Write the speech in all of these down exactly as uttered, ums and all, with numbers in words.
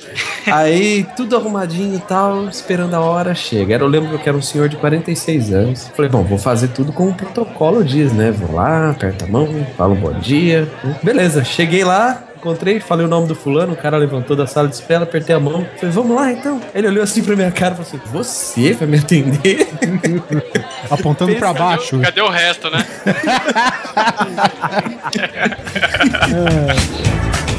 Aí, tudo arrumadinho e tal, esperando a hora, chega. Eu lembro que eu era um senhor de quarenta e seis anos. Falei, bom, vou fazer tudo como o protocolo diz, né? Vou lá, aperto a mão, falo bom dia. Beleza, cheguei lá, encontrei, falei o nome do fulano, o cara levantou da sala de espera, apertei a mão. Falei, vamos lá então. Ele olhou assim pra minha cara e falou assim, você vai me atender? Apontando pra baixo. Cadê o resto, né? é.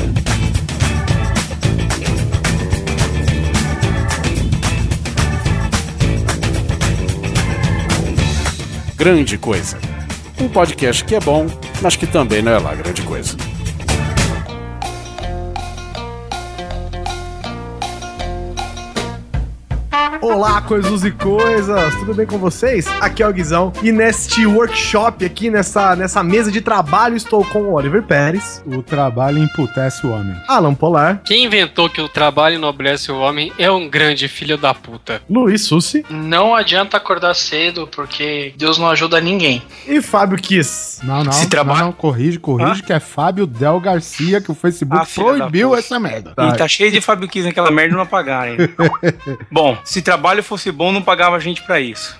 Grande Coisa. Um podcast que é bom, mas que também não é lá grande coisa. Olá, coisas e coisas, tudo bem com vocês? Aqui é o Guizão e neste workshop aqui, nessa, nessa mesa de trabalho, estou com o Oliver Pérez. O trabalho emputece o homem. Alan Polar. Quem inventou que o trabalho enobrece o homem é um grande filho da puta. Luiz Sussi. Não adianta acordar cedo, porque Deus não ajuda ninguém. E Fábio Kiss. Não, não, Se trabalha... não, não, corrige, corrige, ah? que é Fábio Del Garcia, que o Facebook ah, proibiu essa merda. E tá cheio de Fábio Kiss naquela merda e não apagaram, hein? Bom, se trabalho fosse bom, não pagava a gente pra isso.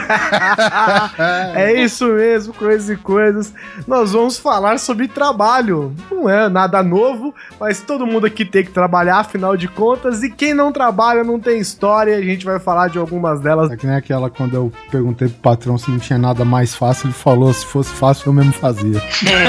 É isso mesmo, coisas e coisas. Nós vamos falar sobre trabalho. Não é nada novo, mas todo mundo aqui tem que trabalhar, afinal de contas. E quem não trabalha não tem história. A gente vai falar de algumas delas. É que nem aquela quando eu perguntei pro patrão se não tinha nada mais fácil. Ele falou, se fosse fácil, eu mesmo fazia.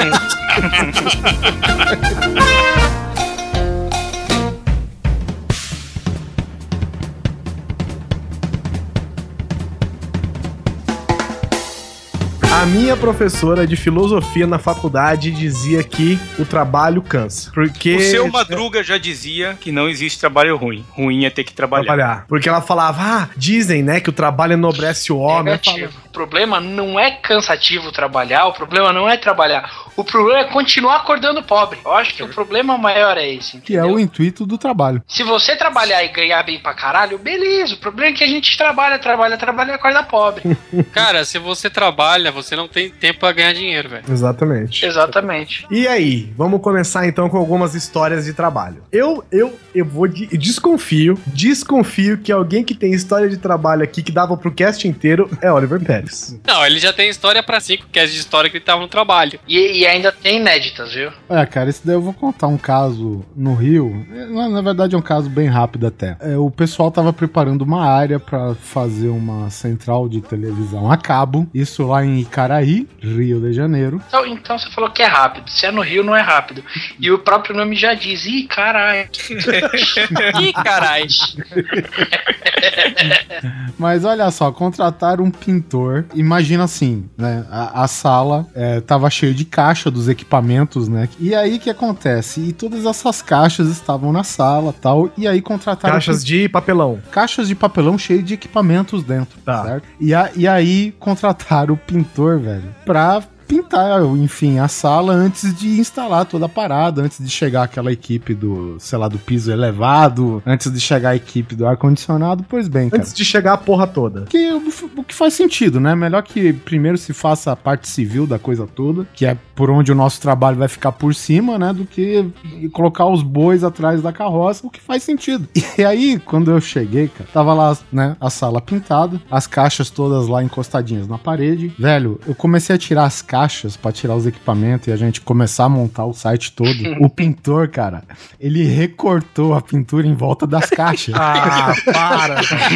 A minha professora de filosofia na faculdade dizia que o trabalho cansa. Porque... O seu Madruga já dizia que não existe trabalho ruim. Ruim é ter que trabalhar. trabalhar. Porque ela falava, ah, dizem, né, que o trabalho enobrece o homem. O problema não é cansativo trabalhar, o problema não é trabalhar. O problema é continuar acordando pobre. Eu acho que o problema maior é esse, entendeu? Que é o intuito do trabalho. Se você trabalhar e ganhar bem pra caralho, beleza. O problema é que a gente trabalha, trabalha, trabalha e acorda pobre. Cara, se você trabalha, você não tem tempo pra ganhar dinheiro, velho. Exatamente. Exatamente. E aí, vamos começar então com algumas histórias de trabalho. Eu, eu, eu vou de, eu desconfio, desconfio que alguém que tem história de trabalho aqui que dava pro cast inteiro é Oliver Pérez. Não, ele já tem história pra cinco casts de história que ele tava no trabalho. E, e ainda tem inéditas, viu? É, cara, esse daí eu vou contar um caso no Rio. Na, na verdade é um caso bem rápido até. É, o pessoal tava preparando uma área pra fazer uma central de televisão a cabo. Isso lá em Icaraí, Rio de Janeiro. Então, então você falou que é rápido. Se é no Rio, não é rápido. E o próprio nome já diz. Ih, caralho. Ih, caralho. Mas olha só, contrataram um pintor. Imagina assim, né? A, a sala é, tava cheia de caixa dos equipamentos, né? E aí o que acontece? E todas essas caixas estavam na sala tal. E aí contrataram. Caixas de papelão. Caixas de papelão cheias de equipamentos dentro, tá. Certo? E, a, e aí contrataram o pintor, velho, pra pintar, enfim, a sala antes de instalar toda a parada, antes de chegar aquela equipe do, sei lá, do piso elevado, antes de chegar a equipe do ar-condicionado, pois bem, cara. Antes de chegar a porra toda. Que, o, o que faz sentido, né? Melhor que primeiro se faça a parte civil da coisa toda, que é por onde o nosso trabalho vai ficar por cima, né? Do que colocar os bois atrás da carroça, o que faz sentido. E aí, quando eu cheguei, cara, tava lá, né, a sala pintada, as caixas todas lá encostadinhas na parede. Velho, eu comecei a tirar as caixas pra tirar os equipamentos e a gente começar a montar o site todo. O pintor, cara, ele recortou a pintura em volta das caixas. Ah, para!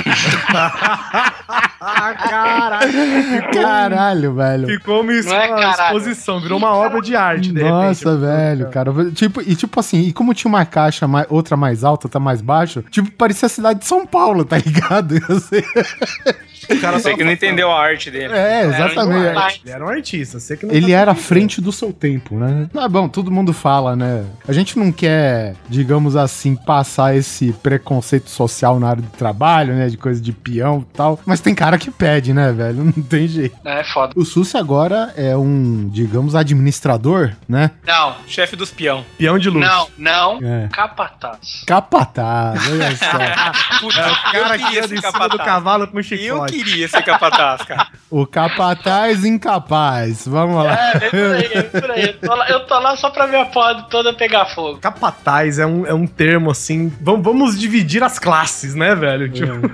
Ah, caralho! Caralho, velho. Ficou uma, expo- é uma exposição, virou uma obra de arte, de Nossa, repente. velho, cara. Tipo, e tipo assim, e como tinha uma caixa, mais, outra mais alta, outra mais baixa, tipo, parecia a cidade de São Paulo, tá ligado? Eu sei. O cara sei que não entendeu a arte dele. É, exatamente. Era um ele era um artista. Sei que não ele tá era à frente do seu tempo, né? Mas bom, todo mundo fala, né? A gente não quer, digamos assim, passar esse preconceito social na área do trabalho, né? De coisa de peão e tal. Mas tem cara cara que pede, né, velho? Não tem jeito. É foda. O Susi agora é um, digamos, administrador, né? Não. Chefe dos peão. Peão de luz. Não, não. É. Capataz. Capataz, olha só. Putz, É o cara eu que queria anda ser em cima do capataz. cavalo com Eu chicote. queria ser capataz, cara. O capataz incapaz. Vamos lá. É, vem por aí, vem por aí. Eu tô lá, eu tô lá só pra ver a porra toda pegar fogo. Capataz é um, é um termo assim. Vamos, vamos dividir as classes, né, velho? Tipo,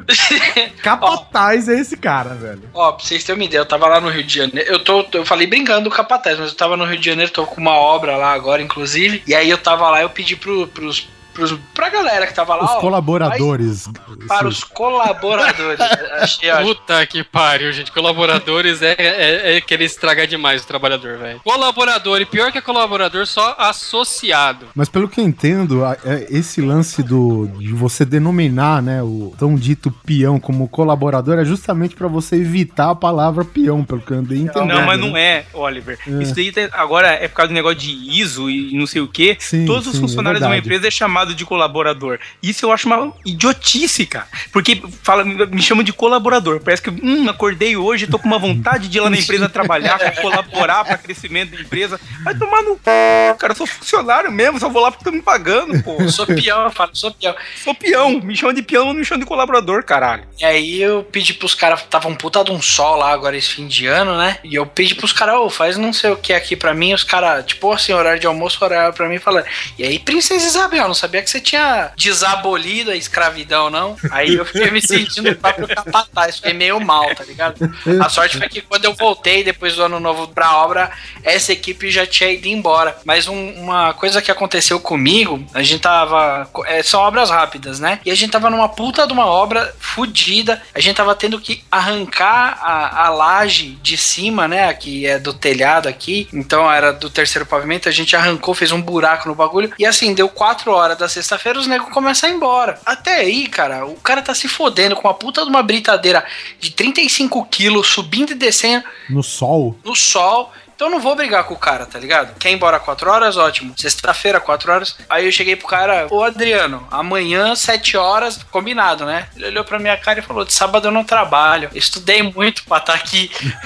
capataz é esse cara, velho. Ó, pra vocês terem uma ideia, eu tava lá no Rio de Janeiro. Eu tô, eu falei brincando do capataz, mas eu tava no Rio de Janeiro, tô com uma obra lá agora, inclusive. E aí eu tava lá, eu pedi pro, pros, pros, pra galera que tava lá. Os ó, colaboradores. vai para os colaboradores. Achei, ó, Puta que pariu, gente. Colaboradores é, é, é querer estragar demais o trabalhador, velho. Colaborador, e pior que é colaborador, só associado. Mas pelo que eu entendo, a- é esse lance do de você denominar, né, o tão dito peão como colaborador é justamente pra você evitar a palavra peão, pelo que eu andei entendendo. Não, mas né? não é, Oliver. É. Isso daí tem- agora é por causa do negócio de I S O e não sei o quê. Sim, Todos os sim, funcionários é de uma verdade. empresa é chamado de colaborador. Isso eu acho uma idiotice, cara. Porque fala, me chamam de colaborador. Parece que, hum, acordei hoje, tô com uma vontade de ir lá na empresa trabalhar, colaborar pra crescimento da empresa. Vai tomar no c... cara, eu sou funcionário mesmo, só vou lá porque estão me pagando, pô. eu sou peão, eu falo, sou peão. Sou peão, me chamam de peão, não me chamam de colaborador, caralho. E aí eu pedi pros caras, tava um puta de um sol lá agora esse fim de ano, né? E eu pedi pros caras, ô, faz não sei o que aqui pra mim. Os caras, tipo assim, horário de almoço, horário pra mim, falando. E aí, Princesa Isabel, não sabia que você tinha desabolido a escravidão, não? Aí eu fiquei me sentindo o próprio capataz, fiquei meio mal, tá ligado? A sorte foi que quando eu voltei depois do ano novo pra obra, essa equipe já tinha ido embora. Mas um- uma coisa que aconteceu comigo, a gente tava. É, são obras rápidas, né? E a gente tava numa puta de uma obra fodida. A gente tava tendo que arrancar a, a laje de cima, né? Que é do telhado aqui. Então era do terceiro pavimento. A gente arrancou, fez um buraco no bagulho. E assim, deu quatro horas da sexta-feira, os negros começam a ir embora. Até aí, cara, o cara tá se fodendo com uma puta de uma britadeira de trinta e cinco quilos subindo e descendo No sol. no sol. Então eu não vou brigar com o cara, tá ligado? Quer ir embora quatro horas? Ótimo. Sexta-feira, quatro horas. Aí eu cheguei pro cara, ô Adriano, amanhã, sete horas, combinado, né? Ele olhou pra minha cara e falou, de sábado eu não trabalho. Eu estudei muito pra estar aqui.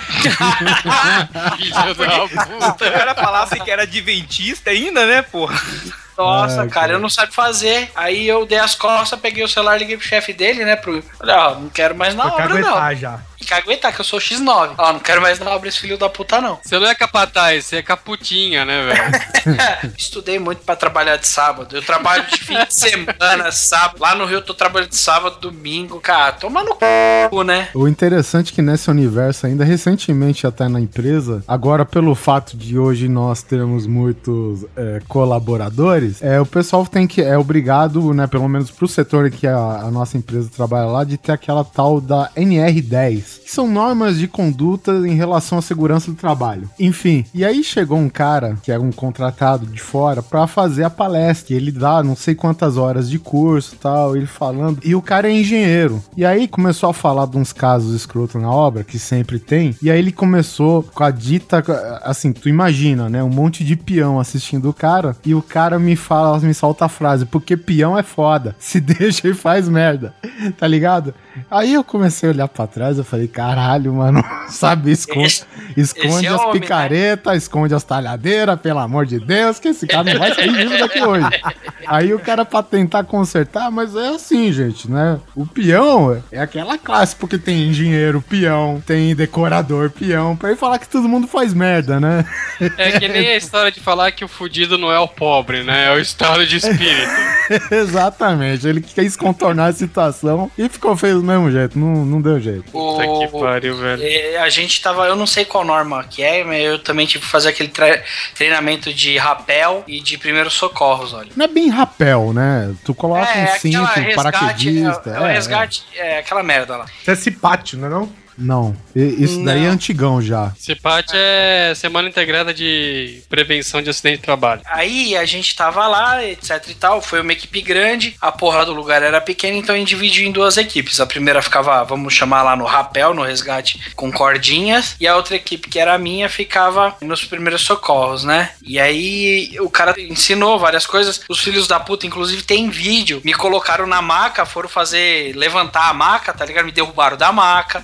Filho da puta. Se o cara falasse que era adventista ainda, né, porra? Nossa, Ai, cara, cara. eu não sei fazer. Aí eu dei as costas, peguei o celular, liguei pro chefe dele, né? Pro... Falei, ó, não quero mais na Foi obra, não. caguetar já. E caguetar, que eu sou xis nove. Ó, não quero mais na obra esse filho da puta, não. Você não é capataz, você é caputinha, né, velho? Estudei muito pra trabalhar de sábado. Eu trabalho de fim de semana, sábado. Lá no Rio eu tô trabalhando de sábado, domingo. Cara, toma no c, né? O interessante é que nesse universo, ainda recentemente até na empresa, agora pelo fato de hoje nós termos muitos é, colaboradores, é, o pessoal tem que, é obrigado, né, pelo menos pro setor que a, a nossa empresa trabalha lá, de ter aquela tal da N R dez, que são normas de conduta em relação à segurança do trabalho. Enfim, e aí chegou um cara, que era um contratado de fora, pra fazer a palestra, e ele dá não sei quantas horas de curso e tal, ele falando, e o cara é engenheiro. E aí começou a falar de uns casos escrotos na obra, que sempre tem, e aí ele começou com a dita, assim, tu imagina, né, um monte de peão assistindo o cara, e o cara me fala, me solta a frase, porque peão é foda, se deixa e faz merda, tá ligado? Aí eu comecei a olhar pra trás, eu falei, caralho, mano, sabe, esconde, Esse- esconde esse é as homem, né? picaretas, esconde as talhadeiras, pelo amor de Deus, que esse cara não vai sair vivo daqui hoje. Aí o cara, pra tentar consertar, mas é assim, gente, né? O peão é aquela classe, porque tem engenheiro peão, tem decorador peão, pra ele falar que todo mundo faz merda, né? É que nem a história de falar que o fudido não é o pobre, né? É o estado de espírito. Exatamente, ele quis contornar a situação e ficou feio do mesmo jeito, não, não deu jeito. Puta que O... pariu, velho. É, a gente tava, eu não sei qual norma que é, mas eu também tive que fazer aquele tre- treinamento de rapel e de primeiros socorros, olha. Não é bem rapel, né? Tu coloca um aquela cinto, resgate, paraquedista. É, é o resgate, é aquela merda lá. Isso é cipátio, não é não? Não, e- isso daí é Não. antigão já. CIPAT é Semana Integrada de Prevenção de Acidente de Trabalho. Aí a gente tava lá, etc e tal, foi uma equipe grande, a porra do lugar era pequena, então a gente dividiu em duas equipes. A primeira ficava, vamos chamar lá no rapel, no resgate, com cordinhas, e a outra equipe, que era a minha, ficava nos primeiros socorros, né? E aí o cara ensinou várias coisas, os filhos da puta, inclusive tem vídeo, me colocaram na maca, foram fazer, levantar a maca, tá ligado? Me derrubaram da maca, e aí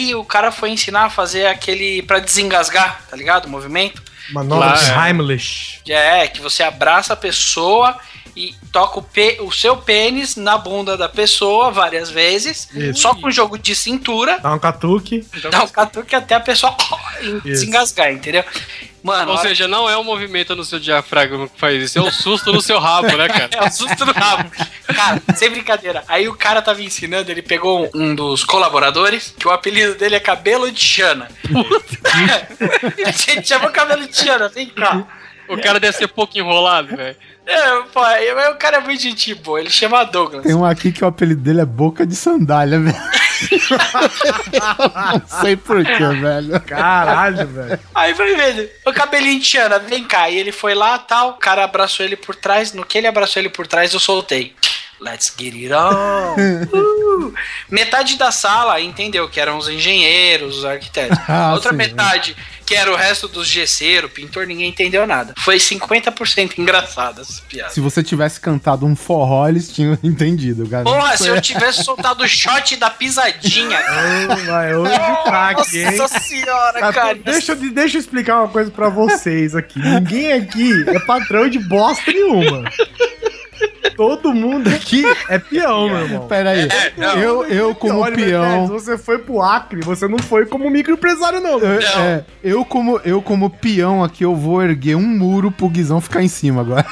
Aí o cara foi ensinar a fazer aquele pra desengasgar, tá ligado? O movimento. Manobra Heimlich. É, que você abraça a pessoa e toca o, pe- o seu pênis na bunda da pessoa várias vezes, Isso. só com jogo de cintura. Dá um catuque. Dá um catuque até a pessoa desengasgar, entendeu? Mano, Ou hora... seja, não é o movimento no seu diafragma que faz isso, é o susto no seu rabo, né, cara? É o susto no rabo. Cara, sem brincadeira. Aí o cara tava ensinando, ele pegou um dos colaboradores, que o apelido dele é Cabelo de Xana. Ele chama Cabelo de Xana, vem cá. O cara deve ser pouco enrolado, velho. É, pô, o cara é muito gente boa, ele chama Douglas. Tem um aqui que o apelido dele é Boca de Sandália, velho. Não sei porquê, velho. Caralho, velho. Aí eu falei, velho, o cabelinho de Tiana, vem cá. E ele foi lá, tal, o cara abraçou ele por trás. No que ele abraçou ele por trás, eu soltei. Let's get it on. Uh. Metade da sala entendeu que eram os engenheiros, os arquitetos. Ah, Outra sim, metade, é. que era o resto dos gesseiro, pintor, ninguém entendeu nada. Foi cinquenta por cento engraçado essa piada. Se você tivesse cantado um forró, eles tinham entendido, cara. Porra, se eu tivesse soltado o shot da pisadinha. Oh, vai, hoje tá aqui, hein? Nossa senhora, Ah, cara. Deixa, eu- deixa eu explicar uma coisa pra vocês aqui. Ninguém aqui é patrão de bosta nenhuma. Todo mundo aqui é peão, meu irmão. Pera aí, eu, eu como Olha, peão... Se você foi pro Acre, você não foi como microempresário, não. Eu, é, eu como, eu como peão aqui, eu vou erguer um muro pro Guizão ficar em cima agora.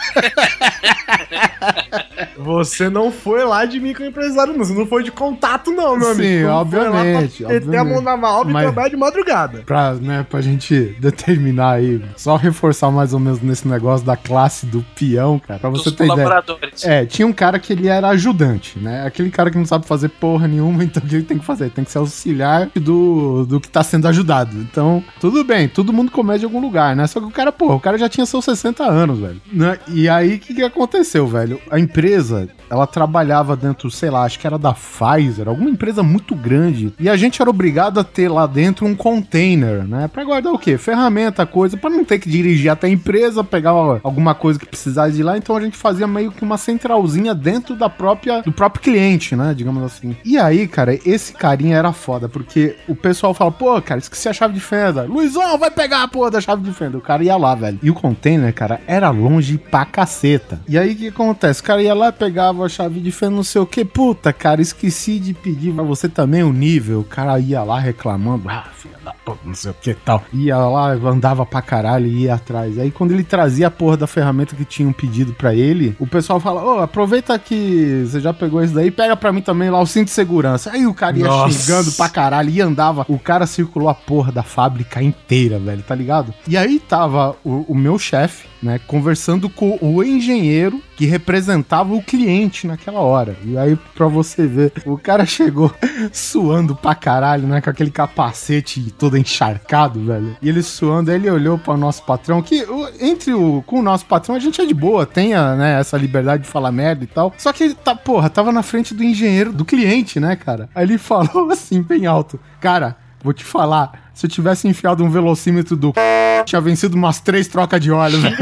Você não foi lá de microempresário, não. Você não foi de contato, não, meu amigo. Sim, Não obviamente, Foi lá pra meter a mão na malva e Mas- trabalhar de madrugada. Pra, né, pra gente determinar aí, só reforçar mais ou menos nesse negócio da classe do peão, cara, pra você Dos ter ideia. colaboradores. É, tinha um cara que ele era ajudante, né? Aquele cara que não sabe fazer porra nenhuma, então o que ele tem que fazer? Tem que ser auxiliar do, do que tá sendo ajudado. Então, tudo bem, todo mundo começa de algum lugar, né? Só que o cara, porra, o cara já tinha seus sessenta anos, velho. Né? E aí, o que que aconteceu, velho? A empresa, ela trabalhava dentro, sei lá, acho que era da Pfizer, alguma empresa muito grande, e a gente era obrigado a ter lá dentro um container, né? Pra guardar o quê? Ferramenta, coisa, pra não ter que dirigir até a empresa, pegar alguma coisa que precisasse de lá, então a gente fazia meio que uma centralzinha dentro da própria, do próprio cliente, né? Digamos assim. E aí, cara, esse carinha era foda, porque o pessoal fala, pô, cara, esqueci a chave de fenda. Luizão, vai pegar a porra da chave de fenda. O cara ia lá, velho. E o container, cara, era longe pra caceta. E aí, o que acontece? O cara ia lá, pegava a chave de fenda, não sei o que. Puta, cara, esqueci de pedir pra você também o nível. O cara ia lá reclamando, ah, filha da puta, não sei o que e tal. Ia lá, andava pra caralho e ia atrás. Aí, quando ele trazia a porra da ferramenta que tinham pedido pra ele, o pessoal fala, ô, aproveita que você já pegou isso daí, pega pra mim também lá o cinto de segurança. Aí o cara ia Nossa. xingando pra caralho e andava. O cara circulou a porra da fábrica inteira, velho, tá ligado? E aí tava o, o meu chefe, né, conversando com o engenheiro que representava o cliente naquela hora. E aí, pra você ver, o cara chegou suando pra caralho, né, com aquele capacete todo encharcado, velho. E ele suando, aí ele olhou para o nosso patrão, que o, entre o, com o nosso patrão a gente é de boa, tem a, né, essa liberdade de falar merda e tal. Só que ele tá, porra, tava na frente do engenheiro, do cliente, né, cara? Aí ele falou assim, bem alto, cara, vou te falar, se eu tivesse enfiado um velocímetro do c... tinha vencido umas três trocas de óleo, velho.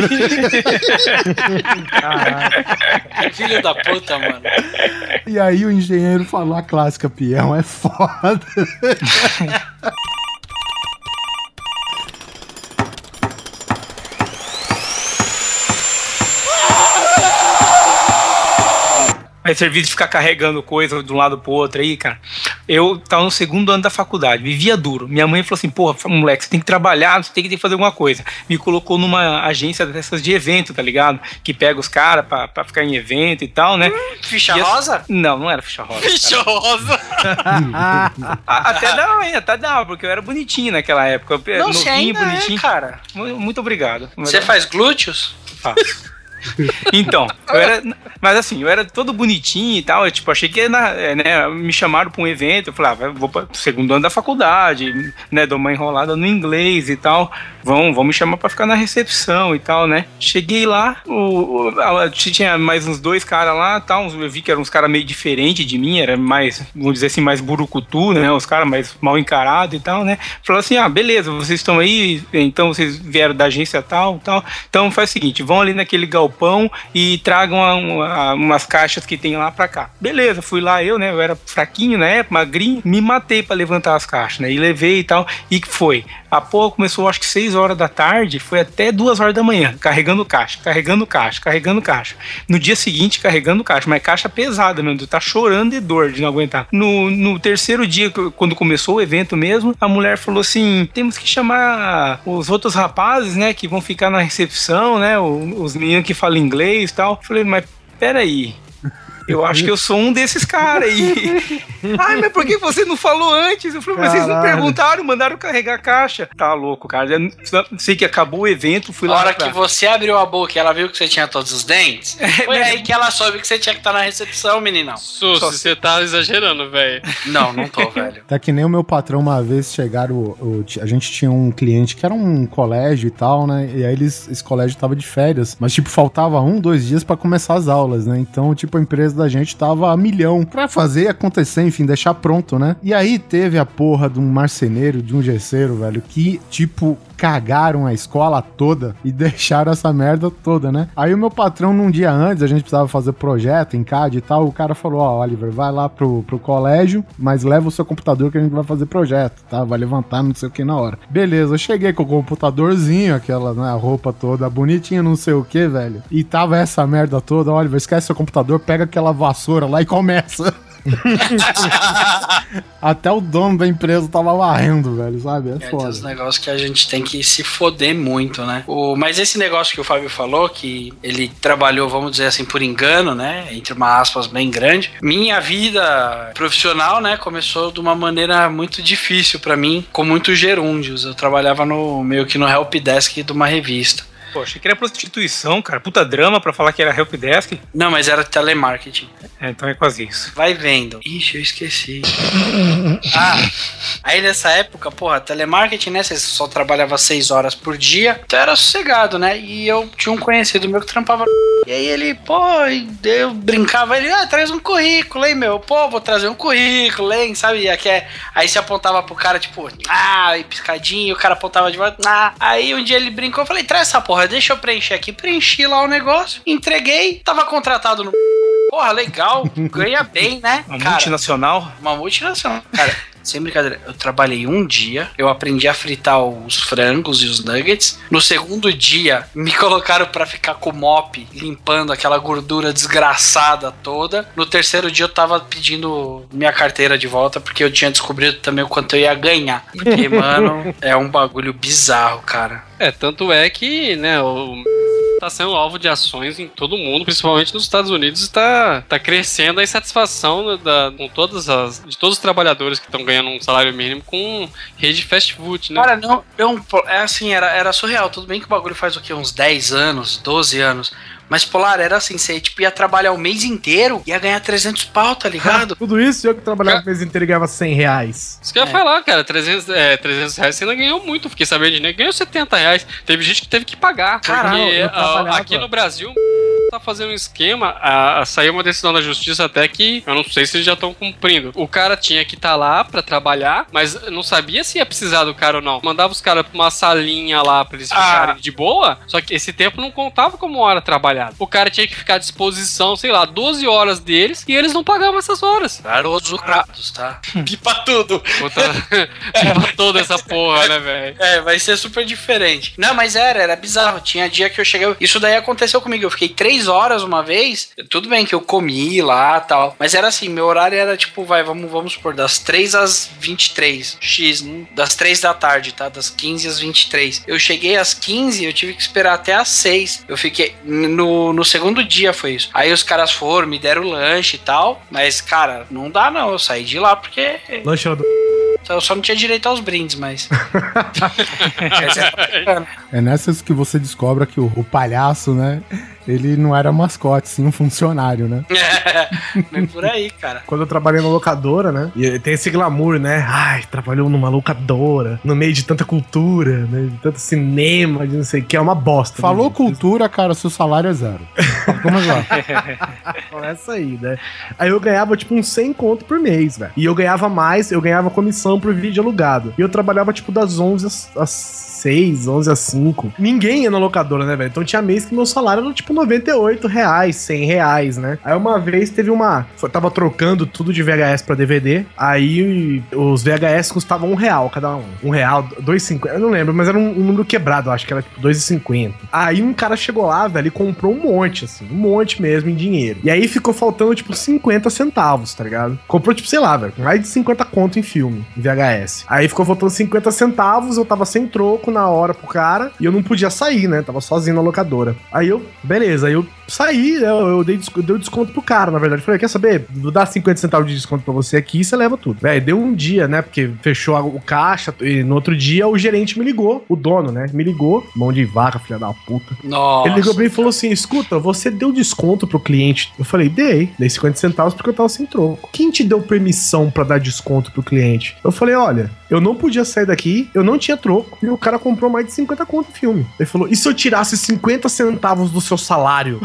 Filho da puta, mano. E aí o engenheiro falou a clássica, peão, é foda. Aí serviço de ficar carregando coisa de um lado pro outro aí, cara. Eu tava no segundo ano da faculdade, vivia duro. Minha mãe falou assim, porra, moleque, você tem que trabalhar, você tem que fazer alguma coisa. Me colocou numa agência dessas de evento, tá ligado? Que pega os caras pra, pra ficar em evento e tal, né? Hum, ficha e rosa? As... Não, não era ficha rosa. Ficha rosa! A, até dava, hein? Até dava, porque eu era bonitinho naquela época. Não, novinho, você ainda bonitinho. é, cara. Muito obrigado. Você faz glúteos? Faço. Então, eu era, mas assim, eu era todo bonitinho e tal, eu tipo, achei que, na, né, me chamaram pra um evento, eu falei, ah, vou pro segundo ano da faculdade, né, dou uma enrolada no inglês e tal, vão, vão me chamar pra ficar na recepção e tal, né. Cheguei lá, o, o, tinha mais uns dois caras lá, tal, eu vi que eram uns caras meio diferentes de mim, era mais, vamos dizer assim, mais burucutu, né, os caras mais mal encarados e tal, né. Falou assim, ah, beleza, vocês estão aí, então vocês vieram da agência tal, tal, então faz o seguinte, vão ali naquele galpão galpão e tragam uma, uma, umas caixas que tem lá pra cá. Beleza, fui lá eu, né, eu era fraquinho na época, magrinho, me matei pra levantar as caixas, né, e levei e tal, e que foi? A porra começou acho que seis horas da tarde, foi até duas horas da manhã, carregando caixa, carregando caixa, carregando caixa. No dia seguinte, carregando caixa, mas caixa pesada mesmo, tu tá chorando de dor de não aguentar. No, no terceiro dia, quando começou o evento mesmo, a mulher falou assim, temos que chamar os outros rapazes, né, que vão ficar na recepção, né, os meninos que falam inglês e tal. Eu falei, mas peraí, eu acho que eu sou um desses caras aí. Ai, mas por que você não falou antes? Eu falei, mas vocês não perguntaram, mandaram carregar a caixa. Tá louco, cara. Eu sei que acabou o evento, fui lá. A hora pra... que você abriu a boca e ela viu que você tinha todos os dentes, foi aí que ela soube que você tinha que estar na recepção, meninão. Sus, você tá exagerando, velho. Não, não tô, velho. Tá que nem o meu patrão uma vez chegaram, o, o, a gente tinha um cliente que era um colégio e tal, né? E aí eles, esse colégio tava de férias, mas tipo, faltava um, dois dias pra começar as aulas, né? Então, tipo, a empresa da gente tava a milhão pra fazer acontecer, enfim, deixar pronto, né? E aí teve a porra de um marceneiro, de um gesseiro, velho, que, tipo, cagaram a escola toda e deixaram essa merda toda, né? Aí o meu patrão, num dia antes, a gente precisava fazer projeto em C A D e tal, o cara falou, ó, oh, Oliver, vai lá pro, pro colégio, mas leva o seu computador que a gente vai fazer projeto, tá? Vai levantar não sei o que na hora. Beleza, eu cheguei com o computadorzinho, aquela, né, a roupa toda bonitinha, não sei o que, velho, e tava essa merda toda, Oliver, esquece seu computador, pega aquela vassoura lá e começa. Até o dono da empresa tava varrendo, velho, sabe? É, é foda. Tem uns negócios que a gente tem que se foder muito, né? O, mas esse negócio que o Fábio falou, que ele trabalhou, vamos dizer assim, por engano, né? Entre uma aspas bem grande. Minha vida profissional, né? Começou de uma maneira muito difícil pra mim, com muitos gerúndios. Eu trabalhava no meio que no helpdesk de uma revista. Pô, achei que era prostituição, cara. Puta drama pra falar que era helpdesk. Não, mas era telemarketing. É, então é quase isso. Vai vendo. Ixi, eu esqueci. Ah, aí nessa época, porra, telemarketing, né? Você só trabalhava seis horas por dia. Então era sossegado, né? E eu tinha um conhecido meu que trampava. E aí ele, pô, eu brincava, ele, ah, traz um currículo, hein, meu? Pô, vou trazer um currículo, hein? Sabe? Aqui é... Aí você apontava pro cara, tipo, ah, e piscadinho, o cara apontava de volta, ah. Aí um dia ele brincou, eu falei, traz essa porra, deixa eu preencher aqui. Preenchi lá o negócio, entreguei, tava contratado no... Porra, legal, ganha bem, né? Uma cara, multinacional? Uma multinacional. Cara, sem brincadeira, eu trabalhei um dia, eu aprendi a fritar os frangos e os nuggets. No segundo dia, me colocaram pra ficar com o mop, limpando aquela gordura desgraçada toda. No terceiro dia, eu tava pedindo minha carteira de volta, porque eu tinha descobrido também o quanto eu ia ganhar. Porque, mano, é um bagulho bizarro, cara. É, tanto é que, né, o... tá sendo alvo de ações em todo mundo, principalmente nos Estados Unidos, tá, tá crescendo a insatisfação da, com todas as, de todos os trabalhadores que estão ganhando um salário mínimo com rede de fast food, né? Cara, não, não é assim, era, era surreal. Tudo bem que o bagulho faz o quê? Uns dez anos, doze anos. Mas, Polar, era assim, você tipo, ia trabalhar o mês inteiro, ia ganhar trezentos pau, tá ligado? Tudo isso, eu que trabalhava o mês inteiro e ganhava cem reais. Isso que eu ia É. falar, cara, trezentos, é, trezentos reais você ainda ganhou muito, fiquei sabendo de nem ganhou setenta reais. Teve gente que teve que pagar, Caralho, porque eu a- trabalhava- aqui no Brasil tá fazendo um esquema, a, a, saiu uma decisão da justiça até que, eu não sei se eles já estão cumprindo. O cara tinha que estar tá lá pra trabalhar, mas não sabia se ia precisar do cara ou não. Mandava os caras pra uma salinha lá pra eles Ah. ficarem de boa, só que esse tempo não contava como hora trabalhada. O cara tinha que ficar à disposição, sei lá, doze horas deles, e eles não pagavam essas horas. Garotos lucrados, tá? Pipa tudo. Puta, tipo, toda essa porra, né, velho? É, vai ser super diferente. Não, mas era, era bizarro. Tinha dia que eu cheguei... Isso daí aconteceu comigo. Eu fiquei três horas uma vez. Tudo bem que eu comi lá e tal. Mas era assim, meu horário era tipo, vai, vamos, vamos supor, das três às vinte e três. X, né? Das três da tarde, tá? Das quinze às vinte e três. Eu cheguei às quinze, eu tive que esperar até às seis. Eu fiquei... No, no segundo dia foi isso. Aí os caras foram, me deram lanche e tal. Mas, cara, não dá não. Eu saí de lá porque... Lanche era do... Eu só não tinha direito aos brindes, mas... Mas é bacana. É nessas que você descobre que o, o palhaço, né? Ele não era mascote, sim um funcionário, né? É, vem por aí, cara. Quando eu trabalhei na locadora, né? E tem esse glamour, né? Ai, trabalhou numa locadora, no meio de tanta cultura, né? De tanto cinema, de não sei o que, é uma bosta. Falou né? cultura, cara, seu salário é zero. Vamos lá. Essa aí, né? Aí eu ganhava tipo uns cem conto por mês, velho. E eu ganhava mais, eu ganhava comissão por vídeo alugado. E eu trabalhava tipo das onze às, às seis, onze a cinco. Ninguém ia na locadora, né, velho? Então tinha mês que meu salário era tipo noventa e oito reais, cem reais, né? Aí uma vez teve uma... Eu tava trocando tudo de V H S pra D V D, aí os V H S custavam um real cada um. Um real, dois e cinquenta, eu não lembro, mas era um, um número quebrado, eu acho que era tipo dois e cinquenta. Aí um cara chegou lá, velho, e comprou um monte, assim, um monte mesmo em dinheiro. E aí ficou faltando, tipo, cinquenta centavos, tá ligado? Comprou, tipo, sei lá, velho, mais de cinquenta conto em filme, em V H S. Aí ficou faltando cinquenta centavos, eu tava sem troco na hora pro cara, e eu não podia sair, né? Tava sozinho na locadora. Aí eu, beleza, aí eu saí, eu, eu dei, eu dei desconto pro cara, na verdade. Falei, quer saber? Vou dar cinquenta centavos de desconto pra você aqui e você leva tudo. Véi, deu um dia, né? Porque fechou o caixa, e no outro dia o gerente me ligou, o dono, né? Me ligou, mão de vaca, filha da puta. Nossa. Ele ligou pra mim e falou assim, escuta, você deu desconto pro cliente? Eu falei, dei. Dei cinquenta centavos porque eu tava sem troco. Quem te deu permissão pra dar desconto pro cliente? Eu falei, olha, eu não podia sair daqui, eu não tinha troco, e o cara comprou mais de cinquenta conto no filme. Ele falou, e se eu tirasse cinquenta centavos do seu salário?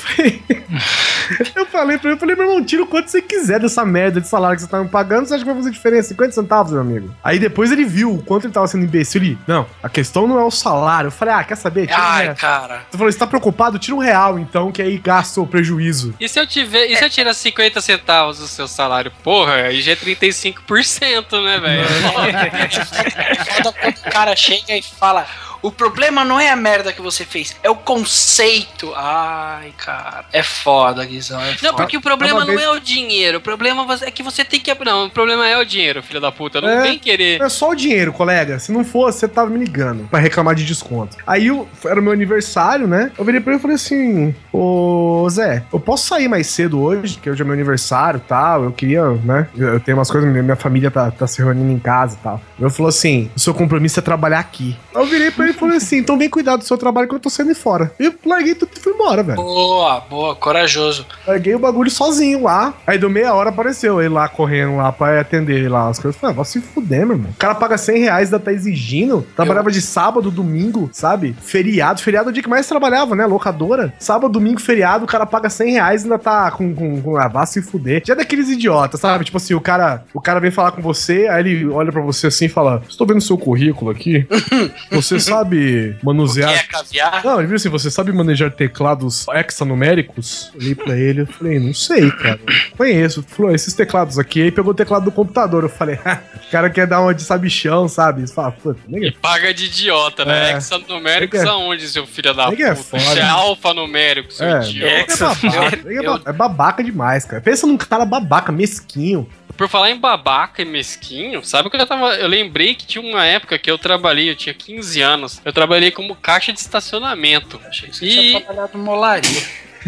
Eu falei pra ele, eu falei, meu irmão, tira o quanto você quiser dessa merda de salário que você tá me pagando, você acha que vai fazer diferença? cinquenta centavos, meu amigo. Aí depois ele viu o quanto ele tava sendo imbecil. Ele, não, a questão não é o salário. Eu falei, ah, quer saber? Tira Ai, um real. cara. Você falou, você tá preocupado? Tira um real, então, que aí gasta o prejuízo. E se eu tiver, e se eu tirar cinquenta centavos do seu salário? Porra, aí já é trinta e cinco por cento, né, velho? É foda quando o cara chega e fala... O problema não é a merda que você fez, é o conceito. Ai, cara. É foda, Guizão. É Não, foda. porque o problema Uma não vez- é o dinheiro. O problema é que você tem que... Não, o problema é o dinheiro, filho da puta. Não É. vem querer... Não é só o dinheiro, colega. Se não fosse, você tava me ligando pra reclamar de desconto. Aí eu, era o meu aniversário, né? Eu virei pra ele e falei assim: ô Zé, eu posso sair mais cedo hoje, que hoje é meu aniversário e tal. Eu queria, né? Eu tenho umas coisas, minha família tá, tá se reunindo em casa e tal. Ele falou assim: o seu compromisso é trabalhar aqui. Aí eu virei pra ele e falei assim: então vem cuidar do seu trabalho que eu tô saindo fora. E eu larguei tudo e fui embora, velho. Boa, boa, corajoso. Larguei o bagulho sozinho lá. Aí deu meia hora, apareceu ele lá correndo lá pra atender lá as coisas. Eu falei, ah, vai se fuder, meu irmão. O cara paga cem reais, ainda tá exigindo. Trabalhava de sábado, domingo, sabe? Feriado. Feriado é o dia que mais trabalhava, né? Locadora. Sábado, domingo, feriado, o cara paga cem reais e ainda tá com, com, com ah, vá se fuder. Já é daqueles idiotas, sabe? Tipo assim, o cara, o cara vem falar com você, aí ele olha pra você assim e fala, estou vendo seu currículo aqui. Você sabe manusear... O que é caviar? Não, ele viu assim, você sabe manejar teclados hexanuméricos? Olhei pra ele, eu falei, não sei, cara. Conheço. Falou, esses teclados aqui. Aí pegou o teclado do computador. Eu falei, o cara quer dar uma de sabichão, sabe? Você fala, puta, E nega. paga de idiota, né? É. Hexanuméricos Nega- aonde, seu filho da Nega é puta? foda. Isso é alfanumérico, seu É, idiota. é babaca, nega é ba- é babaca demais, cara. Pensa num cara babaca, mesquinho. Por falar em babaca e mesquinho, sabe o que eu tava. Eu lembrei que tinha uma época que eu trabalhei, eu tinha quinze anos. Eu trabalhei como caixa de estacionamento. Achei que você E- tinha trabalhado em molaria.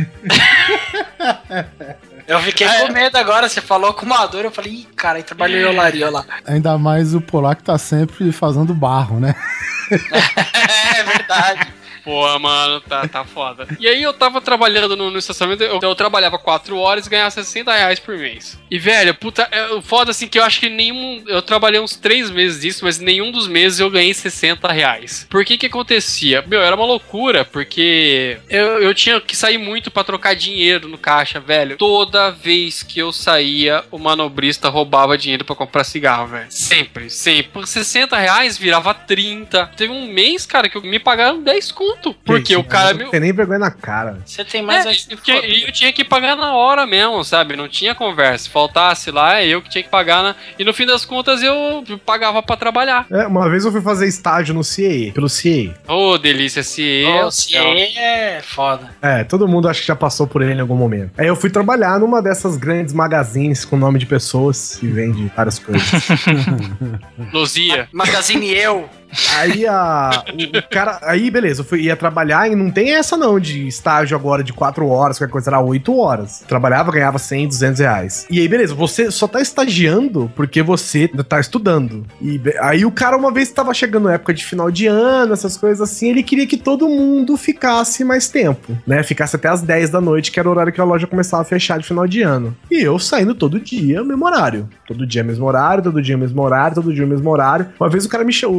Eu fiquei É. com medo agora, você falou com uma dor, eu falei, ih, cara, aí trabalhei em olaria lá. Ainda mais o Polaco tá sempre fazendo barro, né? É verdade. Pô, mano, tá, tá foda. E aí eu tava trabalhando no, no estacionamento, eu, eu trabalhava quatro horas e ganhava sessenta reais por mês. E, velho, puta, é, o foda assim que eu acho que nenhum... Eu trabalhei uns três meses disso, mas nenhum dos meses eu ganhei sessenta reais. Por que que acontecia? Meu, era uma loucura, porque eu, eu tinha que sair muito pra trocar dinheiro no caixa, velho. Toda vez que eu saía, o manobrista roubava dinheiro pra comprar cigarro, velho. Sempre, sempre. Por sessenta reais virava trinta. Teve um mês, cara, que eu- me pagaram dez conto. Porque Gente, o cara... Não tem nem vergonha na cara. Você tem mais É, a se porque foder. eu tinha que pagar na hora mesmo, sabe? Não tinha conversa. Se faltasse lá, é eu que tinha que pagar. Na... E no fim das contas, eu pagava pra trabalhar. É, uma vez eu fui fazer estágio no C I A, pelo C I Ô, delícia, se eu... Ô, se é foda. A. É, todo mundo acho que já passou por ele em algum momento. Aí eu fui trabalhar numa dessas grandes magazines com nome de pessoas que vende várias coisas. Luzia. Magazine Eu. Aí a, o, o cara. Aí, beleza, eu fui, ia trabalhar e não tem essa não de estágio agora de quatro horas, qualquer coisa, era oito horas. Trabalhava, ganhava cem, duzentos reais. E aí, beleza, você só tá estagiando porque você tá estudando. E be- aí o cara, uma vez tava chegando na época de final de ano, essas coisas assim, ele queria que todo mundo ficasse mais tempo, né? Ficasse até as dez da noite, que era o horário que a loja começava a fechar de final de ano. E eu saindo todo dia, mesmo horário. Todo dia mesmo horário, todo dia mesmo horário, todo dia mesmo horário. Uma vez o cara me chamou, o gerente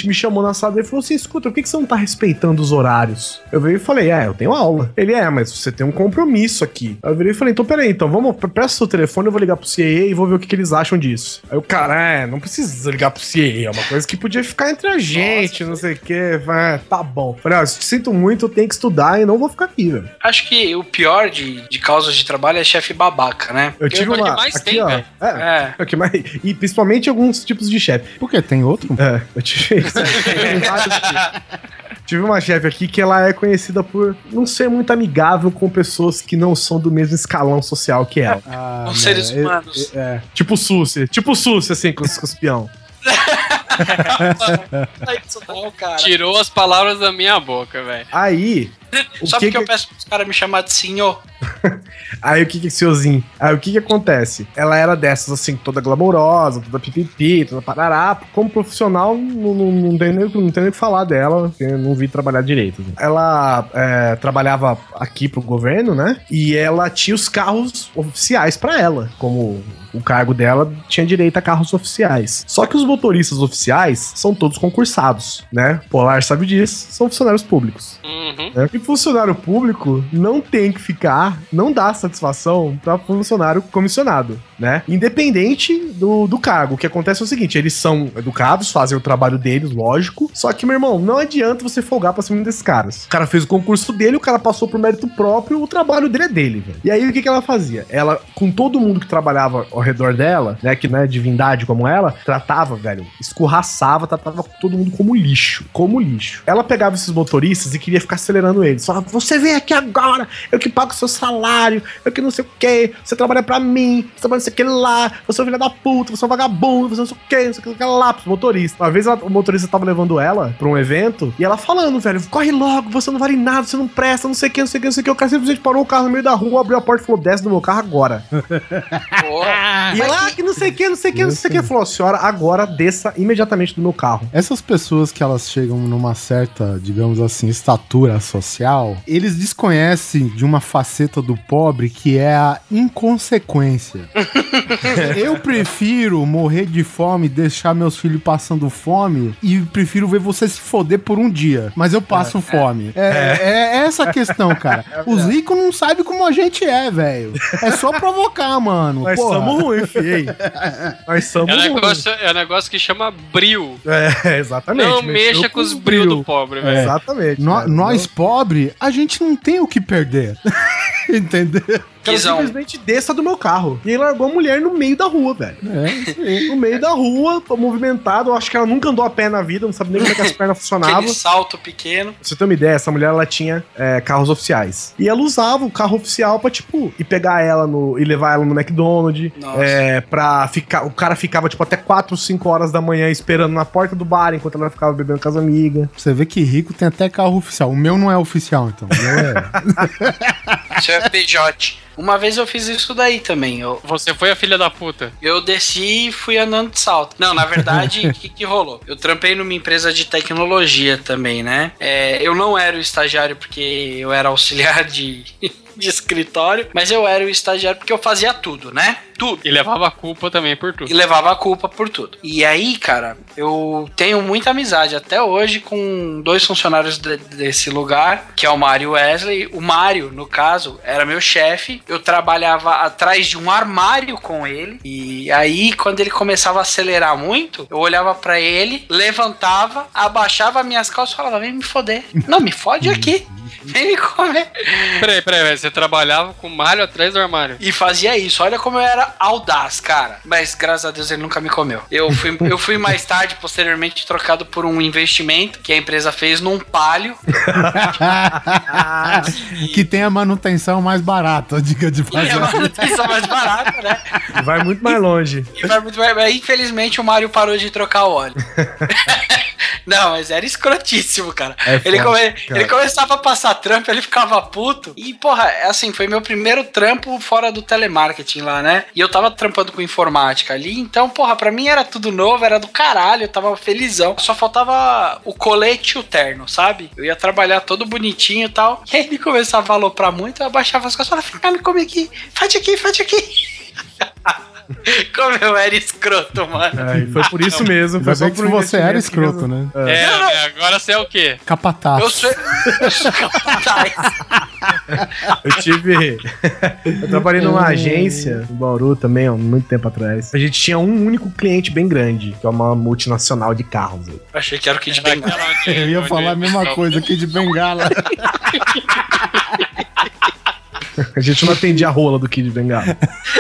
gerente me chamou na sala dele e falou assim, escuta, por que, que você não tá respeitando os horários? Eu virei e falei, é, eu tenho aula. Ele, é, mas você tem um compromisso aqui. Aí eu virei e falei, então peraí, então vamos, presta seu telefone, eu vou ligar pro C E A e vou ver o que, que eles acham disso. Aí o cara, é, não precisa ligar pro C E A, é uma coisa que podia ficar entre a gente, Nossa, não sei o que. É, tá bom. Falei, ó, sinto muito, eu tenho que estudar e não vou ficar aqui, velho. Acho que o pior de, de causas de trabalho é chefe babaca, né? Eu tive eu, uma, mais aqui, tem, ó, é, é, é. Que mais, e principalmente alguns tipos de chefe. Por quê? Tem outro? É, eu tive Tive uma chefe aqui que ela é conhecida por não ser muito amigável com pessoas que não são do mesmo escalão social que ela. Ah, com seres é, humanos. É, é, tipo Súcia. Tipo Súcia, assim, com os, com os peão. Tirou as palavras da minha boca, velho. Aí... Só que porque que... eu peço pros caras me chamar de senhor. Aí o que que, senhorzinho? Aí o que que acontece? Ela era dessas, assim, toda glamourosa, toda pipipi, toda parará. Como profissional, não, não, não, tem nem, não tem nem o que falar dela, porque eu não vi trabalhar direito. Assim. Ela é, trabalhava aqui pro governo, né? E ela tinha os carros oficiais pra ela, como... O cargo dela tinha direito a carros oficiais. Só que os motoristas oficiais são todos concursados, né? Polar sabe disso, são funcionários públicos. Uhum. Né? E funcionário público não tem que ficar, não dá satisfação para funcionário comissionado, né? Independente do, do cargo. O que acontece é o seguinte, eles são educados, fazem o trabalho deles, lógico. Só que, meu irmão, não adianta você folgar pra cima desses caras. O cara fez o concurso dele, o cara passou por mérito próprio, o trabalho dele é dele, velho. E aí, o que que ela fazia? Ela, com todo mundo que trabalhava ao redor dela, né, que não é divindade como ela, tratava, velho, escorraçava, tratava todo mundo como lixo, como lixo. Ela pegava esses motoristas e queria ficar acelerando eles. Falava, você vem aqui agora, eu que pago o seu salário, eu que não sei o que, você trabalha pra mim, você trabalha não sei o que lá, você é um filho da puta, você é um vagabundo, você não sei o que, não sei o que lá, pros motoristas. Uma vez ela, o motorista tava levando ela pra um evento e ela falando, velho, corre logo, você não vale nada, você não presta, não sei o que, não sei o que, não sei o que. O cara simplesmente parou o carro no meio da rua, abriu a porta e falou, desce do meu carro agora. E ela, ah, que não sei o que, não sei o que, não sei o que. Falou, senhora, agora desça imediatamente do meu carro. Essas pessoas que elas chegam numa certa, digamos assim, estatura social, eles desconhecem de uma faceta do pobre que é a inconsequência. Eu prefiro morrer de fome, deixar meus filhos passando fome e prefiro ver você se foder por um dia, mas eu passo é, fome. É, é. é essa a questão, cara. É Os ricos não sabem como a gente é, velho. É só provocar, mano. Nós Porra. somos ruins, filho. Nós somos é um ruins. negócio, é um negócio que chama brio. É, exatamente. Não mexa com os brio do pobre, velho. É. Exatamente. No, cara, nós, não... pobre, a gente não tem o que perder. Entendeu? Cara, simplesmente desça do meu carro. E ele largou a mulher no meio da rua, velho. É, no meio da rua, movimentado. Eu acho que ela nunca andou a pé na vida, não sabe nem como é que as pernas funcionavam. Aquele salto pequeno. Pra você ter uma ideia, essa mulher, ela tinha é, carros oficiais. E ela usava o carro oficial pra, tipo, ir pegar ela no, e levar ela no McDonald's. É, pra ficar... O cara ficava, tipo, até quatro, cinco horas da manhã esperando na porta do bar, enquanto ela ficava bebendo com as amigas. Você vê que rico tem até carro oficial. O meu não é oficial, então. O meu é... Isso é P J. Uma vez eu fiz isso daí também. Eu, Você foi a filha da puta. Eu desci e fui andando de salto. Não, na verdade, o que, que rolou? Eu trampei numa empresa de tecnologia também, né? É, eu não era o estagiário porque eu era auxiliar de... de escritório, mas eu era o estagiário porque eu fazia tudo, né? Tudo. E levava a culpa também por tudo. E levava a culpa por tudo. E aí, cara, eu tenho muita amizade até hoje com dois funcionários de, desse lugar, que é o Mário e o Wesley. O Mário, no caso, era meu chefe. Eu trabalhava atrás de um armário com ele. E aí, quando ele começava a acelerar muito, eu olhava pra ele, levantava, abaixava minhas calças e falava, vem me foder. Não, me fode aqui. Vem me comer. Peraí, peraí, você trabalhava com o Mário atrás do armário. E fazia isso. Olha como eu era audaz, cara. Mas graças a Deus ele nunca me comeu. Eu fui, eu fui mais tarde, posteriormente, trocado por um investimento que a empresa fez num Palio. Que tem a manutenção mais barata, diga de passagem. E a manutenção mais barata, né? Vai muito mais longe. E vai muito mais... Infelizmente o Mário parou de trocar o óleo. Não, mas era escrotíssimo, cara. É ele, come... cara. Ele começava a passar trampo, ele ficava puto. E, porra, assim, foi meu primeiro trampo fora do telemarketing lá, né? E eu tava trampando com informática ali. Então, porra, pra mim era tudo novo, era do caralho. Eu tava felizão. Só faltava o colete e o terno, sabe? Eu ia trabalhar todo bonitinho e tal. E aí ele começava a aloprar muito, eu abaixava as costas e falava, ah, me come aqui, faz aqui, faz aqui. Como eu era escroto, mano. É, e foi por isso mesmo. Vai Foi ver que você era escroto, né? É, é, agora você é o quê? Capataz. Eu sou, eu sou capataz. Eu tive. Eu trabalhei numa agência em Bauru também, há muito tempo atrás. A gente tinha um único cliente bem grande, que é uma multinacional de carros. aí. Achei que era o Kid Era Bengala. aquela onde- Eu ia onde- falar a mesma coisa aqui de Bengala. A gente não atendia a rola do Kid Bengala.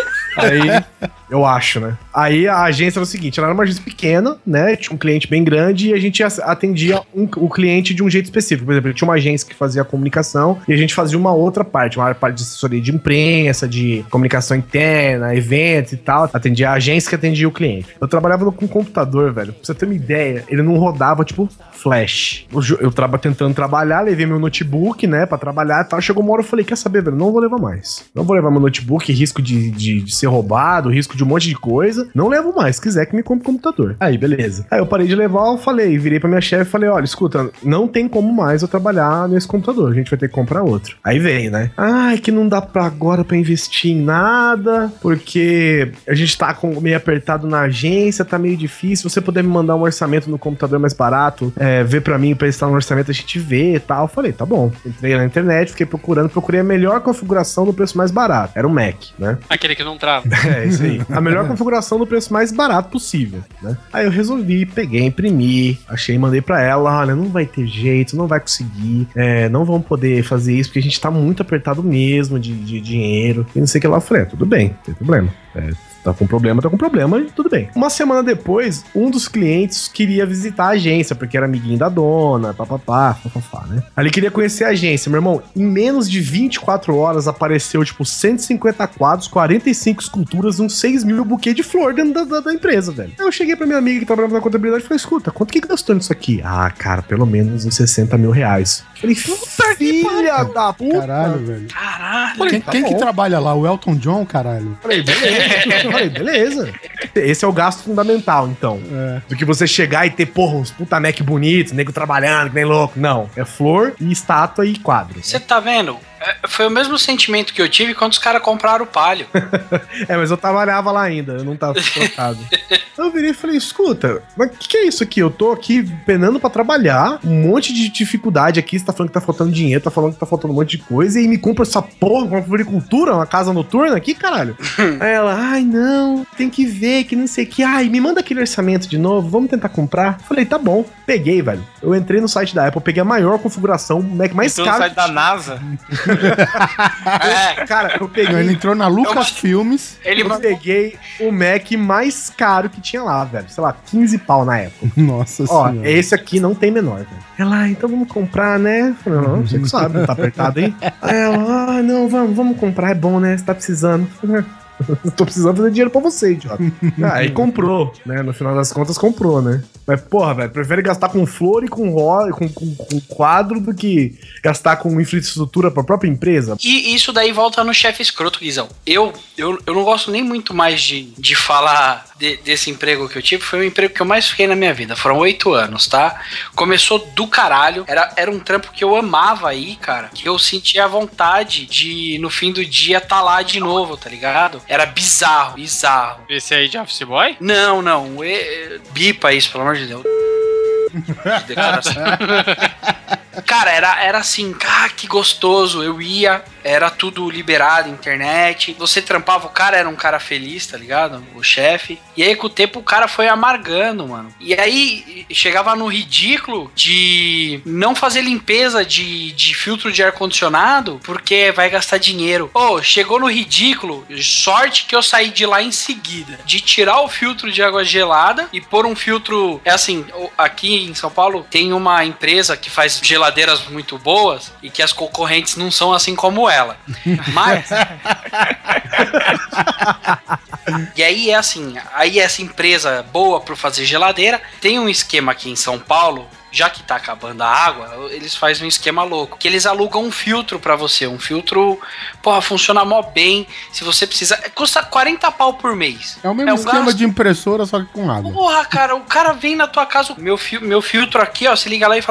Aí, eu acho, né? Aí a agência era o seguinte, ela era uma agência pequena, né? Tinha um cliente bem grande e a gente atendia um, o cliente de um jeito específico. Por exemplo, tinha uma agência que fazia a comunicação e a gente fazia uma outra parte, uma parte de assessoria de imprensa, de comunicação interna, eventos e tal. Atendia a agência que atendia o cliente. Eu trabalhava com um computador, velho. Pra você ter uma ideia, ele não rodava, tipo, flash. Eu, eu tava tentando trabalhar, levei meu notebook, né, pra trabalhar e tal. Chegou uma hora eu falei, quer saber, velho? Não vou levar mais. Não vou levar meu notebook, risco de, de, de ser roubado, risco de um monte de coisa. Não levo mais. Se quiser que me compre computador. Aí, beleza. Aí eu parei de levar, eu falei, virei pra minha chefe e falei, olha, escuta, não tem como mais eu trabalhar nesse computador. A gente vai ter que comprar outro. Aí veio, né? Ai, que não dá pra agora pra investir em nada, porque a gente tá com, meio apertado na agência, tá meio difícil. Se você puder me mandar um orçamento no computador mais barato, é, ver pra mim, pra estar no orçamento, a gente vê e tal. Eu falei, tá bom. Entrei na internet, fiquei procurando, procurei a melhor configuração do preço mais barato. Era o Mac, né? Aquele que não trava. É, isso aí. A melhor configuração do preço mais barato possível, né? Aí eu resolvi, peguei, imprimi, achei e mandei pra ela, olha, não vai ter jeito, não vai conseguir, é, não vamos poder fazer isso, porque a gente tá muito apertado mesmo de, de dinheiro, e não sei o que lá. Eu falei, é, tudo bem, não tem problema. É, tá com problema, tá com problema, e tudo bem. Uma semana depois, um dos clientes queria visitar a agência, porque era amiguinho da dona, papapá, papapá, né? Aí ele queria conhecer a agência, meu irmão. Em menos de vinte e quatro horas apareceu, tipo, cento e cinquenta quadros, quarenta e cinco esculturas, uns seis mil buquê de flor dentro da, da, da empresa, velho. Aí eu cheguei pra minha amiga que trabalhava na contabilidade e falei, escuta, quanto que gastou nisso aqui? Ah, cara, pelo menos uns sessenta mil reais. Falei, filha da puta. Caralho, velho. Caralho. Quem, tá quem que bom. trabalha lá? O Elton John, caralho? Falei, beleza. Falei, beleza. Esse é o gasto fundamental, então. É. Do que você chegar e ter, porra, uns puta Mac bonitos, nego trabalhando, que nem louco. Não. É flor e estátua e quadro. Você tá vendo? É, foi o mesmo sentimento que eu tive quando os caras compraram o Palio. É, mas eu trabalhava lá ainda, eu não tava trocado. Eu virei e falei, escuta, mas o que, que é isso aqui? Eu tô aqui penando pra trabalhar, um monte de dificuldade aqui, você tá falando que tá faltando dinheiro, tá falando que tá faltando um monte de coisa, e me compra essa porra, uma floricultura, uma casa noturna aqui, caralho. Aí ela, ai não, tem que ver, que não sei o que, ai, me manda aquele orçamento de novo, vamos tentar comprar. Falei, tá bom. Peguei, velho. Eu entrei no site da Apple, peguei a maior configuração, o Mac mais Entrou no caro. site da NASA. É, Cara, eu peguei... Ele entrou na Lucas Filmes. ele Eu peguei o Mac mais caro que tinha lá, velho. Sei lá, quinze pau na época. Nossa Ó, senhora. esse aqui não tem menor, velho. Ela, ah, então vamos comprar, né? Eu falei, não, você que sabe, não tá apertado aí. Aí ela, ah, não, vamos, vamos comprar, é bom, né? Você tá precisando. Eu tô precisando fazer dinheiro pra você, idiota. Ah, aí comprou, né? No final das contas, comprou, né? Mas, porra, velho, prefere gastar com flor e com, ro com, com, com quadro do que gastar com infraestrutura pra própria empresa. E isso daí volta no chefe escroto, Guizão. Eu, eu, eu não gosto nem muito mais de, de falar de, desse emprego que eu tive. Foi o emprego que eu mais fiquei na minha vida. Foram oito anos, tá? Começou do caralho. Era, era um trampo que eu amava aí, cara. Que eu sentia a vontade de, no fim do dia, tá lá de novo, tá ligado? Era bizarro, bizarro. Esse aí de Office Boy? Não, não. E, bipa isso, pelo amor de Deus. Declaração. Cara, era, era assim, ah, que gostoso. Eu ia, era tudo liberado, internet. Você trampava, o cara era um cara feliz, tá ligado? O chefe. E aí, com o tempo, o cara foi amargando, mano. E aí, chegava no ridículo de não fazer limpeza de, de filtro de ar-condicionado, porque vai gastar dinheiro. Ô, oh, chegou no ridículo, sorte que eu saí de lá em seguida, de tirar o filtro de água gelada e pôr um filtro, é assim, aqui em São Paulo tem uma empresa que faz geladeiras muito boas e que as concorrentes não são assim como ela. Mas... E aí é assim, aí essa empresa boa para fazer geladeira tem um esquema aqui em São Paulo. Já que tá acabando a água, eles fazem um esquema louco. Que eles alugam um filtro pra você. Um filtro, porra, funciona mó bem. Se você precisar... Custa quarenta pau por mês. É o mesmo é um esquema gasto... de impressora, só que com água. Porra, cara, o cara vem na tua casa... Meu, fi... meu filtro aqui, ó, você liga lá e fala...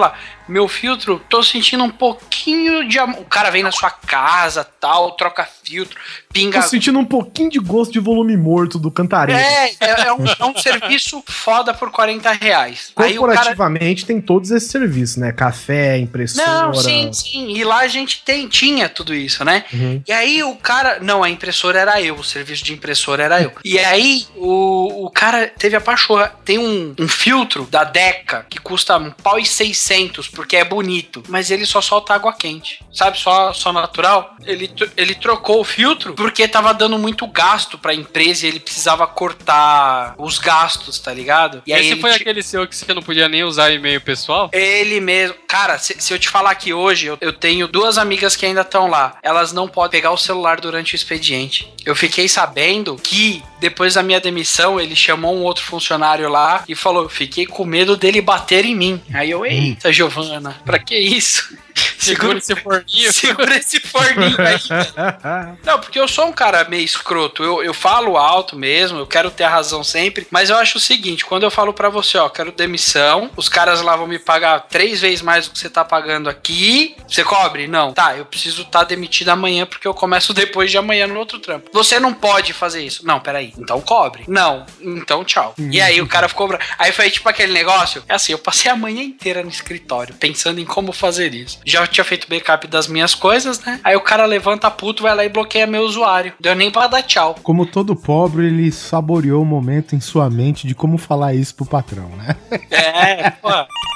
meu filtro, tô sentindo um pouquinho de amor. O cara vem na sua casa, tal, troca filtro, pinga... Tô sentindo um pouquinho de gosto de volume morto do Cantareira. É, é, é, um, é um serviço foda por quarenta reais. Corporativamente cara... tem todos esses serviços, né? Café, impressora... Não, sim, sim. E lá a gente tem, tinha tudo isso, né? Uhum. E aí o cara... Não, a impressora era eu, o serviço de impressora era eu. E aí o, o cara teve a pachorra. Tem um, um filtro da Deca que custa um pau e seiscentos, porque é bonito, mas ele só solta água quente, sabe? Só, só natural. Ele, ele trocou o filtro porque tava dando muito gasto pra empresa e ele precisava cortar os gastos, tá ligado? E aí esse foi te... aquele seu que você não podia nem usar e-mail pessoal? Ele mesmo. Cara, se, se eu te falar que hoje eu, eu tenho duas amigas que ainda estão lá, elas não podem pegar o celular durante o expediente. Eu fiquei sabendo que depois da minha demissão, ele chamou um outro funcionário lá e falou, fiquei com medo dele bater em mim. Aí eu, eita, Giovana, pra que isso? Segura esse forninho. Segura esse forninho aí. Não, porque eu sou um cara meio escroto. Eu, eu falo alto mesmo, eu quero ter a razão sempre. Mas eu acho o seguinte, quando eu falo pra você, ó, quero demissão, os caras lá vão me pagar três vezes mais do que você tá pagando aqui. Você cobre? Não. Tá, eu preciso estar tá demitido amanhã porque eu começo depois de amanhã no outro trampo. Você não pode fazer isso. Não, peraí. Então cobre. Não. Então tchau. E aí o cara ficou... Aí foi tipo aquele negócio. É assim, eu passei a manhã inteira no escritório pensando em como fazer isso. Já tinha feito backup das minhas coisas, né? Aí o cara levanta puto, vai lá e bloqueia meu usuário. Deu nem pra dar tchau. Como todo pobre, ele saboreou o momento em sua mente de como falar isso pro patrão, né? É, pô.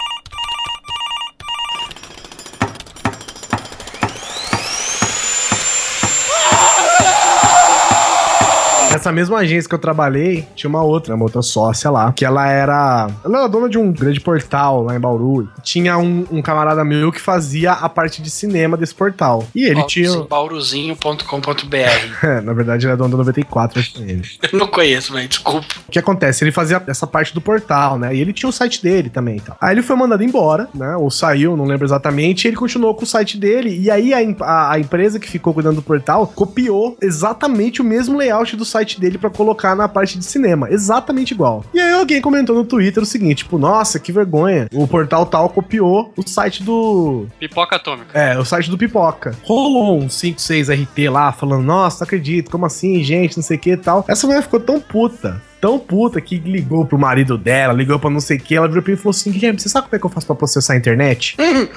Nessa mesma agência que eu trabalhei, tinha uma outra, uma outra sócia lá, que ela era... Ela era dona de um grande portal lá em Bauru. Tinha um, um camarada meu que fazia a parte de cinema desse portal. E ele Bauruzinho, tinha... bauruzinho ponto com ponto b r. É, na verdade ele era dono da noventa e quatro, acho que ele. Eu não conheço, mas desculpa. O que acontece? Ele fazia essa parte do portal, né? E ele tinha o site dele também e tal. Aí ele foi mandado embora, né? Ou saiu, não lembro exatamente. E ele continuou com o site dele. E aí a, a, a empresa que ficou cuidando do portal copiou exatamente o mesmo layout do site dele pra colocar na parte de cinema, exatamente igual. E aí alguém comentou no Twitter o seguinte, tipo, nossa, que vergonha, o portal tal copiou o site do... Pipoca Atômica. É, o site do Pipoca. Rolou uns cinco, seis R T lá, falando, nossa, não acredito, como assim, gente, não sei o que e tal. Essa mulher ficou tão puta, tão puta, que ligou pro marido dela, ligou pra não sei o que, ela virou pra mim e falou assim, Guilherme, você sabe como é que eu faço pra processar a internet?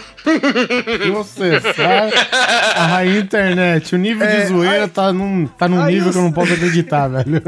Processar a internet, o nível é, de zoeira ai, tá num, tá num nível eu... que eu não posso acreditar, velho.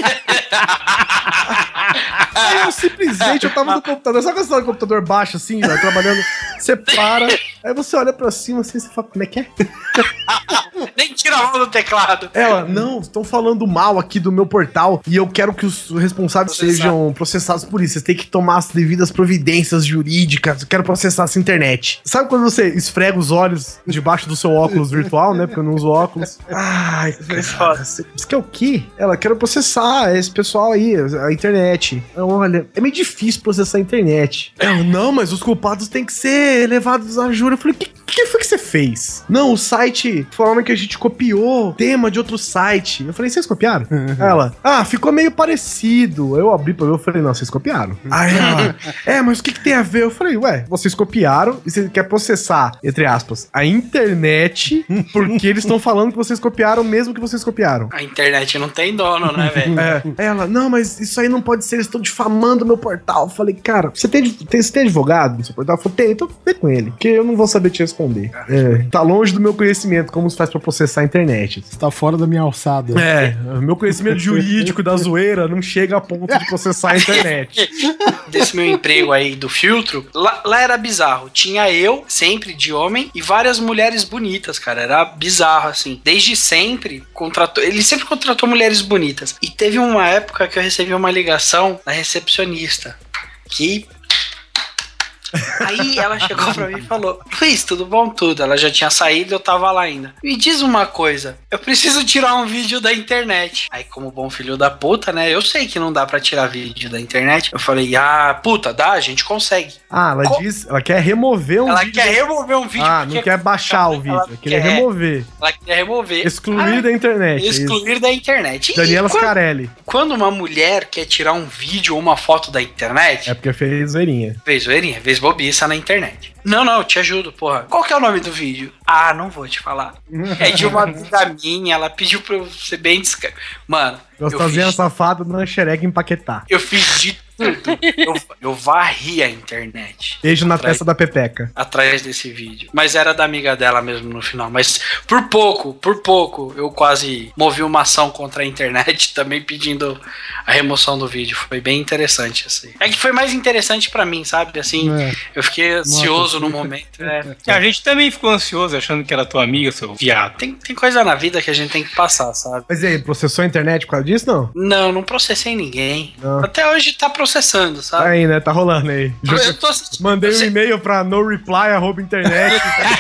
Aí eu simplesmente, eu tava no computador, sabe quando você tá no computador baixo assim, ó, trabalhando, você para, aí você olha pra cima assim, você fala, como é que é? Nem tira a mão do teclado. Ela, não, estão falando mal aqui do meu portal e eu quero que os responsáveis Processar. sejam processados por isso. Vocês têm que tomar as devidas providências jurídicas. Eu quero processar essa internet. Sabe quando você esfrega os olhos debaixo do seu óculos virtual, né? Porque eu não uso óculos. Ai, cara, isso que é o quê? Ela, quero processar esse pessoal aí, a internet. Olha, é meio difícil processar a internet. Ela, não, mas os culpados têm que ser levados a júri. Eu falei, o que, que foi que você fez? Não, o site, forma que a gente copiou tema de outro site. Eu falei, vocês copiaram? Ela, ah, ficou meio parecido. Eu abri pra ver, eu falei, não, vocês copiaram. Aí ela, é, mas o que, que tem a ver? Eu falei, ué, vocês copiaram e você quer processar, entre aspas, a internet porque eles estão falando que vocês copiaram mesmo que vocês copiaram. A internet não tem dono, né, velho? É. Ela, não, mas isso aí não pode ser, eles estão difamando meu portal. Eu falei, cara, você tem, tem, você tem advogado no seu portal? Eu falei, tem, então vem com ele, porque eu não vou saber te responder. É, tá longe do meu conhecimento, como se faz pra processar a internet. Você tá fora da minha alçada. É, meu conhecimento jurídico da zoeira não chega a ponto de processar a internet. Desse meu emprego aí do filtro, lá, lá era bizarro. Tinha eu, sempre de homem, e várias mulheres bonitas, cara. Era bizarro, assim. Desde sempre, contratou. Ele sempre contratou mulheres bonitas. E teve uma época que eu recebi uma ligação da recepcionista. Que... Aí ela chegou pra mim e falou, Luiz, tudo bom? Tudo. Ela já tinha saído e eu tava lá ainda. Me diz uma coisa, eu preciso tirar um vídeo da internet. Aí, como bom filho da puta, né? Eu sei que não dá pra tirar vídeo da internet. Eu falei, ah, puta, dá, a gente consegue. Ah, ela Co- diz, ela quer remover um ela vídeo. Ela quer remover um vídeo. Ah, não quer baixar o vídeo, ela quer, quer remover. Ela quer remover. Excluir ah, da internet. Excluir da internet. Daniela quando, Scarelli. Quando uma mulher quer tirar um vídeo ou uma foto da internet... É porque fez zoeirinha. Fez zoeirinha, fez bobiça na internet. Não, não, eu te ajudo, porra. Qual que é o nome do vídeo? Ah, não vou te falar. É de uma amiga minha, ela pediu pra eu ser bem discreto. Mano, Gostosinha safada do Xereg empaquetar. Eu fiz de tudo. eu, eu varri a internet. Beijo na atrás, testa da Pepeca. Atrás desse vídeo. Mas era da amiga dela mesmo no final. Mas por pouco, por pouco, eu quase movi uma ação contra a internet também pedindo a remoção do vídeo. Foi bem interessante, assim. É que foi mais interessante pra mim, sabe? Assim, é. eu fiquei ansioso Nossa, no momento. É. A gente também ficou ansioso achando que era tua amiga, seu viado. Tem, tem coisa na vida que a gente tem que passar, sabe? Mas e aí, processou a internet por causa disso, não? Não, não processei ninguém. Não. Até hoje tá processando, sabe? Tá aí, né? Tá rolando aí. Eu tô... Mandei Você... um e-mail pra no reply arroba internet.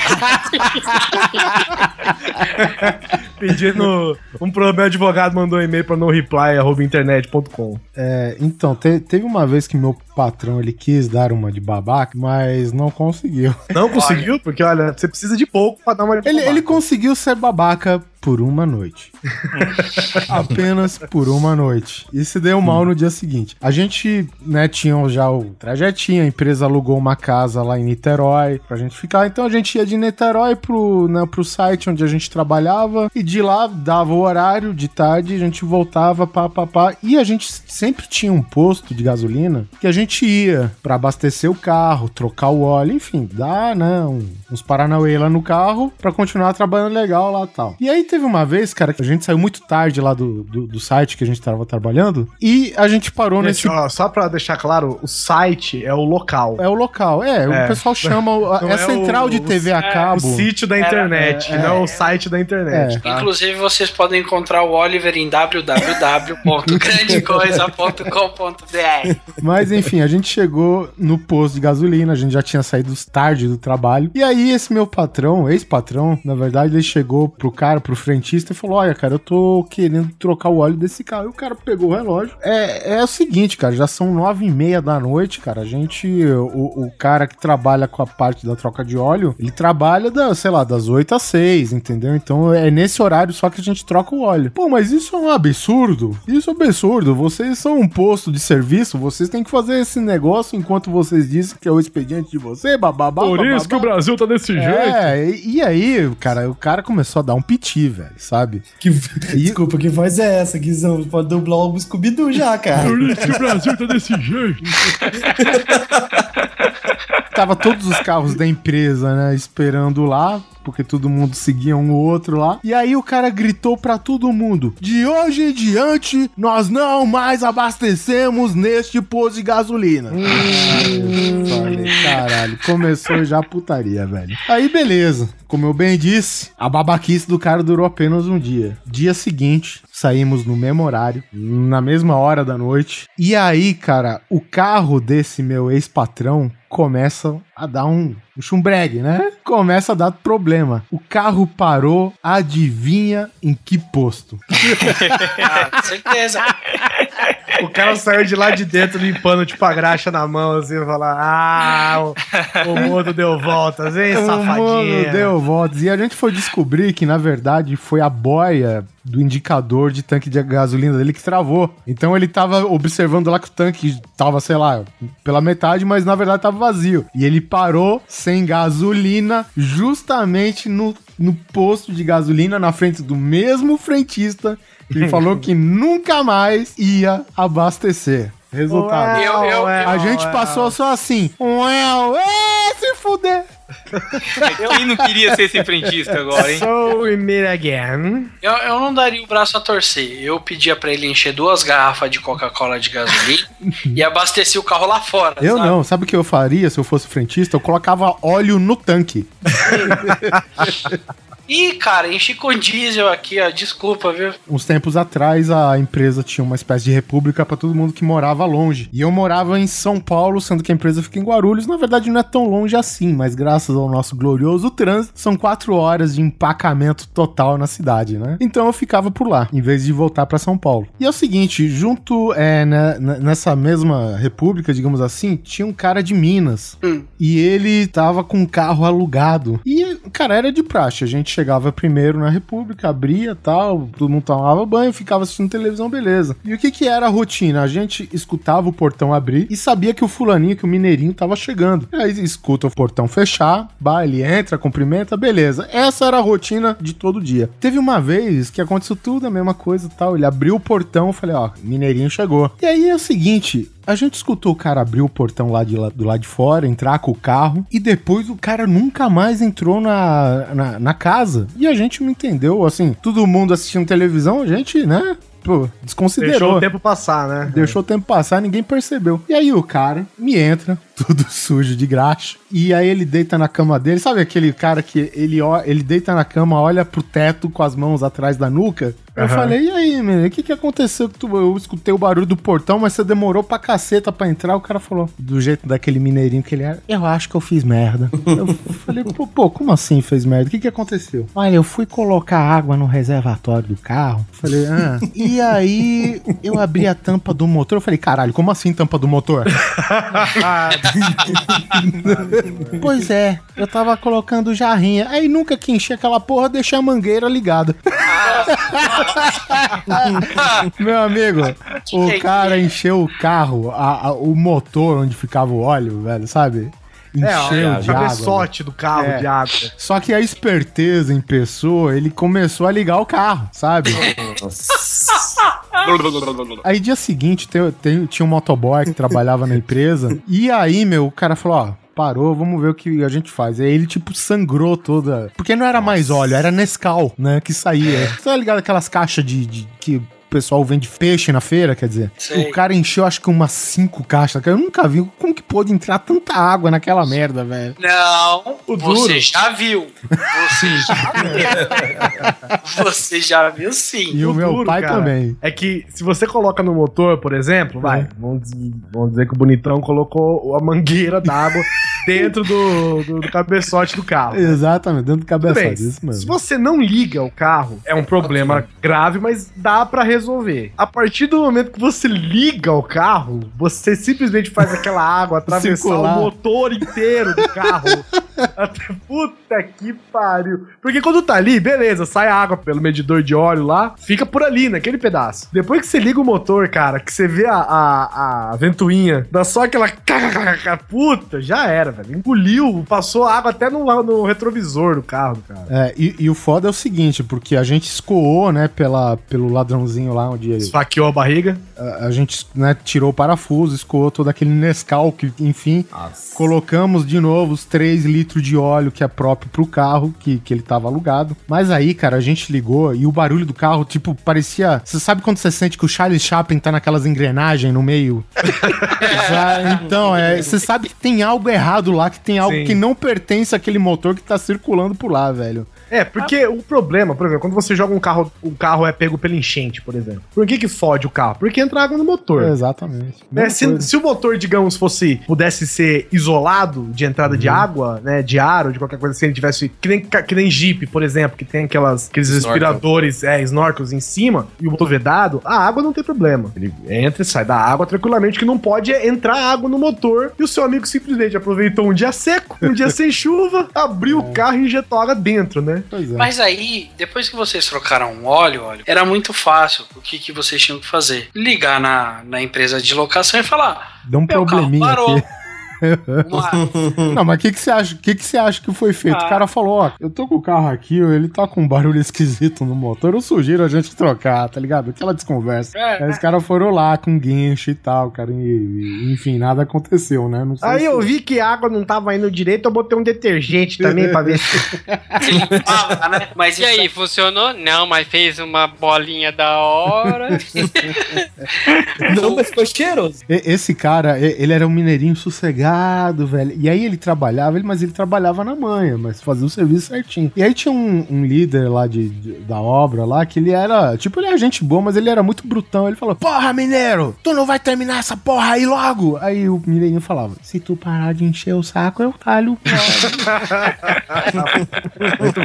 Pedindo... Um meu advogado mandou um e-mail pra no reply arroba internet ponto com. É, então, te, teve uma vez que meu patrão, ele quis dar uma de babaca, mas não conseguiu. Não conseguiu? Porque, olha, você precisa de pouco pra dar uma de ele, babaca. Ele conseguiu ser babaca por uma noite. Apenas por uma noite. E se deu mal no dia seguinte. A gente, né, tinha já o trajetinho, a empresa alugou uma casa lá em Niterói pra gente ficar. Então a gente ia de Niterói pro, né, pro site onde a gente trabalhava e de lá dava o horário de tarde, a gente voltava, pá, pá, pá. E a gente sempre tinha um posto de gasolina que a gente ia pra abastecer o carro, trocar o óleo, enfim, dar, né, um, uns paranauê lá no carro pra continuar trabalhando legal lá e tal. E aí teve uma vez, cara, que a gente saiu muito tarde lá do, do, do site que a gente tava trabalhando e a gente parou gente, nesse... Ó, só pra deixar claro, o site é o local. É o local, é. é. O pessoal chama... é a é central o, de T V o, a cabo. É o sítio da internet, é, é, não é, o site da internet. É. Tá? Inclusive, vocês podem encontrar o Oliver em w w w ponto grande coisa ponto com ponto b r. Mas, enfim, a gente chegou no posto de gasolina, a gente já tinha saído tarde do trabalho. E aí, esse meu patrão, ex-patrão, na verdade, ele chegou pro cara, pro frentista e falou, olha, cara, eu tô querendo trocar o óleo desse carro. E o cara pegou o relógio. É, é o seguinte, cara, já são nove e meia da noite, cara. A gente, o, o cara que trabalha com a parte da troca de óleo, ele trabalha, da, sei lá, das oito às seis, entendeu? Então é nesse horário só que a gente troca o óleo. Pô, mas isso é um absurdo. Isso é um absurdo. Vocês são um posto de serviço, vocês têm que fazer esse negócio enquanto vocês dizem que é o expediente de você, bababá. Por bababá. isso que o Brasil tá desse jeito. É, e, e aí, cara, o cara começou a dar um piti, velho, sabe? Que, e... Desculpa, que voz é essa, Guizão? Pode dublar o Scooby-Doo já, cara. Por isso que o Brasil tá desse jeito. Tava todos os carros da empresa, né, esperando lá, porque todo mundo seguia um ou outro lá. E aí o cara gritou pra todo mundo, de hoje em diante, nós não mais abastecemos neste posto de gasolina. Hum, falei, caralho, começou já a putaria, velho. Aí beleza, como eu bem disse, a babaquice do cara durou apenas um dia. Dia seguinte, saímos no mesmo horário, na mesma hora da noite. E aí, cara, o carro desse meu ex-patrão começa a dar um, um chumbregue, né? Começa a dar problema. O carro parou, adivinha em que posto? Ah, certeza. O cara saiu de lá de dentro limpando tipo a graxa na mão, assim, e falar, ah, o, o mundo deu voltas, hein, safadinha. O mundo deu voltas. E a gente foi descobrir que, na verdade, foi a boia do indicador de tanque de gasolina dele que travou. Então ele tava observando lá que o tanque tava, sei lá, pela metade, mas na verdade tava vazio. E ele parou sem gasolina justamente no, no posto de gasolina na frente do mesmo frentista que ele falou que nunca mais ia abastecer. Resultado. Ué, eu, eu, a gente ué, passou ué. só assim. Ué, ué, se fuder. Quem não queria ser esse frentista agora, hein? So we meet again. Eu, eu não daria o braço a torcer. Eu pedia pra ele encher duas garrafas de Coca-Cola de gasolina e abastecer o carro lá fora. Eu sabe? não. Sabe o que eu faria se eu fosse frentista? Eu colocava óleo no tanque. Ih, cara, enchi com diesel aqui, ó. Desculpa, viu? Uns tempos atrás, a empresa tinha uma espécie de república pra todo mundo que morava longe. E eu morava em São Paulo, sendo que a empresa fica em Guarulhos. Na verdade, não é tão longe assim, mas graças ao nosso glorioso trânsito, são quatro horas de empacamento total na cidade, né? Então eu ficava por lá, em vez de voltar pra São Paulo. E é o seguinte, junto é, né, nessa mesma república, digamos assim, tinha um cara de Minas. Hum. E ele tava com um carro alugado. E, cara, era de praxe. A gente chegava primeiro na República, abria tal, todo mundo tomava banho, ficava assistindo televisão, beleza. E o que que era a rotina? A gente escutava o portão abrir e sabia que o fulaninho, que o mineirinho tava chegando. Aí escuta o portão fechar, bah, ele entra, cumprimenta, beleza. Essa era a rotina de todo dia. Teve uma vez que aconteceu tudo a mesma coisa e tal. Ele abriu o portão, eu falei, ó, mineirinho chegou. E aí é o seguinte... A gente escutou o cara abrir o portão lá de, do lado de fora, entrar com o carro, e depois o cara nunca mais entrou na, na, na casa. E a gente não entendeu, assim, todo mundo assistindo televisão, a gente, né... Pô, desconsiderou. Deixou o tempo passar, né? Deixou o tempo passar, ninguém percebeu. E aí o cara me entra, tudo sujo de graxa, e aí ele deita na cama dele. Sabe aquele cara que ele, ele deita na cama, olha pro teto com as mãos atrás da nuca? Eu uhum. falei, e aí, menino, o que que aconteceu? Que tu, eu escutei o barulho do portão, mas você demorou pra caceta pra entrar. O cara falou, do jeito daquele mineirinho que ele era, eu acho que eu fiz merda. Eu falei, pô, pô, como assim fez merda? O que que aconteceu? Olha, eu fui colocar água no reservatório do carro. Falei, ah. E aí eu abri a tampa do motor. Eu falei, caralho, como assim tampa do motor? Pois é, eu tava colocando jarrinha. Aí nunca que enchi aquela porra, deixei a mangueira ligada. Meu amigo, o cara encheu o carro, a, a, o motor onde ficava o óleo, velho, sabe? Encheu é, ó, de o cabeçote do carro é. de água. Só que a esperteza em pessoa, ele começou a ligar o carro, sabe? Aí dia seguinte tem, tem, tinha um motoboy que trabalhava na empresa. E aí, meu, o cara falou, ó, parou, vamos ver o que a gente faz. Aí ele, tipo, sangrou toda... Porque não era mais óleo, era Nescau, né, que saía. Você tá ligado aquelas caixas de... de que... O pessoal vende peixe na feira, quer dizer. Sei. O cara encheu acho que umas cinco caixas. Eu nunca vi como que pôde entrar tanta água naquela merda, velho. Não, o você duro. já viu. Você já viu. Você já viu sim. E o, o meu duro, pai cara, também. É que se você coloca no motor, por exemplo, vai, é. vamos, dizer, vamos dizer que o bonitão colocou a mangueira d'água dentro do, do, do cabeçote do carro. Exatamente, dentro do cabeçote. Isso mesmo. Se você não liga o carro, é um problema okay. grave, mas dá pra resolver. resolver. A partir do momento que você liga o carro, você simplesmente faz aquela água atravessar Circular. o motor inteiro do carro. Até, puta que pariu. Porque quando tá ali, beleza, sai a água pelo medidor de óleo lá, fica por ali, naquele pedaço. Depois que você liga o motor, cara, que você vê a, a, a ventoinha, dá só aquela... Puta, já era, velho. Engoliu, passou água até no, no retrovisor do carro, cara. É, e, e o foda é o seguinte, porque a gente escoou, né, pela, pelo ladrãozinho lá onde... Esfaqueou a barriga. A, a gente, né, tirou o parafuso, escoou todo aquele Nescau, que, enfim, Nossa. colocamos de novo os três litros de óleo que é próprio pro carro, que, que ele tava alugado. Mas aí, cara, a gente ligou e o barulho do carro, tipo, parecia... Você sabe quando você sente que o Charlie Chaplin tá naquelas engrenagens no meio? Já, então, é, você sabe que tem algo errado lá, que tem algo Sim. que não pertence àquele motor que tá circulando por lá, velho. É, porque ah. o problema, por exemplo, quando você joga um carro, o carro é pego pela enchente, por exemplo. Por que que fode o carro? Porque entra água no motor. É, exatamente. Né? Se, se o motor, digamos, fosse, pudesse ser isolado de entrada uhum. de água, né, de ar ou de qualquer coisa assim, ele tivesse, que nem, que nem Jeep, por exemplo, que tem aquelas, aqueles Snorkel. respiradores, é, snorkels em cima, e o motor vedado, a água não tem problema. Ele entra e sai da água tranquilamente, que não pode entrar água no motor, e o seu amigo simplesmente aproveitou um dia seco, um dia sem chuva, abriu é. o carro e injetou água dentro, né? É. Mas aí, depois que vocês trocaram um óleo, óleo, era muito fácil o que, que vocês tinham que fazer. Ligar na, na empresa de locação e falar, dá um probleminha parou. Aqui. Não, mas o que que você acha? O que que você acha que foi feito? Ah. O cara falou, ó, eu tô com o carro aqui, ele tá com um barulho esquisito no motor, eu sugiro a gente trocar, tá ligado? Aquela desconversa. É. Aí os caras foram lá com guincho e tal, cara, e, e, enfim, nada aconteceu, né? Não sei Aí se... eu vi que a água não tava indo direito, eu botei um detergente também pra ver se... ah, né? Mas e aí, funcionou? Não, mas fez uma bolinha da hora. Não, mas ficou cheiroso. Esse cara, ele era um mineirinho sossegado, velho. E aí ele trabalhava, mas ele trabalhava na manha, mas fazia o serviço certinho. E aí tinha um, um líder lá de, de, da obra lá, que ele era, tipo, ele era gente boa, mas ele era muito brutão. Ele falou, porra, mineiro, tu não vai terminar essa porra aí logo? Aí o mineirinho falava, se tu parar de encher o saco, eu talho. Muito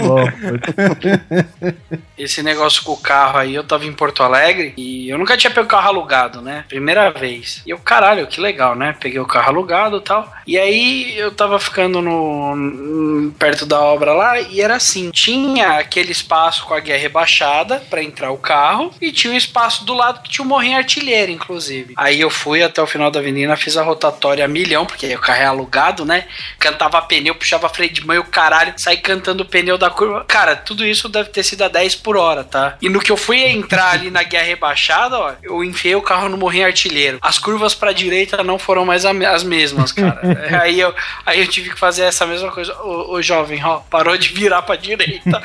bom. Esse negócio com o carro aí, eu tava em Porto Alegre e eu nunca tinha pego carro alugado, né? primeira vez. E eu, caralho, que legal, né? Peguei o carro alugado e tal. E aí eu tava ficando no, no perto da obra lá e era assim, tinha aquele espaço com a guia rebaixada pra entrar o carro e tinha um espaço do lado que tinha um morrinho artilheiro, inclusive. Aí eu fui até o final da avenida, fiz a rotatória a milhão, porque o carro é alugado, né? Cantava pneu, puxava freio de mão e o caralho, saí cantando o pneu da curva. Cara, tudo isso deve ter sido a dez por hora, tá? E no que eu fui entrar ali na guia rebaixada, ó, eu enfiei o carro no morrinho artilheiro. As curvas pra direita não foram mais as mesmas, cara. aí, eu, aí eu tive que fazer essa mesma coisa. Ô, ô jovem, ó, parou de virar pra direita.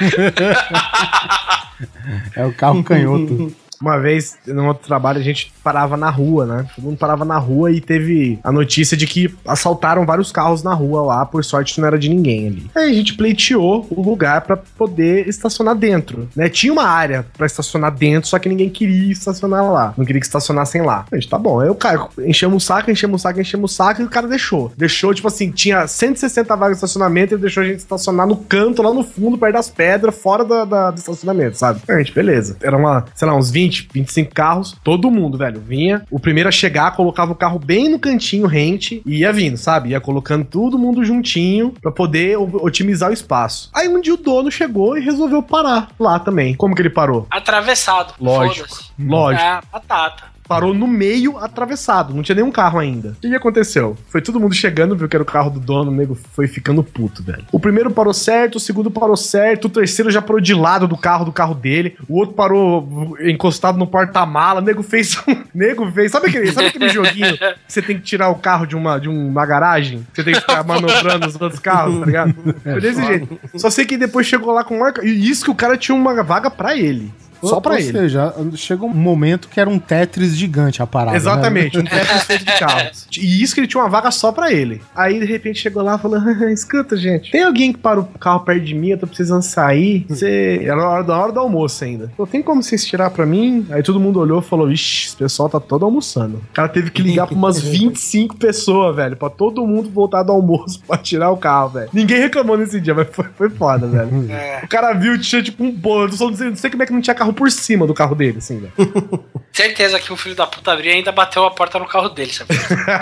É o carro canhoto. Uma vez, num outro trabalho, a gente parava na rua, né? Todo mundo parava na rua e teve a notícia de que assaltaram vários carros na rua lá, por sorte não era de ninguém ali. Aí a gente pleiteou o lugar pra poder estacionar dentro, né? Tinha uma área pra estacionar dentro, só que ninguém queria estacionar lá. Não queria que estacionassem lá. A gente, tá bom. Aí o cara enchemos o saco, enchemos o saco, enchemos o saco e o cara deixou. Deixou, tipo assim, tinha cento e sessenta vagas de estacionamento e ele deixou a gente estacionar no canto, lá no fundo, perto das pedras, fora da, da, do estacionamento, sabe? A gente, beleza. Era uma, sei lá, uns vinte, vinte e cinco carros, todo mundo, velho, vinha, o primeiro a chegar, colocava o carro bem no cantinho, rente, e ia vindo, sabe? Ia colocando todo mundo juntinho pra poder otimizar o espaço. Aí um dia o dono chegou e resolveu parar lá também. Como que ele parou? Atravessado. Lógico, Foda-se. lógico. É, batata. Parou no meio, atravessado. Não tinha nenhum carro ainda. O que aconteceu? Foi todo mundo chegando, viu que era o carro do dono, o nego foi ficando puto, velho. O primeiro parou certo, o segundo parou certo, o terceiro já parou de lado do carro, do carro dele. O outro parou encostado no porta-mala. O nego fez um... nego fez... Sabe aquele, sabe aquele joguinho que você tem que tirar o carro de uma, de uma garagem? Você tem que ficar manobrando os outros carros, tá ligado? Foi desse jeito. Só sei que depois chegou lá com marca... E isso que o cara tinha uma vaga pra ele. Só pra Ou ele. Ou seja, chega um momento que era um Tetris gigante a parada. Exatamente, né? um Tetris feito de carros. E isso que ele tinha uma vaga só pra ele. Aí, de repente, chegou lá e falou: escuta, gente, tem alguém que para o carro perto de mim, eu tô precisando sair. Você... Era a hora, da hora do almoço ainda. Falou, tem como vocês tirar pra mim? Aí todo mundo olhou e falou: ixi, esse pessoal tá todo almoçando. O cara teve que ligar pra umas vinte e cinco pessoas, velho, pra todo mundo voltar do almoço pra tirar o carro, velho. Ninguém reclamou nesse dia, mas foi, foi foda, velho. É. O cara viu, tinha tipo um bolo. Eu não sei, não sei como é que não tinha carro por cima do carro dele, assim, velho. Certeza que o filho da puta abriu e ainda bateu a porta no carro dele, sabe?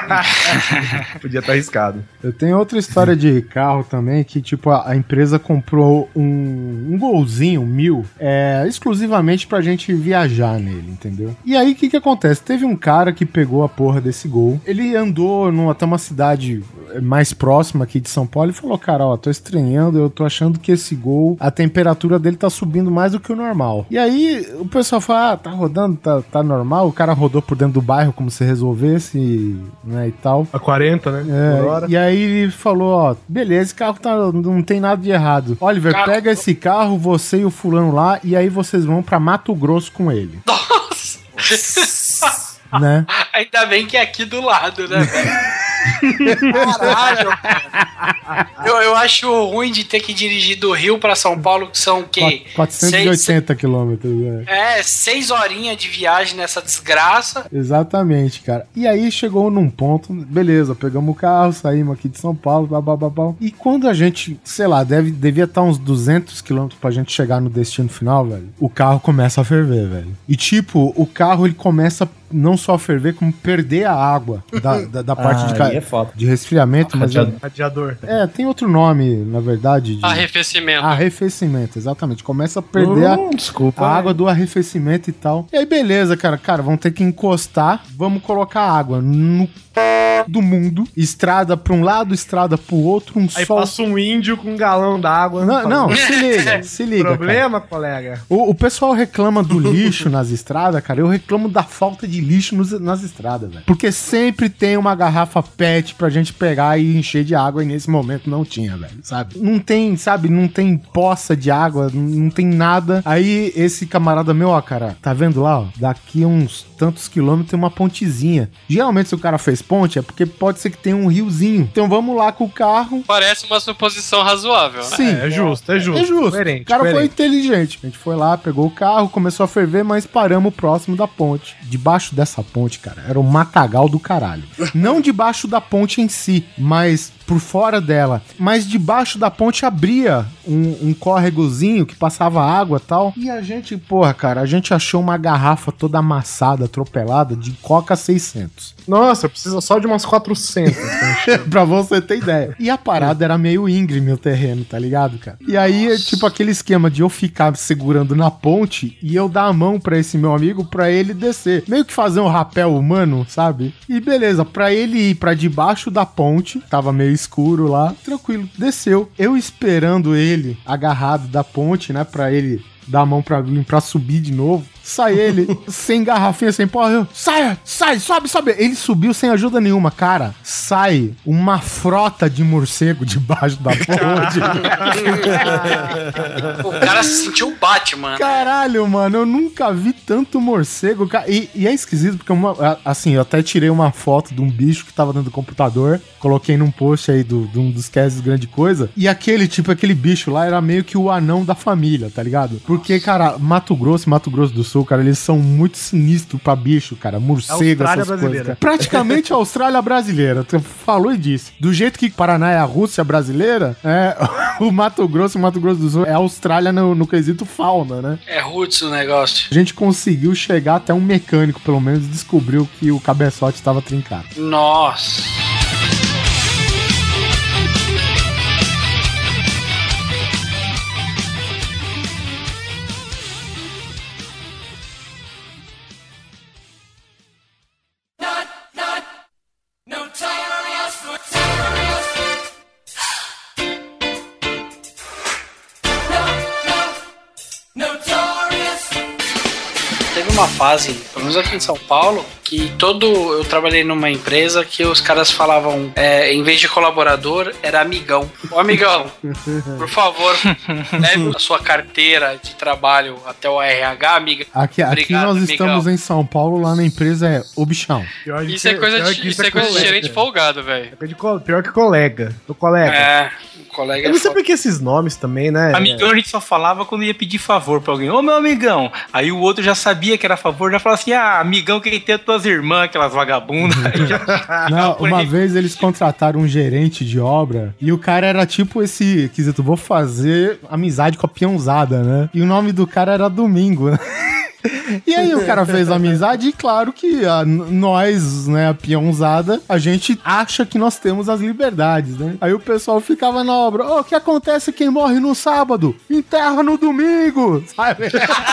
Podia estar arriscado. Eu tenho outra história de carro também, que tipo, a, a empresa comprou um, um golzinho, um mil, é, exclusivamente pra gente viajar nele, entendeu? E aí, o que que acontece? Teve um cara que pegou a porra desse gol, ele andou numa, até uma cidade mais próxima aqui de São Paulo e falou, cara, ó, tô estranhando, eu tô achando que esse gol, a temperatura dele tá subindo mais do que o normal. E aí, o pessoal fala, ah, tá rodando, tá, tá normal, o cara rodou por dentro do bairro como se resolvesse, né, e tal. A quarenta, né? É, por hora. E aí ele falou, ó, beleza, esse carro tá, não tem nada de errado. Oliver, carro... pega esse carro, você e o fulano lá, e aí vocês vão pra Mato Grosso com ele. Nossa! Né? Ainda bem que é aqui do lado, né, velho? Caralho, cara. Eu, eu acho ruim de ter que dirigir do Rio pra São Paulo, que são o quê? quatrocentos e oitenta quilômetros. É. é, seis horinhas de viagem nessa desgraça. Exatamente, cara. E aí chegou num ponto, beleza, pegamos o carro, saímos aqui de São Paulo, blá, blá, blá, blá. E quando a gente, sei lá, deve, devia estar uns duzentos quilômetros pra gente chegar no destino final, velho, o carro começa a ferver, velho. E tipo, o carro ele começa não só a ferver, como perder a água da, da, da parte ah, de, ca... é de resfriamento. Mas radiador. É, tem outro nome, na verdade. De... Arrefecimento. Arrefecimento, exatamente. Começa a perder uh, a, desculpa, a água do arrefecimento e tal. E aí, beleza, cara. Cara, vamos ter que encostar. Vamos colocar água no do mundo. Estrada pra um lado, estrada pro outro. Um aí sol... passa um índio com um galão d'água. Não, não, se liga, se liga. Problema, cara. colega? O, o pessoal reclama do lixo nas estradas, cara. Eu reclamo da falta de lixo nos, nas estradas, velho. Porque sempre tem uma garrafa pet pra gente pegar e encher de água, e nesse momento não tinha, velho, sabe? Não tem, sabe? Não tem poça de água, não tem nada. Aí esse camarada meu, ó, cara, tá vendo lá, ó? Daqui uns tantos quilômetros tem uma pontezinha. Geralmente se o cara fez ponte é porque pode ser que tenha um riozinho. Então vamos lá com o carro. Parece uma suposição razoável, né? Sim. É, é justo, é justo. É justo. Coerente, o cara coerente. foi inteligente. A gente foi lá, pegou o carro, começou a ferver, mas paramos próximo da ponte. Debaixo dessa ponte, cara, era um matagal do caralho. Não debaixo da ponte em si, mas por fora dela, mas debaixo da ponte abria um, um córregozinho que passava água e tal. E a gente, porra, cara, a gente achou uma garrafa toda amassada, atropelada de Coca seiscentos. Nossa, precisa só de umas quatrocentas. Pra você ter ideia. E a parada era meio íngreme o terreno, tá ligado, cara? E aí, Nossa. tipo, aquele esquema de eu ficar segurando na ponte e eu dar a mão pra esse meu amigo pra ele descer. Meio que fazer um rapel humano, sabe? E beleza, pra ele ir pra debaixo da ponte, tava meio escuro lá, tranquilo, desceu. Eu esperando ele agarrado da ponte, né, pra ele dar a mão pra mim pra subir de novo. Sai ele, sem garrafinha, sem porra. Eu, sai, sai, sobe, sobe. Ele subiu sem ajuda nenhuma, cara. Sai uma frota de morcego debaixo da ponte. O cara se sentiu o Batman. Caralho, mano, eu nunca vi tanto morcego. E, e é esquisito, porque uma, assim, eu até tirei uma foto de um bicho que tava dentro do computador, coloquei num post aí do, de um dos casts Grande Coisa. E aquele, tipo, aquele bicho lá era meio que o anão da família, tá ligado? Porque, cara, Mato Grosso, Mato Grosso do Sul, cara, eles são muito sinistros pra bicho, cara. Morcego, essas coisas. Cara. Praticamente a Austrália brasileira. Tu falou e disse. Do jeito que Paraná é a Rússia brasileira, é, o Mato Grosso, o Mato Grosso do Sul é a Austrália no, no quesito fauna, né? É roots o negócio. A gente conseguiu chegar até um mecânico, pelo menos, e descobriu que o cabeçote estava trincado. Nossa. Uma fase, pelo menos aqui em São Paulo, que todo... Eu trabalhei numa empresa que os caras falavam, é, em vez de colaborador, era amigão. Ô amigão, por favor, leve a sua carteira de trabalho até o R H, amiga. Aqui, aqui Obrigado, nós amigão. Estamos em São Paulo, lá na empresa é o bichão. Isso é coisa de, isso é coisa de gerente folgado, velho. Pior que colega. O colega. É, o colega Eu não é sei foda. porque esses nomes também, né? Amigão a gente só falava quando ia pedir favor pra alguém. Ô, meu amigão. Aí o outro já sabia que era favor, já falava assim, ah, amigão, quem tem as tuas irmãs, aquelas vagabundas. Aí já... Não, uma vez eles contrataram um gerente de obra e o cara era tipo esse quesito, vou fazer amizade com a peãozada, né? E o nome do cara era Domingo, né? E aí o cara fez amizade e claro que a, nós, né, a peãozada, a gente acha que nós temos as liberdades, né? Aí o pessoal ficava na obra, ô, oh, o que acontece quem morre no sábado? Enterra no domingo, sabe?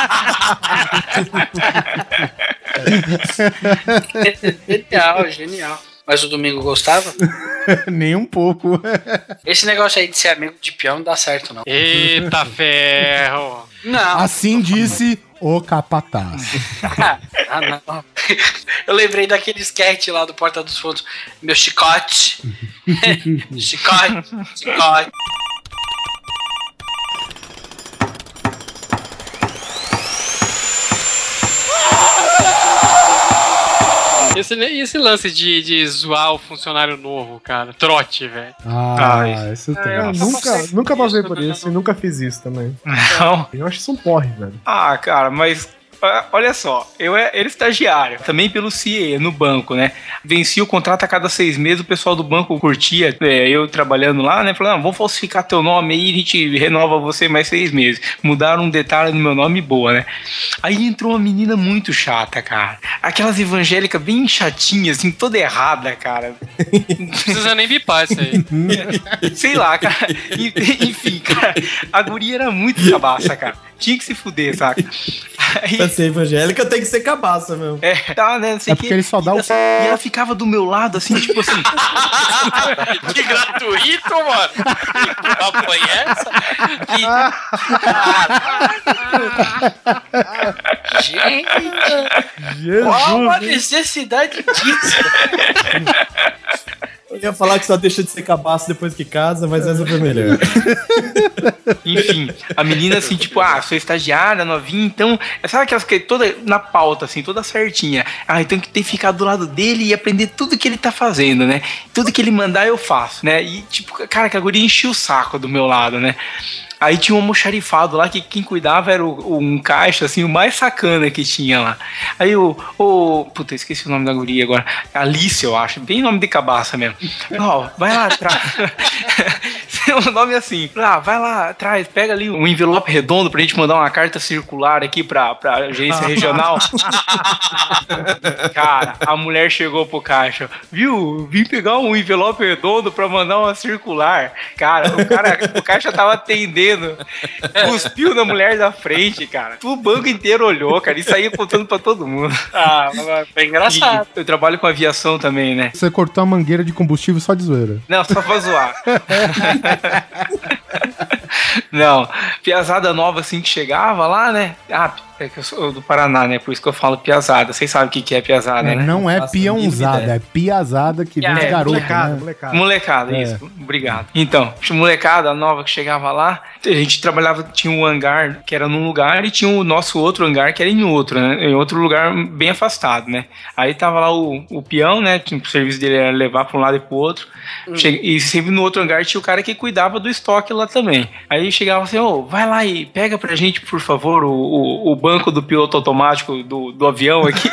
Genial, genial. Mas o Domingo gostava? Nem um pouco. Esse negócio aí de ser amigo de peão não dá certo, não. Eita ferro! Não. Assim disse o capataz. Ah, não. Eu lembrei daquele sketch lá do Porta dos Fundos. Meu chicote. Chicote, chicote. Esse, esse lance de, de zoar o funcionário novo, cara. Trote, velho. Ah, Ai. isso tem. Eu nunca, nunca passei por isso e nunca fiz isso também. Não. Eu acho isso um porre, velho. Ah, cara, mas... Olha só, eu era estagiário, também pelo C I E, no banco, né? Venci o contrato a cada seis meses, o pessoal do banco curtia, é, eu trabalhando lá, né? Falando, ah, vamos falsificar teu nome aí, a gente renova você mais seis meses. Mudaram um detalhe no meu nome, boa, né? Aí entrou uma menina muito chata, cara. Aquelas evangélicas bem chatinhas, assim, toda errada, cara. Não precisa nem bipar isso aí. Sei lá, cara. Enfim, cara, a guria era muito cabaça, cara. Tinha que se fuder, saca? Aí, pra ser evangélica tem que ser cabaça mesmo. É, tá, né? Não sei É porque que, ele só dá o... E ela ficava do meu lado, assim, tipo assim. Que gratuito, mano! Que papo foi essa? Que... Gente! Jesus, Qual a hein? necessidade disso? Eu ia falar que só deixa de ser cabaço depois que casa, mas essa foi melhor. Enfim, a menina assim, tipo, ah, sou estagiária, novinha, então, sabe aquelas que toda na pauta, assim, toda certinha. Ah, então que tem que ficar do lado dele e aprender tudo que ele tá fazendo, né? Tudo que ele mandar eu faço, né? E, tipo, cara, que a guria enchia o saco do meu lado, né? Aí tinha um almoxarifado lá que quem cuidava era o, um caixa, assim, o mais sacana que tinha lá. Aí o, o... Puta, esqueci o nome da guria agora. Alice, eu acho. Bem nome de cabaça mesmo. Ó, oh, vai lá atrás. O nome é assim. Ah, vai lá atrás, pega ali um envelope redondo pra gente mandar uma carta circular aqui pra, pra agência regional. Cara, a mulher chegou pro caixa. Viu? Vim pegar um envelope redondo pra mandar uma circular. Cara, o cara, o caixa tava atendendo. Cuspiu na mulher da frente, cara. O banco inteiro olhou, cara, e saía contando pra todo mundo. Ah, foi engraçado. E eu trabalho com aviação também, né? Você cortou a mangueira de combustível só de zoeira. Não, só pra zoar. Não, piazada nova assim que chegava lá, né? Ah, é que eu sou do Paraná, né? Por isso que eu falo piazada. Vocês sabem o que, que é piazada, É, né? não é Faço peãozada, ideia. é piazada que vem É, de garoto, Molecada, né? molecada. Molecada, É. isso. Obrigado. Então, molecada nova que chegava lá, a gente trabalhava, tinha um hangar que era num lugar e tinha o nosso outro hangar que era em outro, né? Em outro lugar bem afastado, né? Aí tava lá o, o peão, né? O serviço dele era levar pra um lado e pro outro. Che- E sempre no outro hangar tinha o cara que cuidava do estoque lá também. Aí chegava assim, ô, vai lá e pega pra gente, por favor, o, o, o banco do piloto automático do, do avião aqui.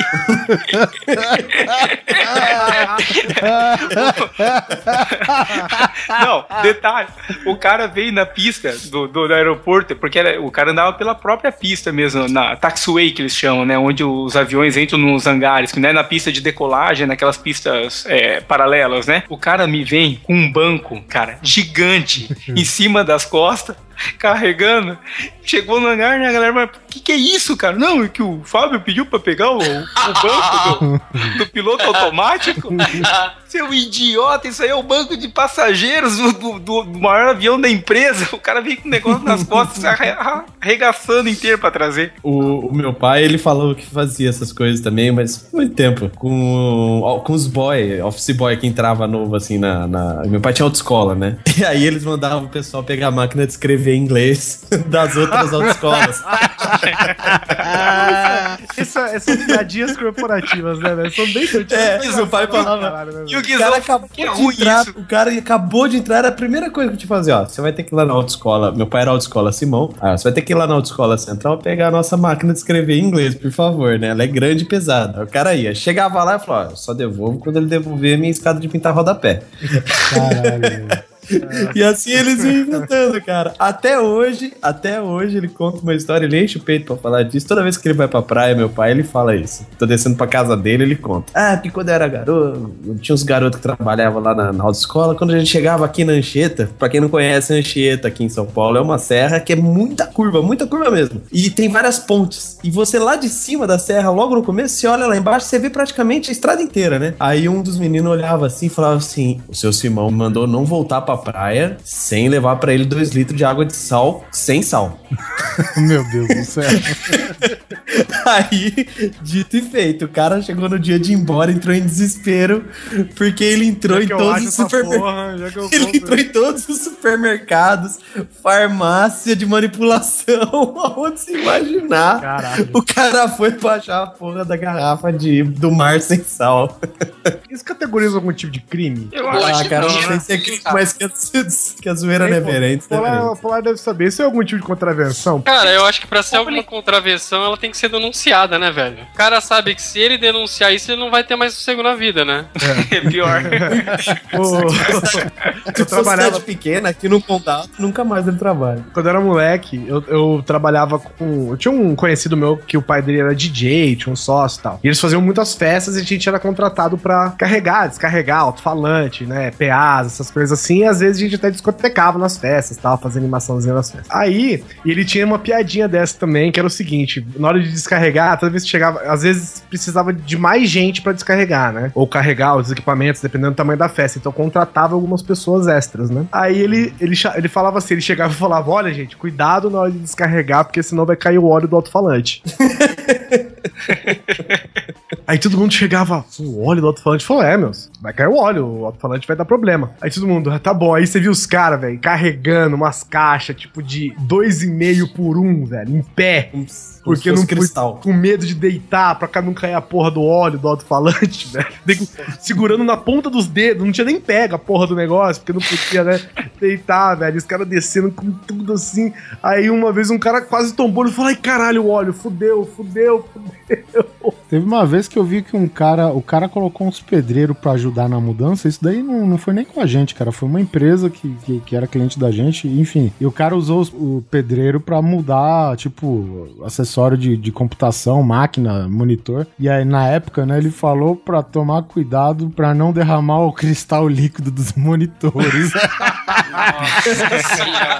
Não, detalhe, o cara veio na pista do, do, do aeroporto, porque era, o cara andava pela própria pista mesmo, na taxiway que eles chamam, né, onde os aviões entram nos hangares, que não é na pista de decolagem, naquelas pistas é, paralelas, né. O cara me vem com um banco, cara, gigante, em cima das costas, carregando, chegou no hangar, né, a galera, mas o que, que é isso, cara? Não, é que o Fábio pediu pra pegar o, o banco do, do piloto automático. Seu idiota, isso aí é o banco de passageiros do, do, do- do maior avião da empresa. O cara veio com o negócio nas costas, arre- arregaçando inteiro pra trazer. O, o meu pai, ele falou que fazia essas coisas também, mas muito tempo. Com, com os boy, office boy que entrava novo, assim, na, na... Meu pai tinha autoescola, né? E aí eles mandavam o pessoal pegar a máquina de escrever em inglês das outras autoescolas. Isso, essas piadinhas corporativas, né, velho? São bem curtinhas. É, São meu pai engraçadas falava, pra caralho, né, E o velho? O Guizão, cara acabou que é de ruim entrar, isso. o cara acabou de entrar, era a primeira coisa que eu te fazia, ó, você vai ter que ir lá na autoescola, meu pai era autoescola Simão, ah, você vai ter que ir lá na autoescola central pegar a nossa máquina de escrever em inglês, por favor, né, ela é grande e pesada. O cara ia, chegava lá e falou, ó, eu só devolvo quando ele devolver a minha escada de pintar rodapé. Caralho. E assim eles iam inventando, cara. Até hoje, até hoje ele conta uma história, ele enche o peito pra falar disso. Toda vez que ele vai pra praia, meu pai, ele fala isso. Tô descendo pra casa dele, ele conta. Ah, porque quando eu era garoto, tinha uns garotos que trabalhavam lá na, na autoescola. Quando a gente chegava aqui na Anchieta, pra quem não conhece, a Anchieta aqui em São Paulo é uma serra que é muita curva, muita curva mesmo. E tem várias pontes. E você lá de cima da serra, logo no começo, você olha lá embaixo, você vê praticamente a estrada inteira, né? Aí um dos meninos olhava assim e falava assim: o seu Simão me mandou não voltar pra praia sem levar pra ele dois litros de água de sal, sem sal. Meu Deus do céu. Aí, dito e feito, o cara chegou no dia de ir embora, entrou em desespero, porque ele entrou Já em que eu todos acho os essa supermercados. porra, já que eu Ele compro. entrou em todos os supermercados, farmácia de manipulação, aonde se imaginar. Caralho. O cara foi pra achar a porra da garrafa de, do mar sem sal. Isso categoriza algum tipo de crime? Eu Pô, acho Ah, que cara, não não, sei né? se é crime, mas que a, que a zoeira não é diferente. O Polar, o Polar deve saber. Isso é algum tipo de contravenção? Cara, eu acho que pra ser alguma contravenção, ela tem que ser denunciada, né, velho? O cara sabe que se ele denunciar isso, ele não vai ter mais sossego na vida, né? É pior. O- Se eu for trabalhava cidade pequena, aqui no contato, nunca mais ele trabalha. Quando eu era moleque, eu, eu trabalhava com. Eu tinha um conhecido meu que o pai dele era D J, tinha um sócio e tal. E eles faziam muitas festas e a gente era contratado pra carregar, descarregar, alto-falante, né? P As, essas coisas assim. E às vezes a gente até discotecava nas festas, tal, fazendo animaçãozinha nas festas. Aí, ele tinha uma piadinha dessa também, que era o seguinte: na hora de descarregar, toda vez que chegava, às vezes precisava de mais gente pra descarregar, né? Ou carregar os equipamentos, dependendo do tamanho da festa. Então contratava algumas pessoas extras, né? Aí ele, ele, cha- ele falava assim, ele chegava e falava: olha, gente, cuidado na hora de descarregar, porque senão vai cair o óleo do alto-falante. Aí todo mundo chegava, o óleo do alto-falante. falou, é, meus, vai cair o óleo, o alto-falante vai dar problema. Aí todo mundo, ah, tá bom. Aí você viu os caras, velho, carregando umas caixas, tipo, de dois e meio por um, velho, em pé. Porque não cristal. Com medo de deitar pra cá não cair a porra do óleo do alto-falante, velho. Segurando na ponta dos dedos, não tinha nem pega a porra do negócio, porque não podia, né, deitar, velho. Os caras descendo com tudo assim. Aí uma vez um cara quase tombou e falou, ai caralho, o óleo, fudeu, fudeu, fudeu. Teve uma vez que eu vi que um cara, o cara colocou uns pedreiros pra ajudar na mudança, isso daí não, não foi nem com a gente, cara, foi uma empresa que, que, que era cliente da gente, enfim. E o cara usou os, o pedreiro pra mudar, tipo, acessório de, de computação, máquina, monitor. E aí, na época, né, ele falou pra tomar cuidado pra não derramar o cristal líquido dos monitores. Nossa senhora.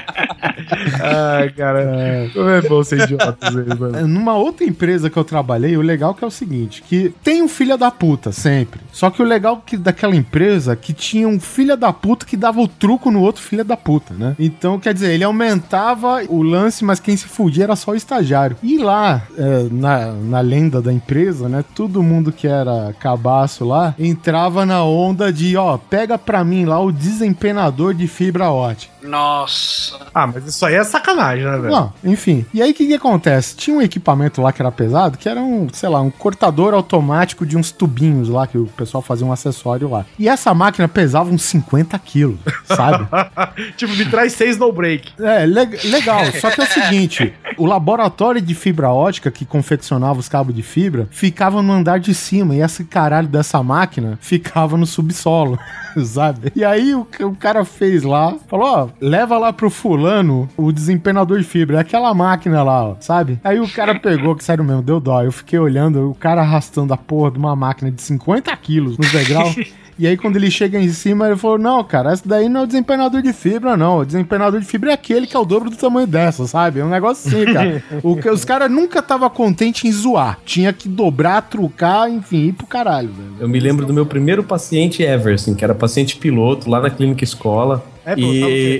Ai, cara, é, como é bom ser idiota às vezes, mano. Numa outra empresa que eu trabalhei, o legal que é o seguinte, que tem um filho da puta, sempre. Só que o legal que daquela empresa, que tinha um filho da puta que dava o truco no outro filho da puta, né? Então, quer dizer, ele aumentava o lance, mas quem se fudia era só o estagiário. E lá, é, na, na lenda da empresa, né, todo mundo que era cabaço lá, entrava na onda de, ó, pega pra mim lá o desempenador de fibra ótica. Nossa. Ah, mas isso aí é sacanagem, né, velho? Não, enfim. E aí, o que que acontece? Tinha um equipamento lá que era pesado, que era um, sei lá, um cortador automático de uns tubinhos lá, que o pessoal fazia um acessório lá. E essa máquina pesava uns cinquenta quilos, sabe? Tipo, me traz seis no break. É, le- legal. Só que é o seguinte, o laboratório de fibra ótica que confeccionava os cabos de fibra ficava no andar de cima e esse caralho dessa máquina ficava no subsolo, sabe? E aí o, o cara fez lá, falou, ó, leva lá pro fulano o desempenador de fibra, é aquela máquina lá, ó, sabe? Aí o cara pegou, que sério mesmo, deu dó. Eu fiquei olhando, o cara arrastando a porra de uma máquina de cinquenta quilos no degrau. E aí, quando ele chega em cima, ele falou, não, cara, esse daí não é o desempenador de fibra, não. O desempenador de fibra é aquele que é o dobro do tamanho dessa, sabe? É um negócio assim, cara. O, os caras nunca estavam contentes em zoar. Tinha que dobrar, trucar, enfim, ir pro caralho, velho. Eu me lembro do meu primeiro paciente ever, assim, que era paciente piloto, lá na clínica escola. É, e...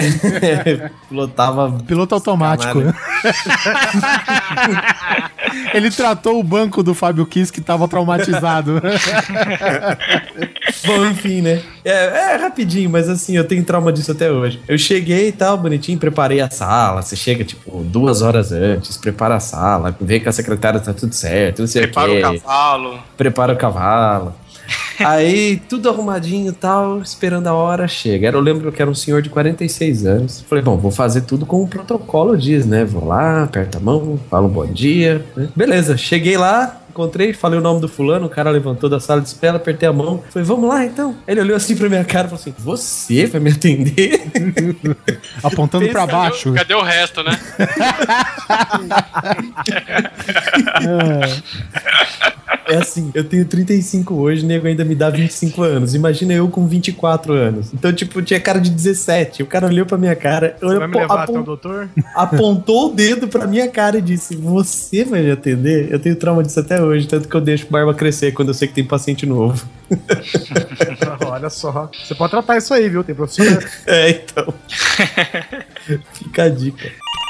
pilotava... Piloto automático. Ele tratou o banco do Fábio Kiss que tava traumatizado. Bom, enfim, né? É, é rapidinho, mas assim, eu tenho trauma disso até hoje. Eu cheguei e tal, bonitinho, preparei a sala. Você chega, tipo, duas horas antes, prepara a sala, vê que a secretária tá tudo certo, não sei Prepara o quê. o cavalo. Prepara o cavalo. Aí, tudo arrumadinho e tal, esperando a hora, chega. Eu lembro que era um senhor de quarenta e seis anos. Falei, bom, vou fazer tudo como o protocolo diz, né? Vou lá, aperta a mão, falo bom dia, né? Beleza, cheguei lá, encontrei, falei o nome do fulano, o cara levantou da sala de espera, apertei a mão. Falei, vamos lá então. Ele olhou assim pra minha cara e falou assim, você vai me atender? Apontando pra baixo. Cadê o resto, né? É assim, eu tenho trinta e cinco hoje, o nego ainda me dá vinte e cinco anos. Imagina eu com vinte e quatro anos. Então, tipo, tinha cara de dezessete. O cara olhou pra minha cara, Você vai me levar apont... até o doutor? apontou o dedo pra minha cara e disse, você vai me atender? Eu tenho trauma disso até hoje, tanto que eu deixo barba crescer quando eu sei que tem paciente novo. Olha só. Você pode tratar isso aí, viu? Tem profissional. É, então. Fica a dica.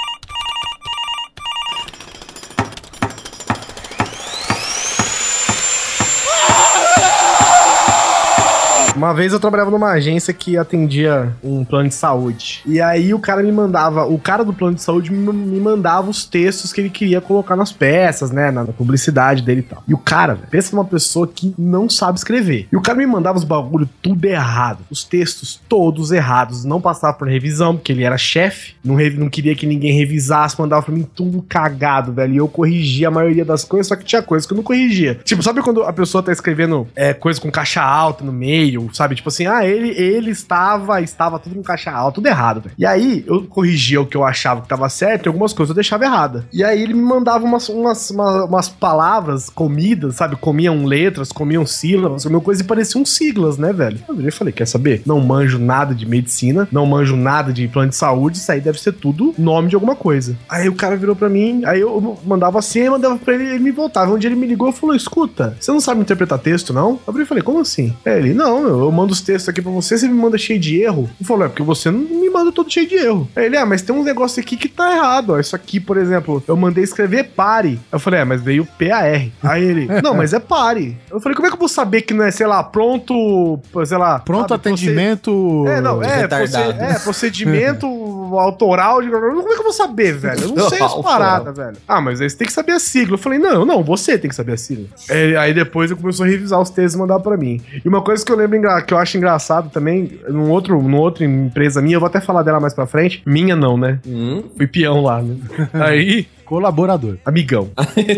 Uma vez eu trabalhava numa agência que atendia um plano de saúde. E aí o cara me mandava, o cara do plano de saúde me, me mandava os textos que ele queria colocar nas peças, né? Na, na publicidade dele e tal. E o cara, véio, pensa numa pessoa que não sabe escrever. E o cara me mandava os bagulho tudo errado. Os textos todos errados. Não passava por revisão, porque ele era chefe. Não, não queria que ninguém revisasse. Mandava pra mim tudo cagado, velho. E eu corrigia a maioria das coisas, só que tinha coisas que eu não corrigia. Tipo, sabe quando a pessoa tá escrevendo é, coisa com caixa alta no meio? Sabe, tipo assim, ah, ele, ele estava, estava tudo com caixa alta, tudo errado, velho. E aí, eu corrigia o que eu achava que tava certo e algumas coisas eu deixava errada. E aí ele me mandava umas, umas, umas, umas palavras comidas, sabe, comiam letras, comiam sílabas, comiam coisas e pareciam siglas, né, velho? Eu falei, quer saber? Não manjo nada de medicina, não manjo nada de plano de saúde, isso aí deve ser tudo nome de alguma coisa. Aí o cara virou pra mim, aí eu mandava assim, aí mandava pra ele, ele me voltava. Um dia ele me ligou e falou, escuta, você não sabe interpretar texto, não? Eu falei, como assim? Aí ele, não, meu, meu, eu mando os textos aqui pra você, você me manda cheio de erro. Ele falou, é porque você não me manda todo cheio de erro. Aí ele, ah, mas tem um negócio aqui que tá errado, ó. Isso aqui, por exemplo, eu mandei escrever pare. Eu falei, é, mas veio P A R. Aí ele, não, mas é pare. Eu falei, como é que eu vou saber que não é, sei lá, pronto, sei lá... Pronto sabe, atendimento... Você... É, não, é, proce... é, procedimento autoral de... Como é que eu vou saber, velho? Eu não sei as paradas, velho. Ah, mas aí você tem que saber a sigla. Eu falei, não, não, você tem que saber a sigla. É, aí depois eu comecei a revisar os textos e mandar pra mim. E uma coisa que eu lembro, que eu acho engraçado também, num outro, numa outra empresa minha, eu vou até falar dela mais pra frente. Minha não, né? Hum? Fui peão lá, né? Aí... Colaborador. Amigão.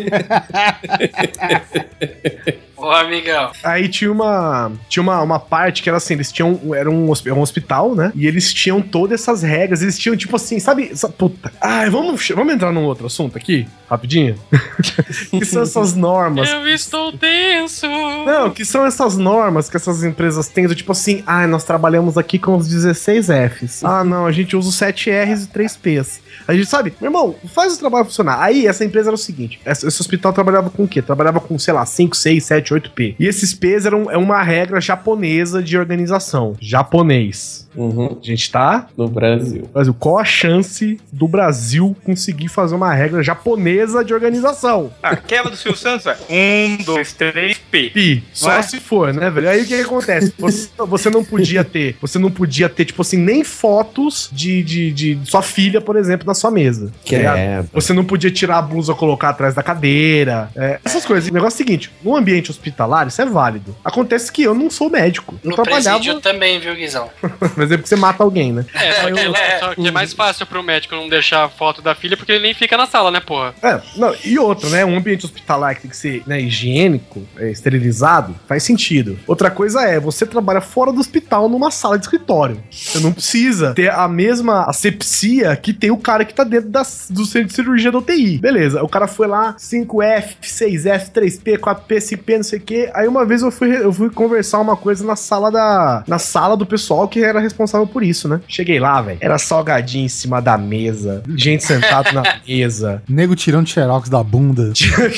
Ô, amigão. Aí tinha uma tinha uma, uma parte que era assim, eles tinham, era um, um hospital, né? E eles tinham todas essas regras, eles tinham tipo assim, sabe? Essa, puta. Ai, vamos, vamos entrar num outro assunto aqui, rapidinho? Que são essas normas. Eu estou tenso. Não, que são essas normas que essas empresas têm, do tipo assim, ah, nós trabalhamos aqui com os dezesseis Fs. Ah, não, a gente usa os sete Rs e três Ps. A gente sabe, meu irmão, faz o trabalho funcionar. Aí essa empresa era o seguinte, esse hospital trabalhava com o quê? Trabalhava com, sei lá, cinco, seis, sete, oito P. E esses P's eram é uma regra japonesa de organização. Japonês. Uhum. A gente tá no Brasil. Brasil. Qual a chance do Brasil conseguir fazer uma regra japonesa de organização? Aquela do Silvio Santos, é um, dois, três, P. Pi. Só Vai. se for, né, velho? Aí o que, que acontece? Você, você não podia ter, você não podia ter, tipo assim, nem fotos de, de, de sua filha, por exemplo, na sua mesa. Que é. Você não podia tirar a blusa e colocar atrás da cadeira. É, essas coisas. O negócio é o seguinte: no ambiente hospitalar, isso é válido. Acontece que eu não sou médico. Eu No trabalhava. presídio também, viu, Guizão? Mas é porque você mata alguém, né? É, só que, É. só que é mais fácil pro médico não deixar a foto da filha porque ele nem fica na sala, né, porra? É, não, e outra, né? Um ambiente hospitalar que tem que ser, né, higiênico, é, esterilizado, faz sentido. Outra coisa é, você trabalha fora do hospital numa sala de escritório. Você não precisa ter a mesma asepsia que tem o cara que tá dentro das, do centro de cirurgia da U T I. Beleza, o cara foi lá, cinco F, seis F, três P, quatro P, cinco P, não sei o quê. Aí uma vez eu fui, eu fui conversar uma coisa na sala da... Na sala do pessoal que era responsável por isso, né? Cheguei lá, velho. Era salgadinho em cima da mesa, gente sentada na mesa. Nego tirando xerox da bunda.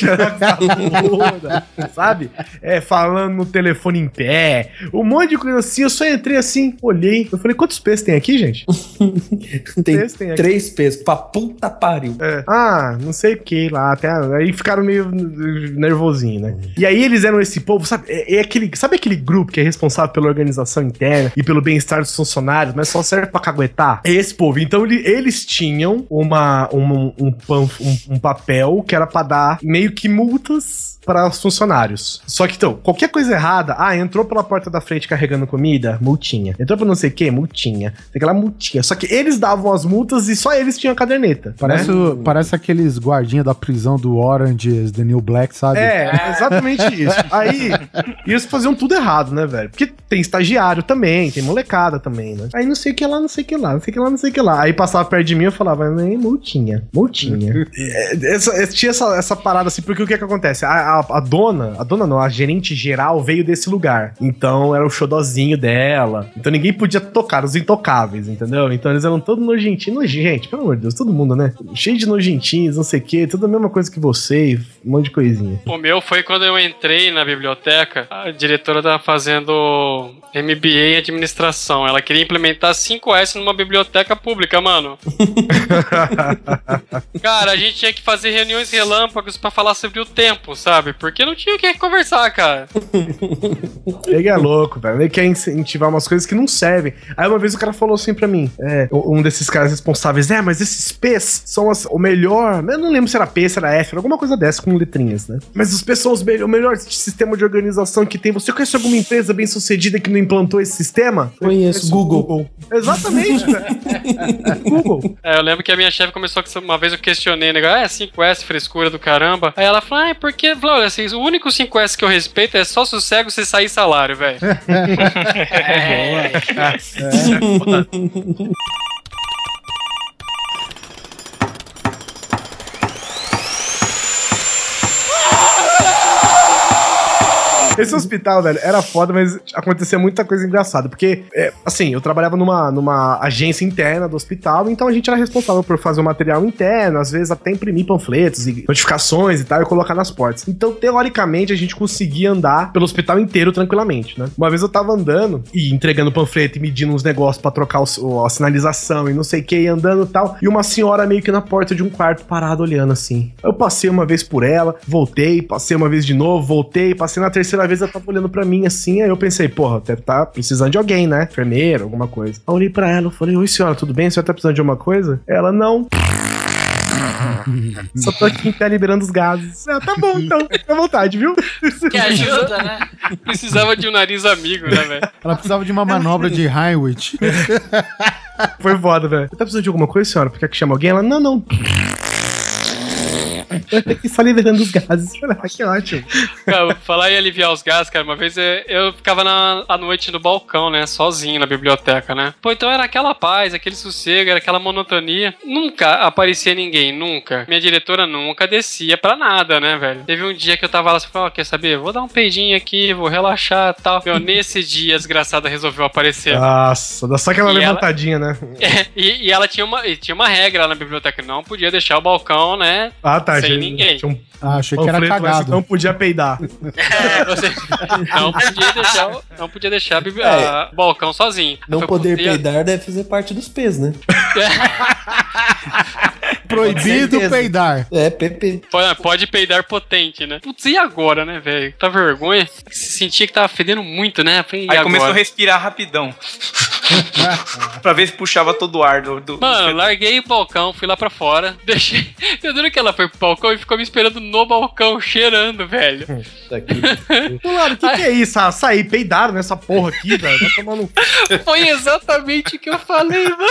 Sabe? É, falando no telefone em pé. Um monte de coisa assim. Eu só entrei assim, olhei. Eu falei, quantos P's tem aqui, gente? Tem P's tem aqui? três P's. Pra puta pariu. É. Ah, não sei o que lá. Até, aí ficaram meio nervosinho, né? E aí eles eram esse povo, sabe? É, é aquele, sabe aquele grupo que é responsável pela organização interna e pelo bem-estar dos funcionários, mas só serve pra caguetar? É esse povo. Então ele, eles tinham uma, uma, um, um, um papel que era pra dar meio que multas para os funcionários. Só que então, qualquer coisa errada, ah, entrou pela porta da frente carregando comida, multinha. Entrou pra não sei o que, multinha. Tem aquela multinha. Só que eles davam as multas e só eles tinham a caderneta. Parece, né? o- parece aqueles guardinha da prisão do Orange is the New Black, sabe? É, exatamente isso. Aí, eles faziam tudo errado, né, velho? Porque tem estagiário também, tem molecada também, né? Aí não sei o que lá, não sei o que lá, não sei o que lá, não sei o que lá. Aí passava perto de mim, eu falava, nem multinha, multinha. É, essa, é, tinha essa, essa parada assim, porque o que que acontece? A, a, a dona, a dona não, a gerente geral veio desse lugar. Então era o xodozinho dela. Então ninguém podia tocar, os intocáveis, entendeu? Então eles eram todos nojentinhos. Gente, pelo amor de Deus, todo mundo, né? Cheio de nojentinhos, não sei o que, tudo a mesma coisa que você, um monte de coisinha. O meu foi quando eu entrei na biblioteca, a diretora tava fazendo M B A em administração. Ela queria implementar cinco S numa biblioteca pública, mano. Cara, a gente tinha que fazer reuniões relâmpagos pra falar sobre o tempo, sabe? Porque não tinha o que conversar, cara. Ele é louco, velho. Ele quer incentivar umas coisas que não servem. Aí uma vez o cara falou assim pra mim, é, um desses caras responsáveis, é, mas esses P's são as, o melhor, eu não lembro se era P, se era F, era alguma coisa dessa com letrinhas, né? Mas os P's são os me- o melhor sistema de organização que tem. Você conhece alguma empresa bem sucedida que não implantou esse sistema? Conheço, Google. Exatamente, velho. Google. É, eu lembro que a minha chefe começou com uma vez eu questionei, né? Ah, é cinco S, frescura do caramba. Aí ela falou, ah, é porque, falou, olha, assim, o único cinco S que eu respeito é só sossego se sair salário, velho. É. Esse hospital, velho, era foda, mas acontecia muita coisa engraçada. Porque, é, assim, eu trabalhava numa, numa agência interna do hospital, então a gente era responsável por fazer o material interno, às vezes até imprimir panfletos e notificações e tal, e colocar nas portas. Então, teoricamente, a gente conseguia andar pelo hospital inteiro tranquilamente, né? Uma vez eu tava andando e entregando panfleto e medindo uns negócios pra trocar o, a sinalização e não sei o que, e andando e tal, e uma senhora meio que na porta de um quarto parada olhando assim. Eu passei uma vez por ela, voltei, passei uma vez de novo, voltei, passei na terceira vez, ela tava olhando pra mim assim, aí eu pensei, porra, deve tá precisando de alguém, né? Enfermeira, alguma coisa. Eu olhei pra ela, eu falei, oi senhora, tudo bem? A senhora tá precisando de alguma coisa? Ela, não. Só tô aqui em pé liberando os gases. Ah, tá bom, então. Fica à vontade, viu? Que ajuda, né? Precisava de um nariz amigo, né, velho? Ela precisava de uma manobra de Highway. Foi foda, velho. Tá precisando de alguma coisa, senhora? Quer que chame alguém? Ela, não, não. Eu tô aqui só liberando os gases. Ah, que ótimo. Cara, falar em aliviar os gases, cara, uma vez eu, eu ficava na, à noite no balcão, né, sozinho na biblioteca, né. Pô, então era aquela paz, aquele sossego, era aquela monotonia. Nunca aparecia ninguém, nunca. Minha diretora nunca descia pra nada, né, velho. Teve um dia que eu tava lá, assim, ó, oh, quer saber? Vou dar um peidinho aqui, vou relaxar e tal. Meu, nesse dia, a desgraçada resolveu aparecer. Nossa, dá só aquela e levantadinha, ela... né? É, e, e ela tinha uma, tinha uma regra lá na biblioteca, não podia deixar o balcão, né, ah, tá, sem gente, ninguém. Tinha um ah, achei que era cagado. Não podia peidar. É, você não podia deixar, não podia deixar a bibli- a- o balcão sozinho. Não Foi poder poder- peidar deve fazer parte dos P's, né? Proibido peidar. É, P P. Pode, pode peidar potente, né? Putz, e agora, né, velho? Tá vergonha? Se sentia que tava fedendo muito, né? Falei, e Aí agora? começou a respirar rapidão. Pra ver se puxava todo o ar do... do Mano, larguei o balcão, fui lá pra fora, deixei... Eu duro que ela foi pro balcão e ficou me esperando no balcão, cheirando, velho. Tá aqui. Claro, o que, que é isso? Ah, sair, peidaram nessa porra aqui, velho. Vai tomar no... Foi exatamente o que eu falei, mano.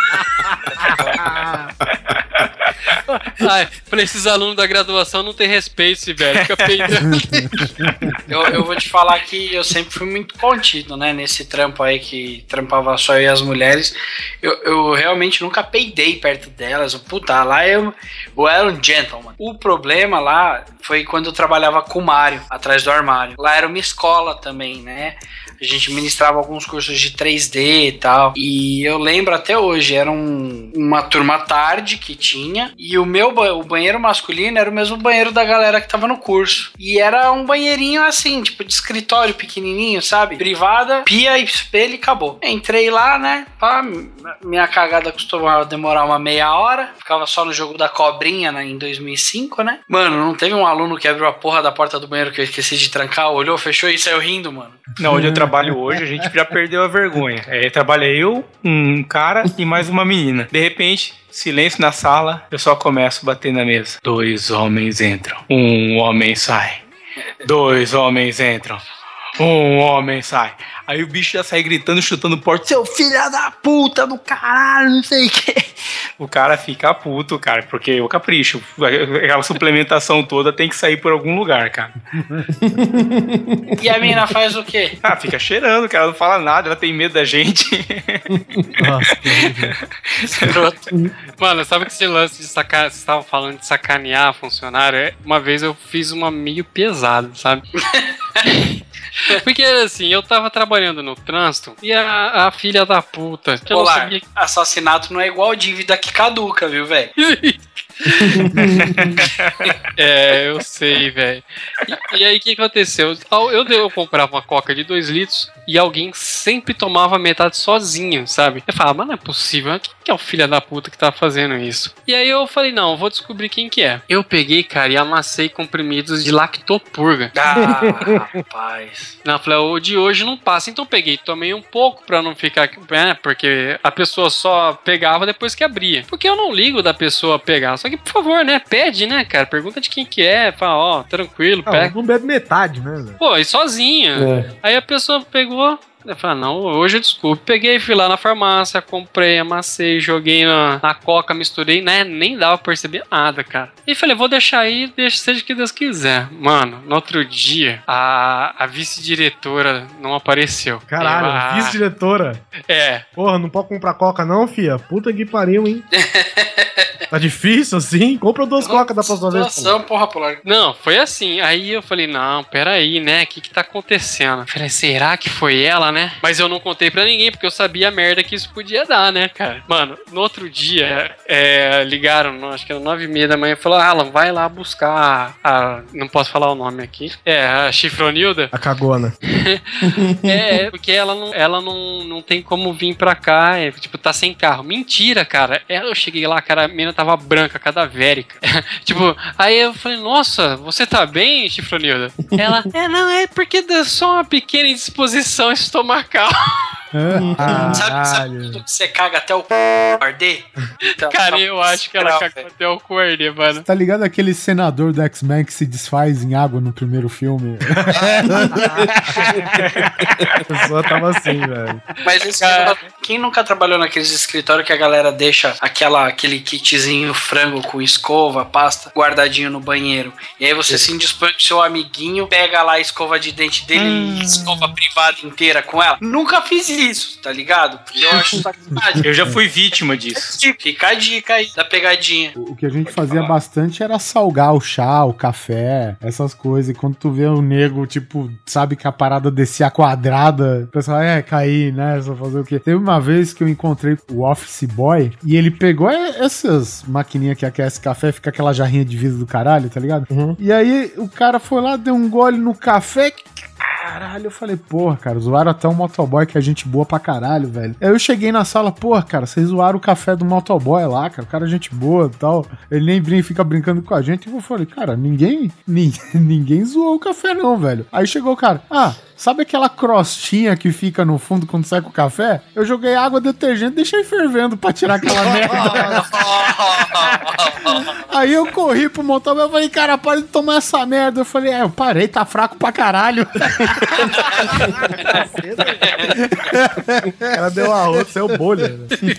Ai, pra esses alunos da graduação não tem respeito, esse velho. Fica peidando. Eu, eu vou te falar que eu sempre fui muito contido, né? Nesse trampo aí que trampava só eu e as mulheres. Eu, eu realmente nunca peidei perto delas. Puta, lá eu, eu era um gentleman. O problema lá foi quando eu trabalhava com o Mário, atrás do armário. Lá era uma escola também, né? A gente ministrava alguns cursos de três D e tal. E eu lembro até hoje, era um, uma turma à tarde que tinha. E o meu o banheiro masculino era o mesmo banheiro da galera que tava no curso. E era um banheirinho assim, tipo de escritório pequenininho, sabe? Privada, pia, espelho e acabou. Entrei lá, né? Pá, minha cagada costumava demorar uma meia hora. Ficava só no jogo da cobrinha, né, em dois mil e cinco, né? Mano, não teve um aluno que abriu a porra da porta do banheiro que eu esqueci de trancar, olhou, fechou e saiu rindo, mano. Não, onde eu trabalho hoje, a gente já perdeu a vergonha. É, trabalha eu, um cara e mais uma menina. De repente, silêncio na sala, eu só começo a bater na mesa. Dois homens entram, um homem sai. Dois homens entram, um homem sai. Aí o bicho já sai gritando, chutando porta. Seu filho da puta do caralho, não sei o que. O cara fica puto, cara, porque o capricho, aquela suplementação toda tem que sair por algum lugar, cara. E a mina faz o quê? Ah, fica cheirando, cara, não fala nada, ela tem medo da gente. Nossa, mano, sabe que esse lance de sacanear, vocês estavam falando de sacanear funcionário? Uma vez eu fiz uma meio pesada, sabe? Porque assim, eu tava trabalhando no trânsito e a, a filha da puta. Que eu não Olá, sabia... assassinato não é igual dívida que caduca, viu, velho? É, eu sei, velho. E, e aí o que aconteceu? Eu, eu, eu comprava uma coca de dois litros e alguém sempre tomava metade sozinho, sabe? Eu falava, mas não é possível, quem que é o filho da puta que tá fazendo isso? E aí eu falei, não, vou descobrir quem que é. Eu peguei, cara, e amassei comprimidos de lactopurga. Ah, rapaz. Não, eu falei, o de hoje não passa. Então eu peguei, tomei um pouco pra não ficar... É, porque a pessoa só pegava depois que abria. Porque eu não ligo da pessoa pegar. Só que, por favor, né? Pede, né, cara? Pergunta de quem que é. Fala, ó, oh, tranquilo, ah, pega. não bebe metade, né, velho? Pô, e sozinha. É. Aí a pessoa pegou... Eu falei, ah, não, hoje eu desculpe. Peguei, fui lá na farmácia, comprei, amassei, joguei na, na coca, misturei, né? Nem dava pra perceber nada, cara. E falei, vou deixar aí, deixa seja o que Deus quiser. Mano, no outro dia, a, a vice-diretora não apareceu. Caralho, Eu, ah, vice-diretora? É. Porra, não pode comprar coca não, fia? Puta que pariu, hein? Tá difícil assim? Compra duas cocas da próxima vez. Situação, porra, Polar. Não, foi assim. Aí eu falei, não, peraí, né? O que que tá acontecendo? Falei, será que foi ela, né? Mas eu não contei pra ninguém, porque eu sabia a merda que isso podia dar, né, cara? Mano, no outro dia, é, ligaram, não, acho que era nove e meia da manhã, e falaram, Alan, vai lá buscar a, a... Não posso falar o nome aqui. É, a Chifronilda. A cagona. É, porque ela não, ela não, não tem como vir pra cá, é, tipo, tá sem carro. Mentira, cara. Eu cheguei lá, cara, a menina tava branca, cadavérica. Tipo, aí eu falei, nossa, você tá bem, Chifronilda? Ela, é, não, é porque deu só uma pequena indisposição estomacal. Ah, sabe, sabe quando você caga até o c... arder? Então, cara, eu acho que ela cagou até o cu arder, mano. Tá ligado aquele senador do X-Men que se desfaz em água no primeiro filme? A pessoa tava assim, velho. Mas esse cara, quem nunca trabalhou naqueles escritórios que a galera deixa aquela, aquele kitzinho frango com escova, pasta, guardadinho no banheiro, e aí você se indispõe com seu amiguinho, pega lá a escova de dente dele hum. e escova privada inteira com ela? Nunca fiz isso, tá ligado? Porque eu acho sacanagem. Eu já fui vítima disso. Fica a dica aí da pegadinha. O que a gente fazia bastante era salgar o chá, o café, essas coisas. E quando tu vê o nego, tipo, sabe que a parada descia quadrada, o pessoal, é, cair, né? Só fazer o quê? Teve uma vez que eu encontrei o Office Boy e ele pegou essas maquininhas que aquece café, fica aquela jarrinha de vidro do caralho, tá ligado? Uhum. E aí o cara foi lá, deu um gole no café. Caralho, eu falei, porra, cara, zoaram até um motoboy que é gente boa pra caralho, velho. Aí eu cheguei na sala, porra, cara, vocês zoaram o café do motoboy lá, cara, o cara é gente boa e tal. Ele nem brinca, fica brincando com a gente. E eu falei, cara, ninguém, ninguém, ninguém zoou o café não, velho. Aí chegou o cara, ah, sabe aquela crostinha que fica no fundo quando sai com o café? Eu joguei água, detergente, deixei fervendo pra tirar aquela merda. Aí eu corri pro motoboy, eu falei, cara, para de tomar essa merda. Eu falei, é, eu parei, tá fraco pra caralho. Ela deu a outra, saiu bolha.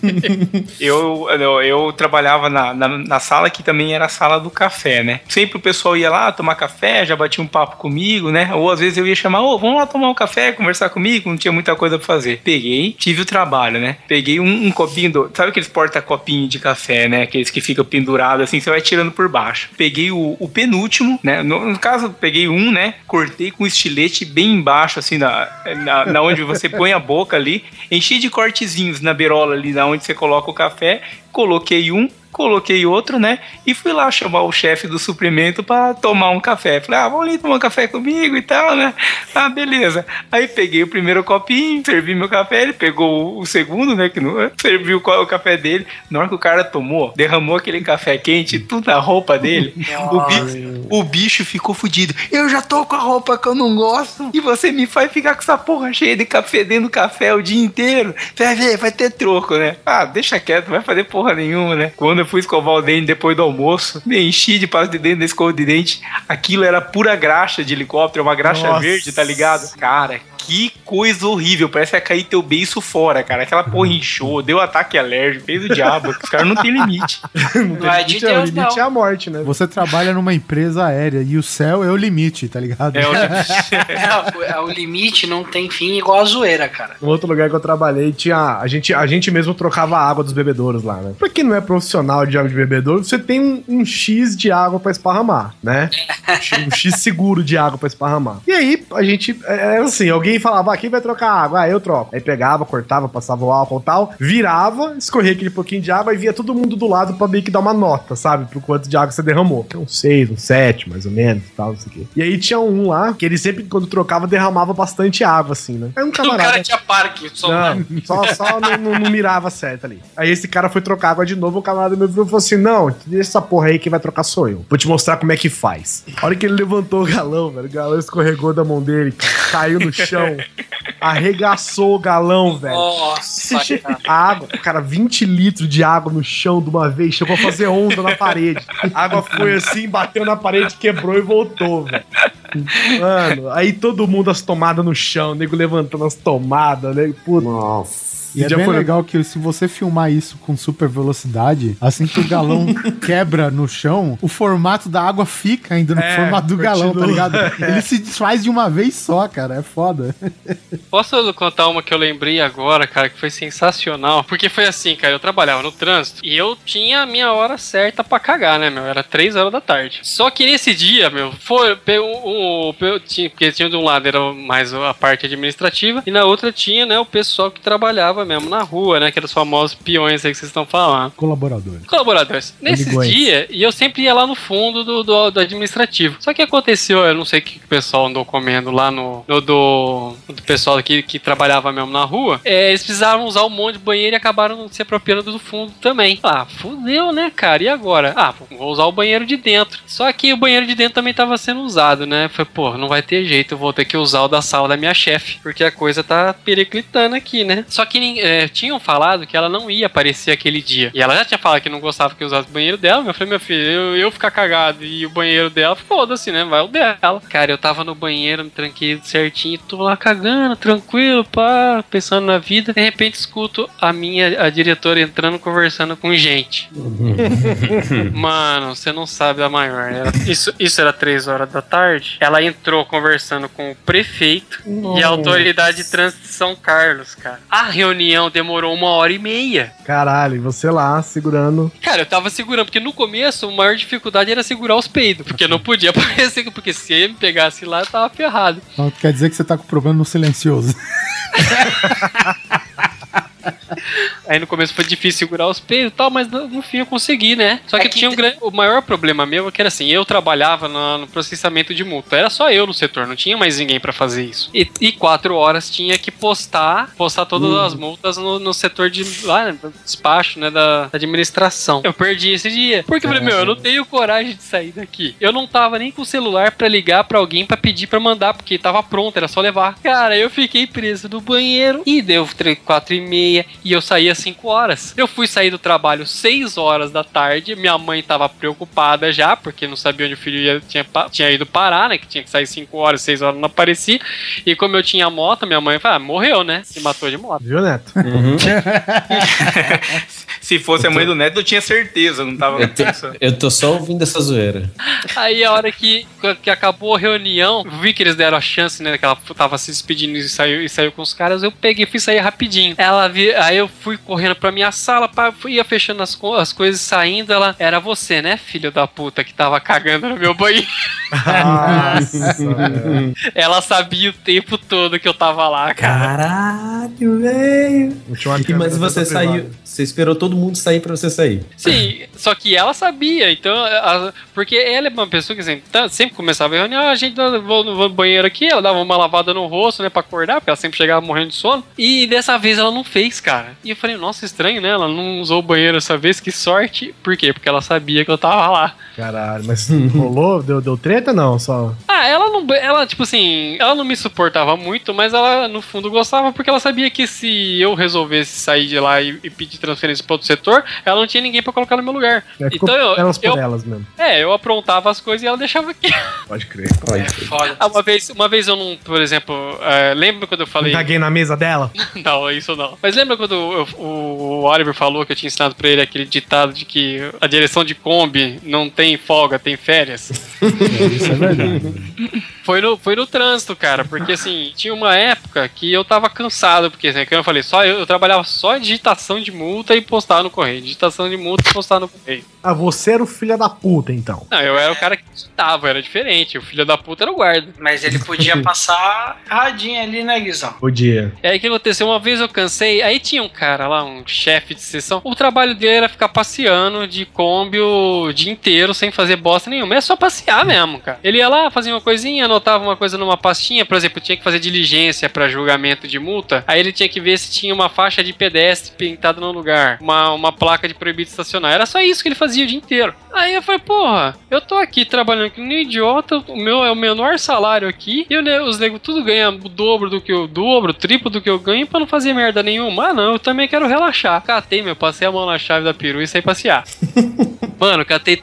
Eu, eu, eu trabalhava na, na, na sala que também era a sala do café, né? Sempre o pessoal ia lá tomar café, já batia um papo comigo, né? Ou às vezes eu ia chamar, ô, vamos lá tomar um café, conversar comigo, não tinha muita coisa pra fazer. Peguei, tive o trabalho, né? Peguei um, um copinho, do, sabe aqueles porta-copinho de café, né? Aqueles que ficam pendurados assim, você vai tirando por baixo. Peguei o, o penúltimo, né? No, no caso, peguei um, né? Cortei com estilete bem embaixo, assim, na, na, na onde você põe a boca ali, enchi de cortezinhos na beirola ali, na onde você coloca o café, coloquei um, coloquei outro, né? E fui lá chamar o chefe do suprimento pra tomar um café. Falei, ah, vamos ali tomar um café comigo e tal, né? Ah, beleza. Aí peguei o primeiro copinho, servi meu café, ele pegou o segundo, né? Que não, serviu o café dele. Na hora que o cara tomou, derramou aquele café quente, tudo na roupa dele. o, bicho, o bicho ficou fudido. Eu já tô com a roupa que eu não gosto e você me faz ficar com essa porra cheia de café dentro do café o dia inteiro. Vai ver, vai ter troco, né? Ah, deixa quieto, não vai fazer porra nenhuma, né? Quando eu fui escovar o dente depois do almoço, me enchi de pasta de dente da escova de dente. Aquilo era pura graxa de helicóptero, uma graxa Nossa. verde, tá ligado? Cara, que coisa horrível. Parece que ia cair teu beiço fora, cara. Aquela porra inchou, deu ataque alérgico, fez o diabo. Os caras não tem limite. Não tem Vai limite, de Deus, é, o limite não. é a morte, né? Você trabalha numa empresa aérea e o céu é o limite, tá ligado? É o limite. Não, o limite não tem fim igual a zoeira, cara. No outro lugar que eu trabalhei, tinha, a, gente, a gente mesmo trocava a água dos bebedouros lá, né? Pra quem não é profissional de água de bebedouro, você tem um, um X de água pra esparramar, né? Um X seguro de água pra esparramar. E aí, a gente, era assim, alguém falava, ah, quem vai trocar água? Ah, eu troco. Aí pegava, cortava, passava o álcool e tal, virava, escorria aquele pouquinho de água e via todo mundo do lado pra meio que dar uma nota, sabe? Pro quanto de água você derramou. Um seis, um sete, mais ou menos, e tal, não sei o quê. E aí tinha um lá, que ele sempre, quando trocava, derramava bastante água, assim, né? Aí um camarada... O cara tinha parque, só Não, só, só não, não, não mirava certo ali. Aí esse cara foi trocar água de novo, o camarada meu virou e falou assim, não, deixa essa porra aí, quem vai trocar sou eu. Vou te mostrar como é que faz. A hora que ele levantou o galão, velho, o galão escorregou da mão dele, caiu no chão, arregaçou o galão, velho. Nossa, cara. A água, cara, vinte litros de água no chão de uma vez, chegou a fazer onda na parede. A água foi assim, bateu na parede, quebrou e voltou, velho. Mano, aí todo mundo as tomadas no chão, o nego levantando as tomadas, né? Puta. Nossa. E é bem foi... legal que se você filmar isso com super velocidade, assim que o galão quebra no chão, o formato da água fica ainda no é, formato do continua. galão, tá ligado? É. Ele se desfaz de uma vez só, cara. É foda. Posso contar uma que eu lembrei agora, cara, que foi sensacional? Porque foi assim, cara, eu trabalhava no trânsito e eu tinha a minha hora certa pra cagar, né, meu? Era três horas da tarde. Só que nesse dia, meu, foi... Um, um, tinha, porque tinha de um lado era mais a parte administrativa e na outra tinha, né, o pessoal que trabalhava mesmo na rua, né? Que eram os famosos peões aí que vocês estão falando. Colaboradores. Colaboradores. Nesse dia, e eu sempre ia lá no fundo do, do, do administrativo. Só que aconteceu, eu não sei o que o pessoal andou comendo lá no, no do, do pessoal que, que trabalhava mesmo na rua. É, eles precisaram usar um monte de banheiro e acabaram se apropriando do fundo também. Ah, fudeu, né, cara? E agora? Ah, vou usar o banheiro de dentro. Só que o banheiro de dentro também tava sendo usado, né? Foi, pô, não vai ter jeito, eu vou ter que usar o da sala da minha chefe, porque a coisa tá periclitando aqui, né? Só que é, tinham falado que ela não ia aparecer aquele dia. E ela já tinha falado que não gostava que eu usasse o banheiro dela. Eu falei, meu filho, eu, eu ficar cagado e o banheiro dela, foda-se, né? Vai o dela. Cara, eu tava no banheiro, me tranquei certinho, tô lá cagando, tranquilo, pá, pensando na vida. De repente escuto a minha, a diretora entrando, conversando com gente. Mano, você não sabe a maior. Era, isso, isso era três horas da tarde. Ela entrou conversando com o prefeito Nossa. e a autoridade de trânsito de São Carlos, cara. A reunião demorou uma hora e meia. Caralho, e você lá, segurando. Cara, eu tava segurando, porque no começo a maior dificuldade era segurar os peidos, porque não podia aparecer, porque se ele me pegasse lá, eu tava ferrado. Então quer dizer que você tá com problema no silencioso. Aí no começo foi difícil segurar os peitos e tal, mas no, no fim eu consegui, né? Só que, é que tinha um grande, o maior problema meu é que era assim, eu trabalhava no, no processamento de multa, era só eu no setor, não tinha mais ninguém pra fazer isso. E, e quatro horas tinha que postar, postar todas uhum. as multas no, no setor de lá, no despacho, né, da, da administração. Eu perdi esse dia, porque eu falei, meu, eu não tenho coragem de sair daqui. Eu não tava nem com o celular pra ligar pra alguém pra pedir pra mandar, porque tava pronto, era só levar. Cara, eu fiquei preso no banheiro e deu quatro e meia e eu saí às cinco horas. Eu fui sair do trabalho seis horas da tarde, minha mãe tava preocupada já, porque não sabia onde o filho ia, tinha, tinha ido parar, né, que tinha que sair cinco horas, seis horas não aparecia, e como eu tinha moto, minha mãe falou, ah, morreu, né, se matou de moto. Viu, Neto? Uhum. Se fosse a mãe do Neto, eu tinha certeza, não tava eu tô, eu tô só ouvindo essa zoeira. Aí a hora que, que acabou a reunião, vi que eles deram a chance, né, que ela tava se despedindo e saiu, e saiu com os caras, eu peguei e fui sair rapidinho. Ela vi, aí eu fui correndo pra minha sala, pá, fui, ia fechando as, as coisas, saindo, ela, era você, né, filho da puta, que tava cagando no meu banheiro. Nossa. Ela sabia o tempo todo que eu tava lá, cara. Caralho, velho. Mas você saiu, você esperou todo mundo sair pra você sair. Sim, só que ela sabia, então, a, porque ela é uma pessoa que assim, tá, sempre começava a reunião, ah, a gente vou no banheiro aqui, ela dava uma lavada no rosto, né, pra acordar, porque ela sempre chegava morrendo de sono, e dessa vez ela não fez, cara. E eu falei, nossa, estranho, né, ela não usou o banheiro dessa vez, que sorte. Por quê? Porque ela sabia que eu tava lá. Caralho, mas rolou? Deu, deu treta, não? Só... Ah, ela não, ela, tipo assim, ela não me suportava muito, mas ela, no fundo, gostava, porque ela sabia que se eu resolvesse sair de lá e, e pedir transferência para outro setor, ela não tinha ninguém pra colocar no meu lugar. É, então eu, elas por eu, elas mesmo. É, eu aprontava as coisas e ela deixava aqui. Pode crer. Pode crer. Ah, uma vez, uma vez eu não, por exemplo, é, lembra quando eu falei... Caguei na mesa dela? Não, isso não. Mas lembra quando eu, o, o Oliver falou que eu tinha ensinado pra ele aquele ditado de que a direção de Kombi não tem folga, tem férias? É, isso é verdade. Foi no, foi no trânsito, cara, porque assim, tinha uma época que eu tava cansado, porque assim, como eu falei, só, eu, eu trabalhava só em digitação de multa e postar no correio. Digitação de multa e postar no correio. Ah, você era o filho da puta, então. Não, eu era o cara que digitava, era diferente. O filho da puta era o guarda. Mas ele podia passar radinho ali, né, Guizão? Podia. É aí o que aconteceu, uma vez eu cansei, aí tinha um cara lá, um chefe de sessão, o trabalho dele era ficar passeando de Kombi o dia inteiro, sem fazer bosta nenhuma. É só passear mesmo, cara. Ele ia lá, fazia uma coisinha, anotava uma coisa numa pastinha, por exemplo, tinha que fazer diligência pra julgamento de multa, aí ele tinha que ver se tinha uma faixa de pedestre pintada no lugar, uma, uma placa de proibido estacionar. Era só isso que ele fazia o dia inteiro. Aí eu falei, porra, eu tô aqui trabalhando aqui no idiota, o meu é o menor salário aqui, e eu, os negros tudo ganham o dobro do que eu, dobro, o triplo do que eu ganho pra não fazer merda nenhuma. Ah, não, eu também quero relaxar. Catei, meu, passei a mão na chave da perua e saí passear. Mano, catei todas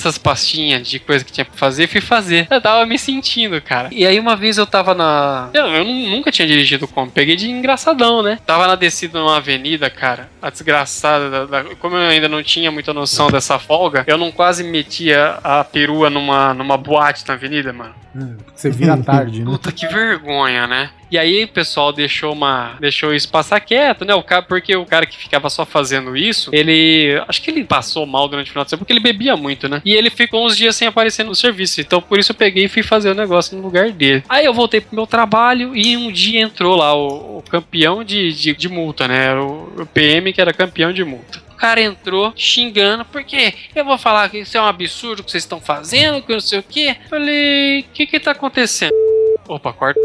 essas pastinhas de coisa que tinha pra fazer e fui fazer. Eu tava me sentindo, cara. E aí uma vez eu tava na... Eu, eu nunca tinha dirigido como. Peguei de engraçadão, né? Tava na descida numa avenida, cara. A desgraçada. Da, da... Como eu ainda não tinha muita noção dessa folga, eu não quase metia a perua numa, numa boate na avenida, mano. Você vira tarde, né? Puta, que vergonha, né? E aí o pessoal deixou uma deixou isso passar quieto, né? O cara, porque o cara que ficava só fazendo isso, ele... Acho que ele passou mal durante o final de semana, porque ele bebia muito, né? E ele ficou uns dias sem aparecer no serviço. Então por isso eu peguei e fui fazer o negócio no lugar dele. Aí eu voltei pro meu trabalho e um dia entrou lá o, o campeão de, de, de multa, né? Era o, o P M que era campeão de multa. O cara entrou xingando, porque eu vou falar que isso é um absurdo que vocês estão fazendo, que eu não sei o quê. Falei, o que que tá acontecendo? Opa, corta.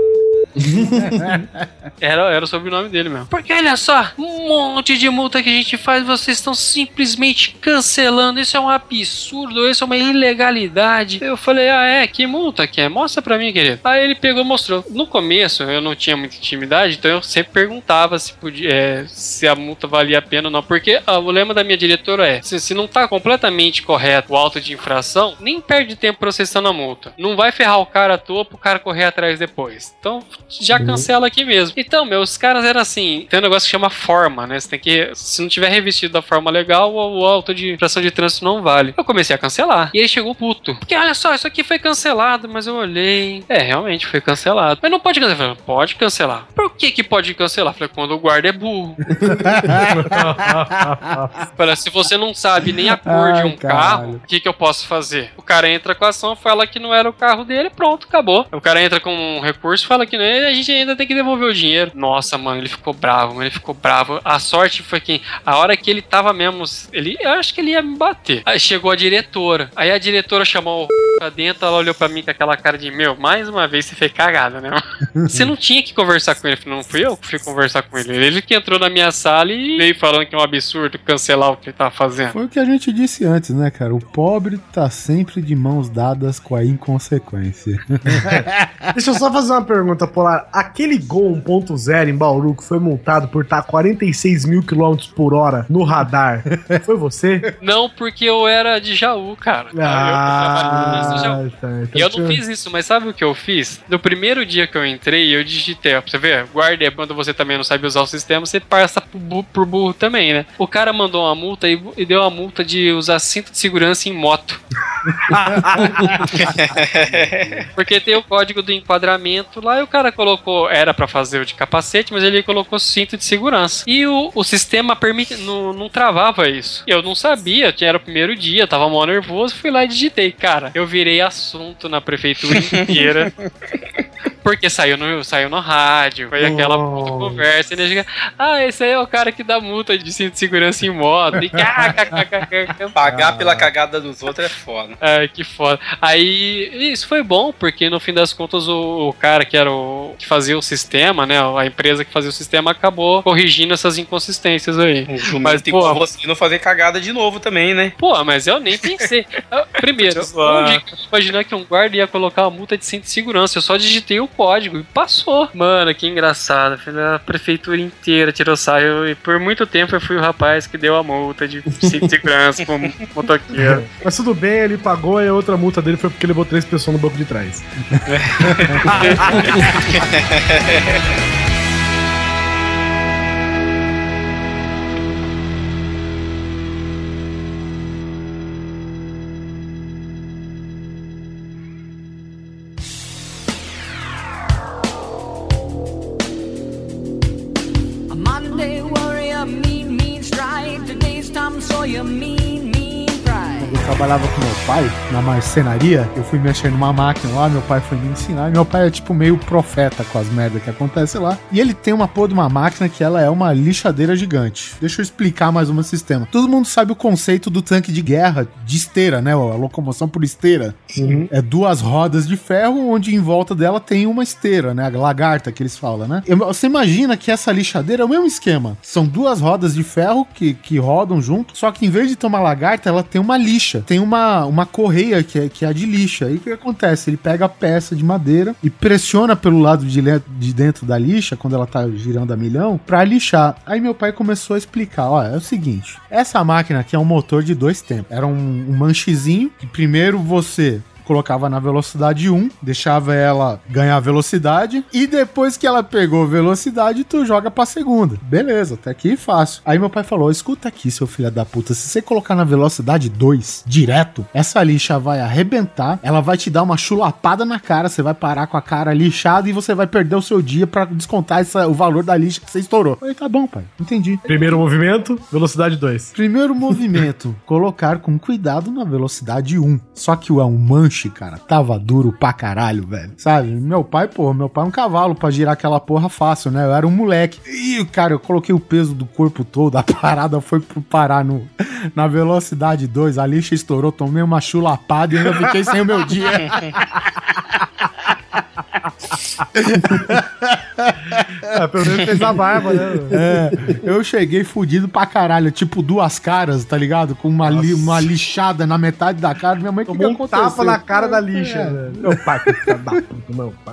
era, era o sobrenome dele mesmo. Porque olha só, um monte de multa que a gente faz, vocês estão simplesmente cancelando. Isso é um absurdo, isso é uma ilegalidade. Eu falei, ah é? Que multa que é? Mostra pra mim, querido. Aí ele pegou e mostrou. No começo eu não tinha muita intimidade, então eu sempre perguntava se, podia, é, se a multa valia a pena ou não. Porque ah, o lema da minha diretora é, se, se não tá completamente correto o auto de infração, nem perde tempo processando a multa. Não vai ferrar o cara à toa pro cara correr atrás depois. Então já cancela aqui mesmo. Então, meus caras eram assim, tem um negócio que chama forma, né? Você tem que, se não tiver revestido da forma legal, o auto de infração de trânsito não vale. Eu comecei a cancelar. E ele chegou puto. Porque olha só, isso aqui foi cancelado, mas eu olhei. É, realmente foi cancelado. Mas não pode cancelar. Eu falei, pode cancelar. Por que que pode cancelar? Eu falei, quando o guarda é burro. Falei, se você não sabe nem a cor de um carro, o que que eu posso fazer? O cara entra com a ação, fala que não era o carro dele, pronto, acabou. O cara entra com um recurso, fala que não é, a gente ainda tem que devolver o dinheiro. Nossa, mano, ele ficou bravo, mano, ele ficou bravo. A sorte foi que a hora que ele tava mesmo, ele, eu acho que ele ia me bater. Aí chegou a diretora. Aí a diretora chamou o pra dentro, ela olhou pra mim com aquela cara de, meu, mais uma vez você fez cagada, né? Você não tinha que conversar com ele. Não fui eu que fui conversar com ele. Ele que entrou na minha sala e veio falando que é um absurdo cancelar o que ele tava fazendo. Foi o que a gente disse antes, né, cara? O pobre tá sempre de mãos dadas com a inconsequência. Deixa eu só fazer uma pergunta, Polar. Aquele Gol um ponto zero em Bauru que foi multado por estar quarenta e seis mil quilômetros por hora no radar, foi você? Não, porque eu era de Jaú, cara. Ah, eu, eu, Jaú. Tá, então e eu não fiz isso, mas sabe o que eu fiz? No primeiro dia que eu entrei, eu digitei, ó, pra você ver, guarda, é quando você também não sabe usar o sistema, você passa por burro, por burro também, né? O cara mandou uma multa e, e deu uma multa de usar cinto de segurança em moto. Porque tem o código do enquadramento lá e o cara colocou, era pra fazer o de capacete, mas ele colocou cinto de segurança. E o, o sistema permite, não, não travava isso. Eu não sabia, era o primeiro dia, tava mó nervoso, fui lá e digitei. Cara, eu virei assunto na prefeitura inteira. Porque saiu no, saiu no rádio, foi aquela puta conversa, e ele chega, ah, esse aí é o cara que dá multa de cinto de segurança em moto. E, pagar pela cagada dos outros é foda. Ai, que foda. Aí, isso foi bom, porque no fim das contas o, o cara que era o que fazia o sistema, né, a empresa que fazia o sistema acabou corrigindo essas inconsistências aí. Mas tem como você não fazer cagada de novo também, né? Pô, mas eu nem pensei. Primeiro, onde imaginar que um guarda ia colocar uma multa de cinto de segurança? Eu só digitei o código e passou. Mano, que engraçado. A prefeitura inteira tirou saio e por muito tempo eu fui o rapaz que deu a multa de cinto de segurança pro motoqueiro. Mas tudo bem, ele pagou e a outra multa dele foi porque ele levou três pessoas no banco de trás. Eu trabalhava com meu pai na marcenaria, eu fui mexer numa máquina lá, meu pai foi me ensinar, e meu pai é tipo meio profeta com as merdas que acontecem lá, e ele tem uma porra de uma máquina que ela é uma lixadeira gigante. Deixa eu explicar mais um sistema. Todo mundo sabe o conceito do tanque de guerra de esteira, né, a locomoção por esteira. Uhum. É duas rodas de ferro, onde em volta dela tem uma esteira, né, a lagarta que eles falam, né. Você imagina que essa lixadeira é o mesmo esquema. São duas rodas de ferro que, que rodam junto, só que em vez de ter uma lagarta, ela tem uma lixa. lixa, tem uma, uma correia que é, que é a de lixa. Aí o que acontece? Ele pega a peça de madeira e pressiona pelo lado de, de dentro da lixa, quando ela tá girando a milhão, pra lixar. Aí meu pai começou a explicar, ó, é o seguinte, essa máquina aqui é um motor de dois tempos. Era um, um manchezinho, que primeiro você colocava na velocidade um, deixava ela ganhar velocidade, e depois que ela pegou velocidade, tu joga pra segunda. Beleza, até aqui fácil. Aí meu pai falou, escuta aqui, seu filho da puta, se você colocar na velocidade dois, direto, essa lixa vai arrebentar, ela vai te dar uma chulapada na cara, você vai parar com a cara lixada e você vai perder o seu dia pra descontar essa, o valor da lixa que você estourou. Eu falei, tá bom, pai, entendi. Primeiro movimento, velocidade dois. Primeiro movimento, colocar com cuidado na velocidade um. Só que o é um manche, cara, tava duro pra caralho, velho. Sabe? Meu pai, porra, meu pai é um cavalo pra girar aquela porra fácil, né? Eu era um moleque. E, cara, eu coloquei o peso do corpo todo, a parada foi parar no, na velocidade dois, a lixa estourou, tomei uma chulapada e ainda fiquei sem o meu dia. Ah, pelo menos fez a barba, né? É, eu cheguei fudido pra caralho, tipo duas caras, tá ligado? Com uma, li, uma lixada na metade da cara. Minha mãe, que, que um aconteceu? Tapa na cara da lixa, é. velho. Meu pai, que filho da puta, meu pai.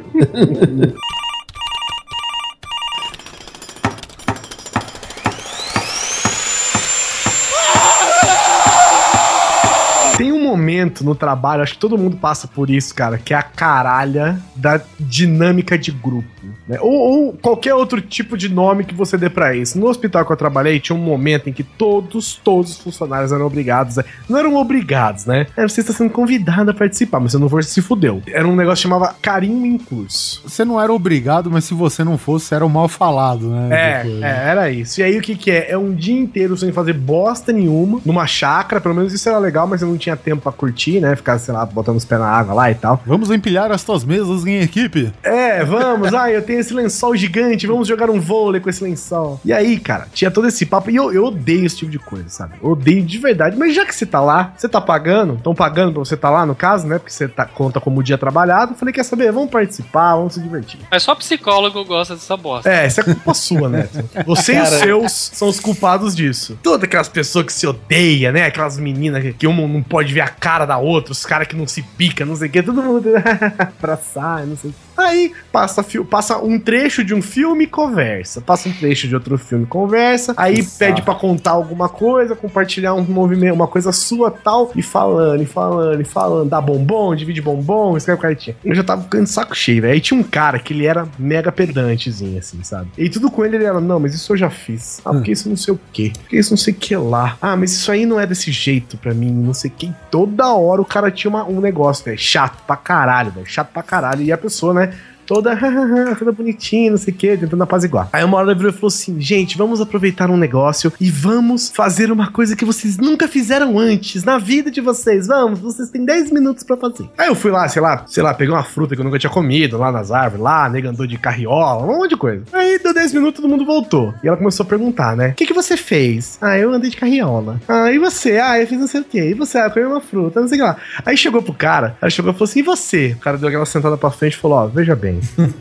Tem um momento no trabalho, acho que todo mundo passa por isso, cara, que é a caralha da dinâmica de grupo, né? Ou, ou qualquer outro tipo de nome que você dê pra isso. No hospital que eu trabalhei, tinha um momento em que todos, todos os funcionários eram obrigados, né? Não eram obrigados, né? É, você está sendo convidado a participar, mas se não for, se fudeu. Era um negócio que chamava carinho em curso. Você não era obrigado, mas se você não fosse, era o mal falado, né? É, Depois, é, era isso. E aí o que que é? É um dia inteiro sem fazer bosta nenhuma, numa chácara, pelo menos isso era legal, mas eu não tinha tempo pra curtir, né? Ficar, sei lá, botando os pés na água lá e tal. Vamos empilhar as tuas mesas em equipe. É, vamos. Ah, eu tenho esse lençol gigante, vamos jogar um vôlei com esse lençol. E aí, cara, tinha todo esse papo. E eu, eu odeio esse tipo de coisa, sabe? Eu odeio de verdade. Mas já que você tá lá, você tá pagando, estão pagando pra você tá lá, no caso, né? Porque você tá, conta como dia trabalhado. Eu falei, quer saber? Vamos participar, vamos se divertir. Mas só psicólogo gosta dessa bosta. É, isso é culpa sua, né? Você e os seus são os culpados disso. Todas aquelas pessoas que se odeiam, né? Aquelas meninas que uma não pode ver a cara da outra, os caras que não se pica, não sei o que, todo mundo abraçar, não sei o que. Aí passa, passa um trecho de um filme e conversa. Passa um trecho de outro filme e conversa. Aí Nossa. Pede pra contar alguma coisa, compartilhar um movimento, uma coisa sua tal. E falando, e falando, e falando. Dá bombom, divide bombom, escreve cartinha. Eu já tava ficando de saco cheio, velho. Aí tinha um cara que ele era mega pedantezinho, assim, sabe? E tudo com ele, ele era, não, mas isso eu já fiz. Ah, porque isso não sei o quê. Porque isso não sei o que lá. Ah, mas isso aí não é desse jeito pra mim, não sei o que. Toda hora o cara tinha uma, um negócio, velho. Chato pra caralho, velho. Chato pra caralho. E a pessoa, né? Toda, toda bonitinha, não sei o que, tentando apaziguar. Aí uma hora ela virou e falou assim, gente, vamos aproveitar um negócio e vamos fazer uma coisa que vocês nunca fizeram antes na vida de vocês. Vamos, vocês têm dez minutos pra fazer. Aí eu fui lá, sei lá, sei lá, peguei uma fruta que eu nunca tinha comido lá nas árvores, lá, nega andou de carriola, um monte de coisa. Aí deu dez minutos, todo mundo voltou. E ela começou a perguntar, né? O que que você fez? Ah, eu andei de carriola. Ah, e você? Ah, eu fiz não sei o quê. E você? Ah, eu comi uma fruta, não sei o que lá. Aí chegou pro cara, ela chegou e falou assim, e você? O cara deu aquela sentada pra frente e falou, ó, veja bem.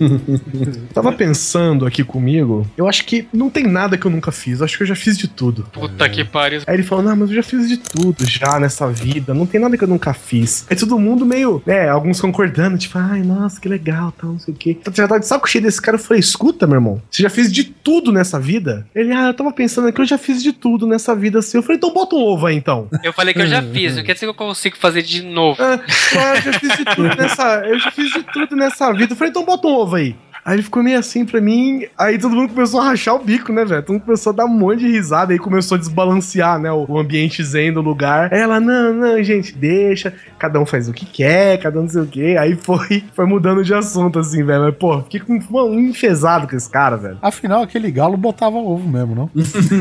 Tava pensando aqui comigo, eu acho que não tem nada que eu nunca fiz, eu acho que eu já fiz de tudo. Puta que pariu. Aí ele falou, não, mas eu já fiz de tudo já nessa vida, não tem nada que eu nunca fiz. Aí todo mundo meio, né, alguns concordando, tipo, ai, nossa, que legal, tal, não sei o quê. Já tava de saco cheio desse cara, eu falei, escuta, meu irmão, você já fez de tudo nessa vida? Ele, ah, eu tava pensando aqui, eu já fiz de tudo nessa vida assim. Eu falei, então bota um ovo aí, então. Eu falei que eu já fiz, não quer dizer que eu consigo fazer de novo. Ah, claro, eu já fiz de tudo nessa, eu já fiz de tudo nessa vida. Eu falei, então bota um ovo aí. Aí ele ficou meio assim pra mim, aí todo mundo começou a rachar o bico, né, velho? Todo mundo começou a dar um monte de risada, aí começou a desbalancear, né, o, o ambiente zen do lugar. Aí ela, não, não, gente, deixa, cada um faz o que quer, cada um não sei o quê. Aí foi, foi mudando de assunto, assim, velho. Mas, pô, fiquei com um enfesado com esse cara, velho. Afinal, aquele galo botava ovo mesmo, não?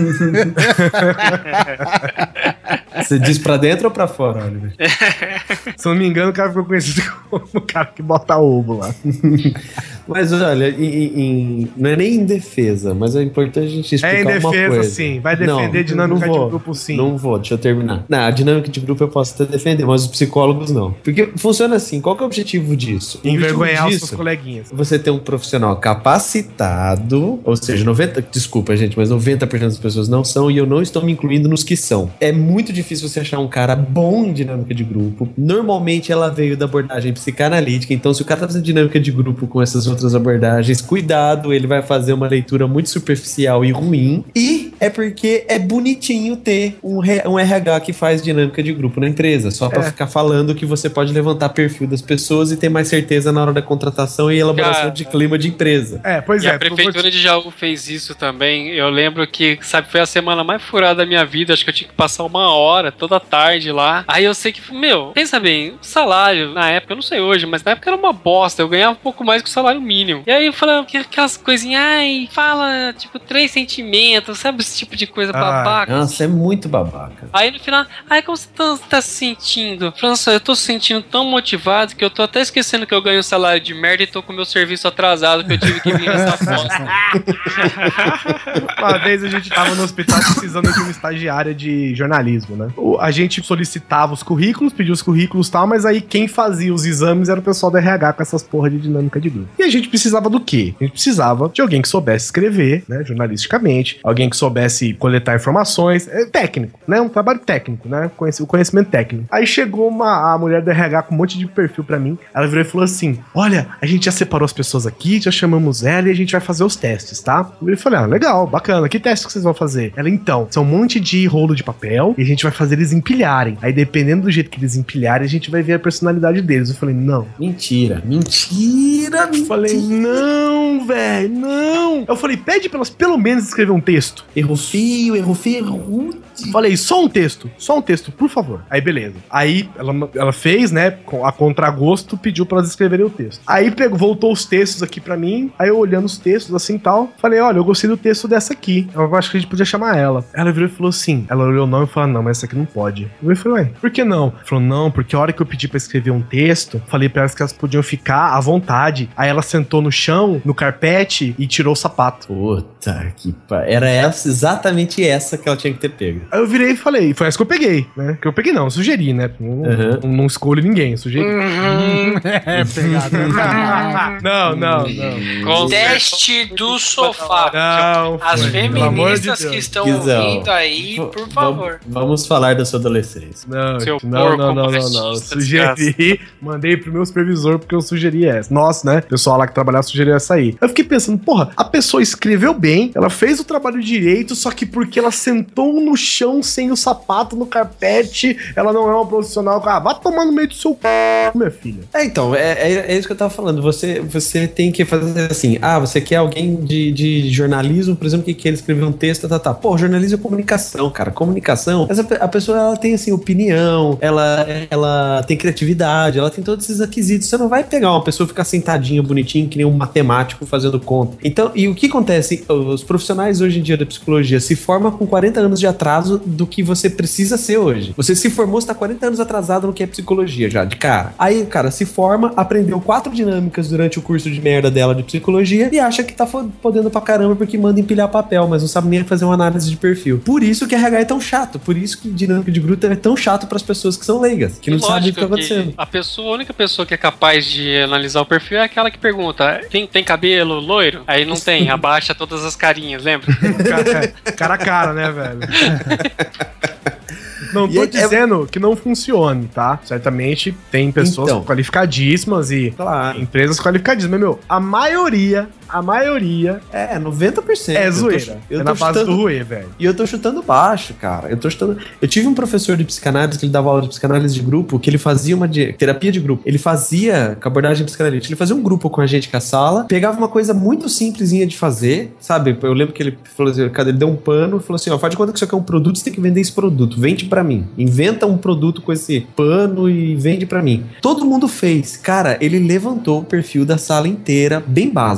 Você diz pra dentro ou pra fora, Oliver? Se eu não me engano, o cara ficou conhecido como o cara que bota ovo lá. Mas olha, em, em, não é nem em defesa, mas é importante a gente explicar É em uma defesa, coisa. sim. Vai defender Não, dinâmica não vou, de grupo, sim. Não vou, deixa eu terminar. Não, a dinâmica de grupo eu posso até defender, mas os psicólogos não. Porque funciona assim, qual que é o objetivo disso? O Envergonhar os disso, seus coleguinhas. você ter um profissional capacitado, ou seja, noventa, desculpa, gente, mas noventa por cento das pessoas não são, e eu não estou me incluindo nos que são. É muito difícil você achar um cara bom em dinâmica de grupo. Normalmente ela veio da abordagem psicanalítica, então se o cara tá fazendo dinâmica de grupo com essas outras abordagens, cuidado, ele vai fazer uma leitura muito superficial e ruim. E é porque é bonitinho ter um, um R H que faz dinâmica de grupo na empresa, só pra É. ficar falando que você pode levantar perfil das pessoas e ter mais certeza na hora da contratação e elaboração Cara, de clima de empresa. É, pois E é. a prefeitura de Jaú fez isso também. Eu lembro que, sabe, foi a semana mais furada da minha vida. Acho que eu tinha que passar uma hora toda tarde lá. Aí eu sei que, meu, pensa bem, o salário na época, eu não sei hoje, mas na época era uma bosta. Eu ganhava um pouco mais que o salário mínimo. E aí eu falava que aquelas coisinhas, ai, fala, tipo, três sentimentos, sabe, esse tipo de coisa Ah, babaca. Nossa, é muito babaca. Aí no final, ai, como você tá, tá se sentindo? Nossa, eu tô se sentindo tão motivado que eu tô até esquecendo que eu ganho um salário de merda e tô com o meu serviço atrasado, que eu tive que vir nessa foto. Uma vez a gente tava no hospital precisando de uma estagiária de jornalismo, né? O- A gente solicitava os currículos, pedia os currículos e tal, mas aí quem fazia os exames era o pessoal do R H com essas porra de dinâmica de grupo. E a gente precisava do quê? A gente precisava de alguém que soubesse escrever, né, jornalisticamente, alguém que soubesse coletar informações, é técnico, né? Um trabalho técnico, né? Conheci- O conhecimento técnico. Aí chegou uma, a mulher do R H com um monte de perfil pra mim, ela virou e falou assim: olha, a gente já separou as pessoas aqui, já chamamos ela e a gente vai fazer os testes, tá? Eu falei, ah, legal, bacana, que teste que vocês vão fazer? Ela, então, são um monte de rolo de papel e a gente vai fazer eles empilharem. Aí, dependendo do jeito que eles empilharem, a gente vai ver a personalidade deles. Eu falei, não. Mentira, mentira, mentira. Eu falei, não, velho, não. Eu falei, pede pra elas pelo menos escrever um texto. Erro feio, erro feio, erro. Falei, só um texto, só um texto, por favor. Aí, beleza. Aí, ela, ela fez, né, com- a contragosto, pediu pra elas escreverem o texto. Aí, pegou, voltou os textos aqui pra mim, aí eu olhando os textos, assim, tal, falei, olha, eu gostei do texto dessa aqui. Eu acho que a gente podia chamar ela. Ela virou e falou assim, ela olhou o nome e falou, não, mas essa aqui não pode. Eu falei, ué, por que não? Ela falou, não, porque a hora que eu pedi pra escrever um texto, falei pra elas que elas podiam ficar à vontade. Aí ela sentou no chão, no carpete, e tirou o sapato. Puta que pariu. Era essa, exatamente essa que ela tinha que ter pego. Aí eu virei e falei, foi essa que eu peguei, né? Que eu peguei não, eu sugeri, né? Não, Uhum. não, não escolho ninguém, eu sugeri. É, pegada. Não, não, não. Com Teste do sofá. Não, As foi, pelo amor de feministas Deus. que estão Guizão, ouvindo aí, v- por v- favor. Vamos falar da sua adolescência. Não, Seu não, porco não, não, não, não. machista, Sugeri, mandei pro meu supervisor porque eu sugeri essa. Nossa, né? O pessoal lá que trabalhava sugeriu essa aí. Eu fiquei pensando, porra, a pessoa escreveu bem, ela fez o trabalho direito, só que porque ela sentou no chão sem o sapato no carpete, ela não é uma profissional. Ah, vá tomar no meio do seu c, minha filha. É, então, é, é, é isso que eu tava falando. Você, você tem que fazer assim, ah, você quer alguém de, de jornalismo, por exemplo, que quer escrever um texto, tá, tá. Pô, jornalismo é comunicação, cara. Comunicação, essa, a pessoa, ela tem, assim, opinião, ela, ela tem criatividade, ela tem todos esses requisitos. Você não vai pegar uma pessoa e ficar sentadinha, bonitinha, que nem um matemático fazendo conta. Então, e o que acontece? Os profissionais hoje em dia da psicologia se formam com quarenta anos de atraso do que você precisa ser hoje. Você se formou, você tá quarenta anos atrasado no que é psicologia já, de cara. Aí o cara se forma, aprendeu quatro dinâmicas durante o curso de merda dela de psicologia e acha que tá fo- podendo pra caramba porque manda empilhar papel, mas não sabe nem fazer uma análise de perfil. Por isso que R H é tão chato, por isso que dinâmica de grupo é tão chato pras pessoas que são leigas, que E não sabem o que tá lógico acontecendo. a pessoa, a única pessoa que é capaz de analisar o perfil é aquela que pergunta: tem, tem cabelo loiro? Aí não tem, abaixa todas as carinhas, lembra? Cara, cara a cara, né, velho? Não E tô é- dizendo que não funcione, tá? Certamente tem pessoas Então. qualificadíssimas e Claro. empresas qualificadíssimas. Mas, meu, a maioria, a maioria É, noventa por cento. é Eu tô zoeira. chu- Eu é tô na base chutando do ruê, velho. E eu tô chutando baixo, cara. Eu tô chutando. Eu tive um professor de psicanálise que ele dava aula de psicanálise de grupo, que ele fazia uma de... terapia de grupo. Ele fazia com abordagem psicanalítica. Ele fazia um grupo com a gente com a sala, pegava uma coisa muito simplesinha de fazer, sabe? Eu lembro que ele falou assim, cara, ele deu um pano e falou assim, ó, faz de conta que isso aqui é um produto, você tem que vender esse produto, vende pra mim. Inventa um produto com esse pano e vende pra mim. Todo mundo fez. Cara, ele levantou o perfil da sala inteira, bem básico, tá,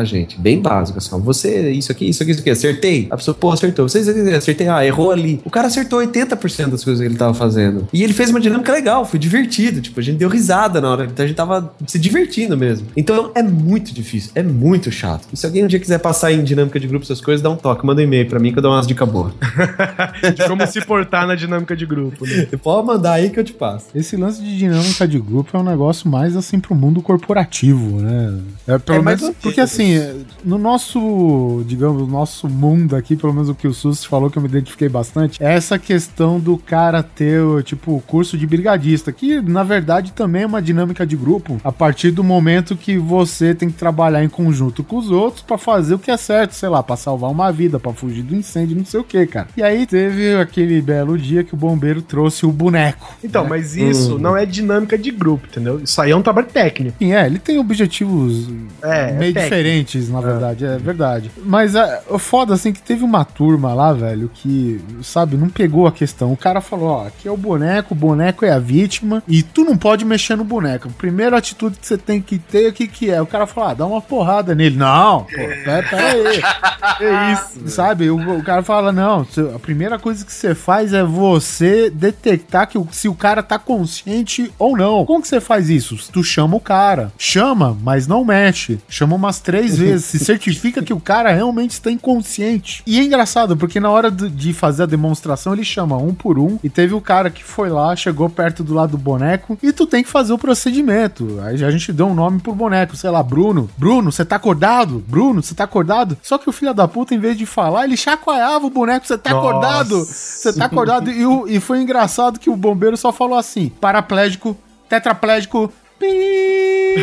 gente. Bem básico, assim, ó, você, isso aqui, isso aqui, isso aqui, acertei. A pessoa, pô, acertou. Você acertei, ah, errou ali. O cara acertou oitenta por cento das coisas que ele tava fazendo. E ele fez uma dinâmica legal, foi divertido. Tipo, a gente deu risada na hora. Então a gente tava se divertindo mesmo. Então é muito difícil, é muito chato. E se alguém um dia quiser passar em dinâmica de grupo essas coisas, dá um toque, manda um e-mail pra mim que eu dou umas dicas boas. De como se portar na dinâmica de grupo, né? Pode mandar aí que eu te passo. Esse lance de dinâmica de grupo é um negócio mais assim pro mundo corporativo, né? É, pelo É, menos mas- porque assim, no nosso, digamos, no nosso mundo aqui, pelo menos o que o Sus falou que eu me identifiquei bastante, é essa questão do cara ter, tipo, o curso de brigadista, que na verdade também é uma dinâmica de grupo, a partir do momento que você tem que trabalhar em conjunto com os outros pra fazer o que é certo, sei lá, pra salvar uma vida, pra fugir do incêndio, não sei o que, cara. E aí teve aquele belo dia que o bombeiro trouxe o boneco. Então, mas isso Uhum. não é dinâmica de grupo, entendeu? Isso aí é um trabalho técnico. Sim, é, ele tem objetivos É, meio é técnico. diferentes, na verdade, é, verdade. Mas é, o foda, assim, que teve uma turma lá, velho, que, sabe, não pegou a questão. O cara falou, ó, aqui é o boneco, o boneco é a vítima, e tu não pode mexer no boneco. A primeira atitude que você tem que ter, o que que é? O cara falou, ah, dá uma porrada nele. Não, pô, pera, pera aí. É isso. Sabe, o, o cara fala, não, cê- a primeira coisa que você faz é você detectar que o- se o cara tá consciente ou não. Como que você faz isso? Tu chama o cara. Chama, mas não mexe. Chama umas três vezes. Se certifica que o cara realmente está inconsciente. E é engraçado, porque na hora do- de fazer a demonstração, ele chama um por um. E teve o cara que foi lá, chegou perto do lado do boneco. E tu tem que fazer o procedimento. Aí a gente deu um nome pro boneco, sei lá, Bruno. Bruno, você tá acordado? Bruno, você tá acordado? Só que o filho da puta, em vez de falar, ele chacoalhava o boneco. Você tá Nossa. acordado? Você tá acordado? E, o- e foi engraçado que o bombeiro só falou assim: paraplégico, tetraplégico. pi.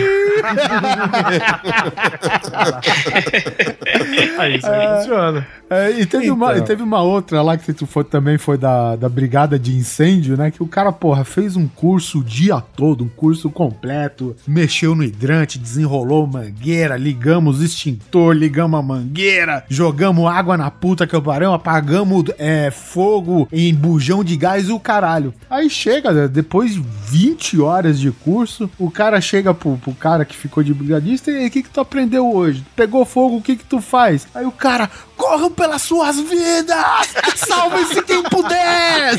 Aí isso aí funciona. É, e teve, Então. uma, e teve uma outra lá que tu foi, também foi da, da brigada de incêndio, né? Que o cara, porra, fez um curso o dia todo, um curso completo, mexeu no hidrante, desenrolou mangueira, ligamos o extintor, ligamos a mangueira, jogamos água na puta que eu parei, apagamos é, fogo em bujão de gás e o caralho. Aí chega, né, depois de vinte horas de curso, o cara chega pro, pro cara que ficou de brigadista e aí, o que que tu aprendeu hoje? Pegou fogo, o que que tu faz? Aí o cara, corram pelas suas vidas! Salve-se quem puder!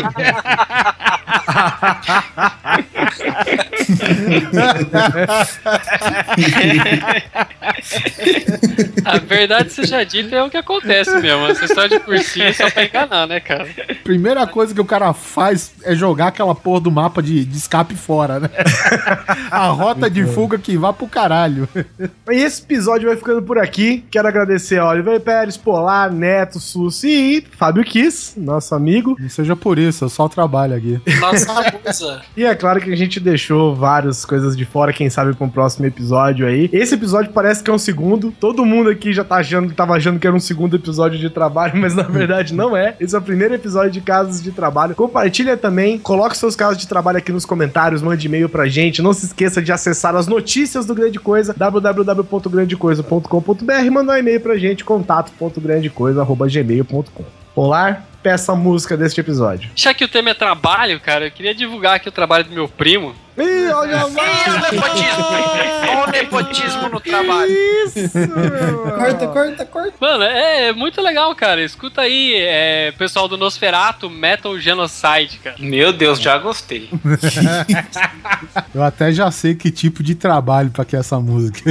A verdade seja dita é o que acontece mesmo. Essa história de cursinho é só pra enganar, né, cara? Primeira coisa que o cara faz é jogar aquela porra do mapa de, de escape fora, né? A rota de fuga que vá pro caralho. E esse episódio vai ficando por aqui. Quero agradecer a Oliver Pérez, Polar, Neto, Sussi e Fábio Kiss, nosso amigo. Não seja por isso, eu só trabalho aqui. Nossa musa. E é claro que a gente deixou várias coisas de fora, quem sabe para um próximo episódio aí. Esse episódio parece que é um segundo. Todo mundo aqui já tá achando, tava achando que era um segundo episódio de trabalho, mas na verdade não é. Esse é o primeiro episódio de casos de trabalho. Compartilha também, coloque seus casos de trabalho aqui nos comentários, mande e-mail pra gente. Não se esqueça de acessar as notícias do Grande Coisa, w w w ponto grande coisa ponto com ponto b r, e mandar um e-mail pra gente, contato ponto grande coisa arroba gmail ponto com. Polar, peça a música deste episódio. Já que o tema é trabalho, cara, eu queria divulgar aqui o trabalho do meu primo. Ih, olha Ih, o nepotismo. Olha o nepotismo no trabalho. isso! meu. Corta, corta, corta. Mano, é, é muito legal, cara. Escuta aí, é, pessoal do Nosferatu, Metal Genocide, cara. Meu Deus, já gostei. Eu até já sei que tipo de trabalho pra que é essa música.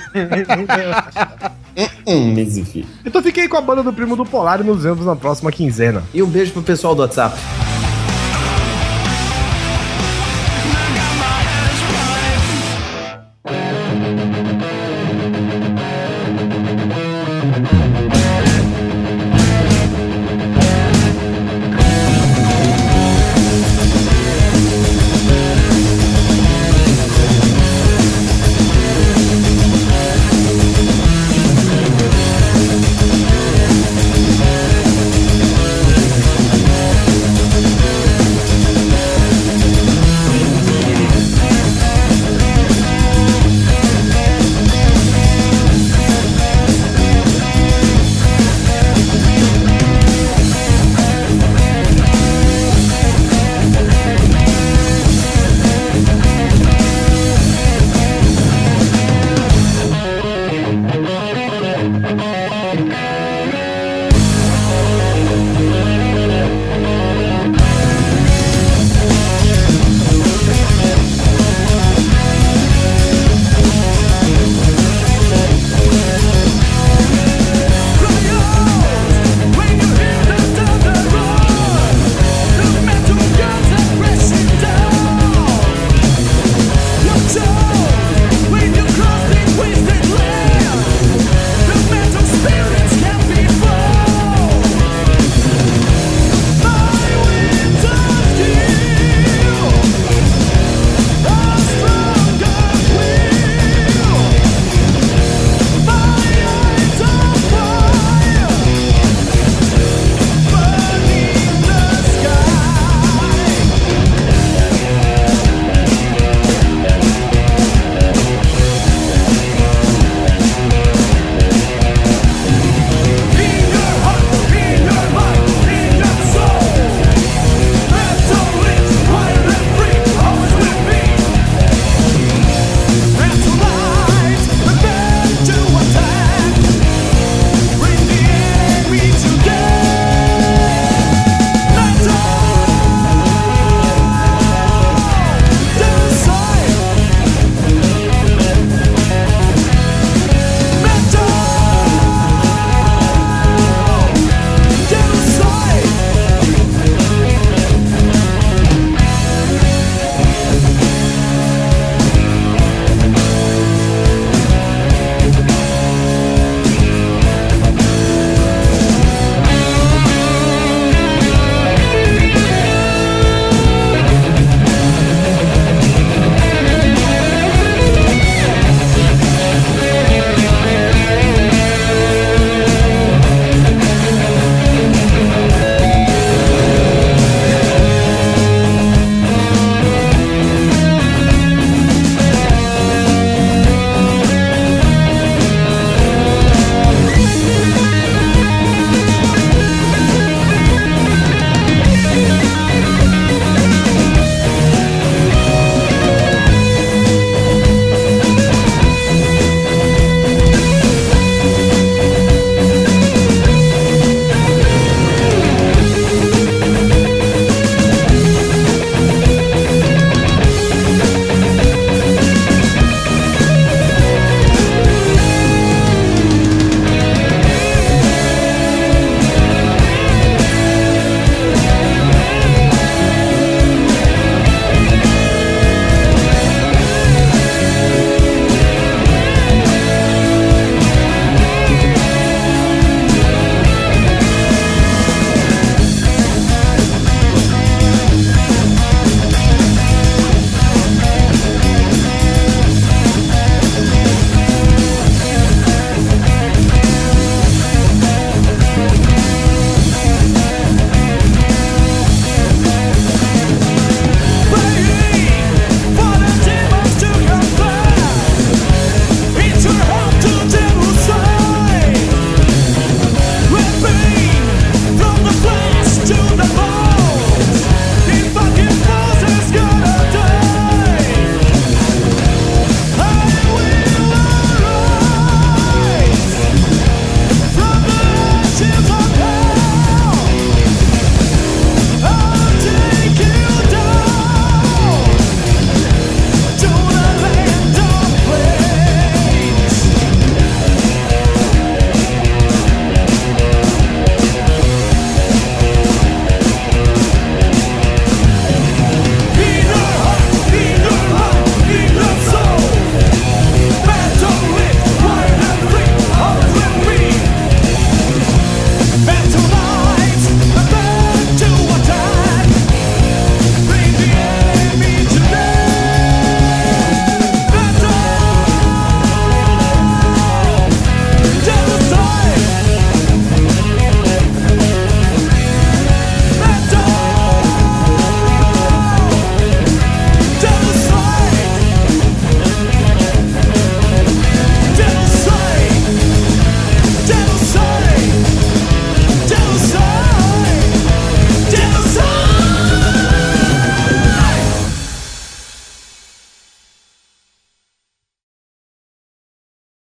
Hum, Mizzy. Então fiquei com a banda do Primo do Polar e nos vemos na próxima quinzena. E um beijo pro pessoal do WhatsApp.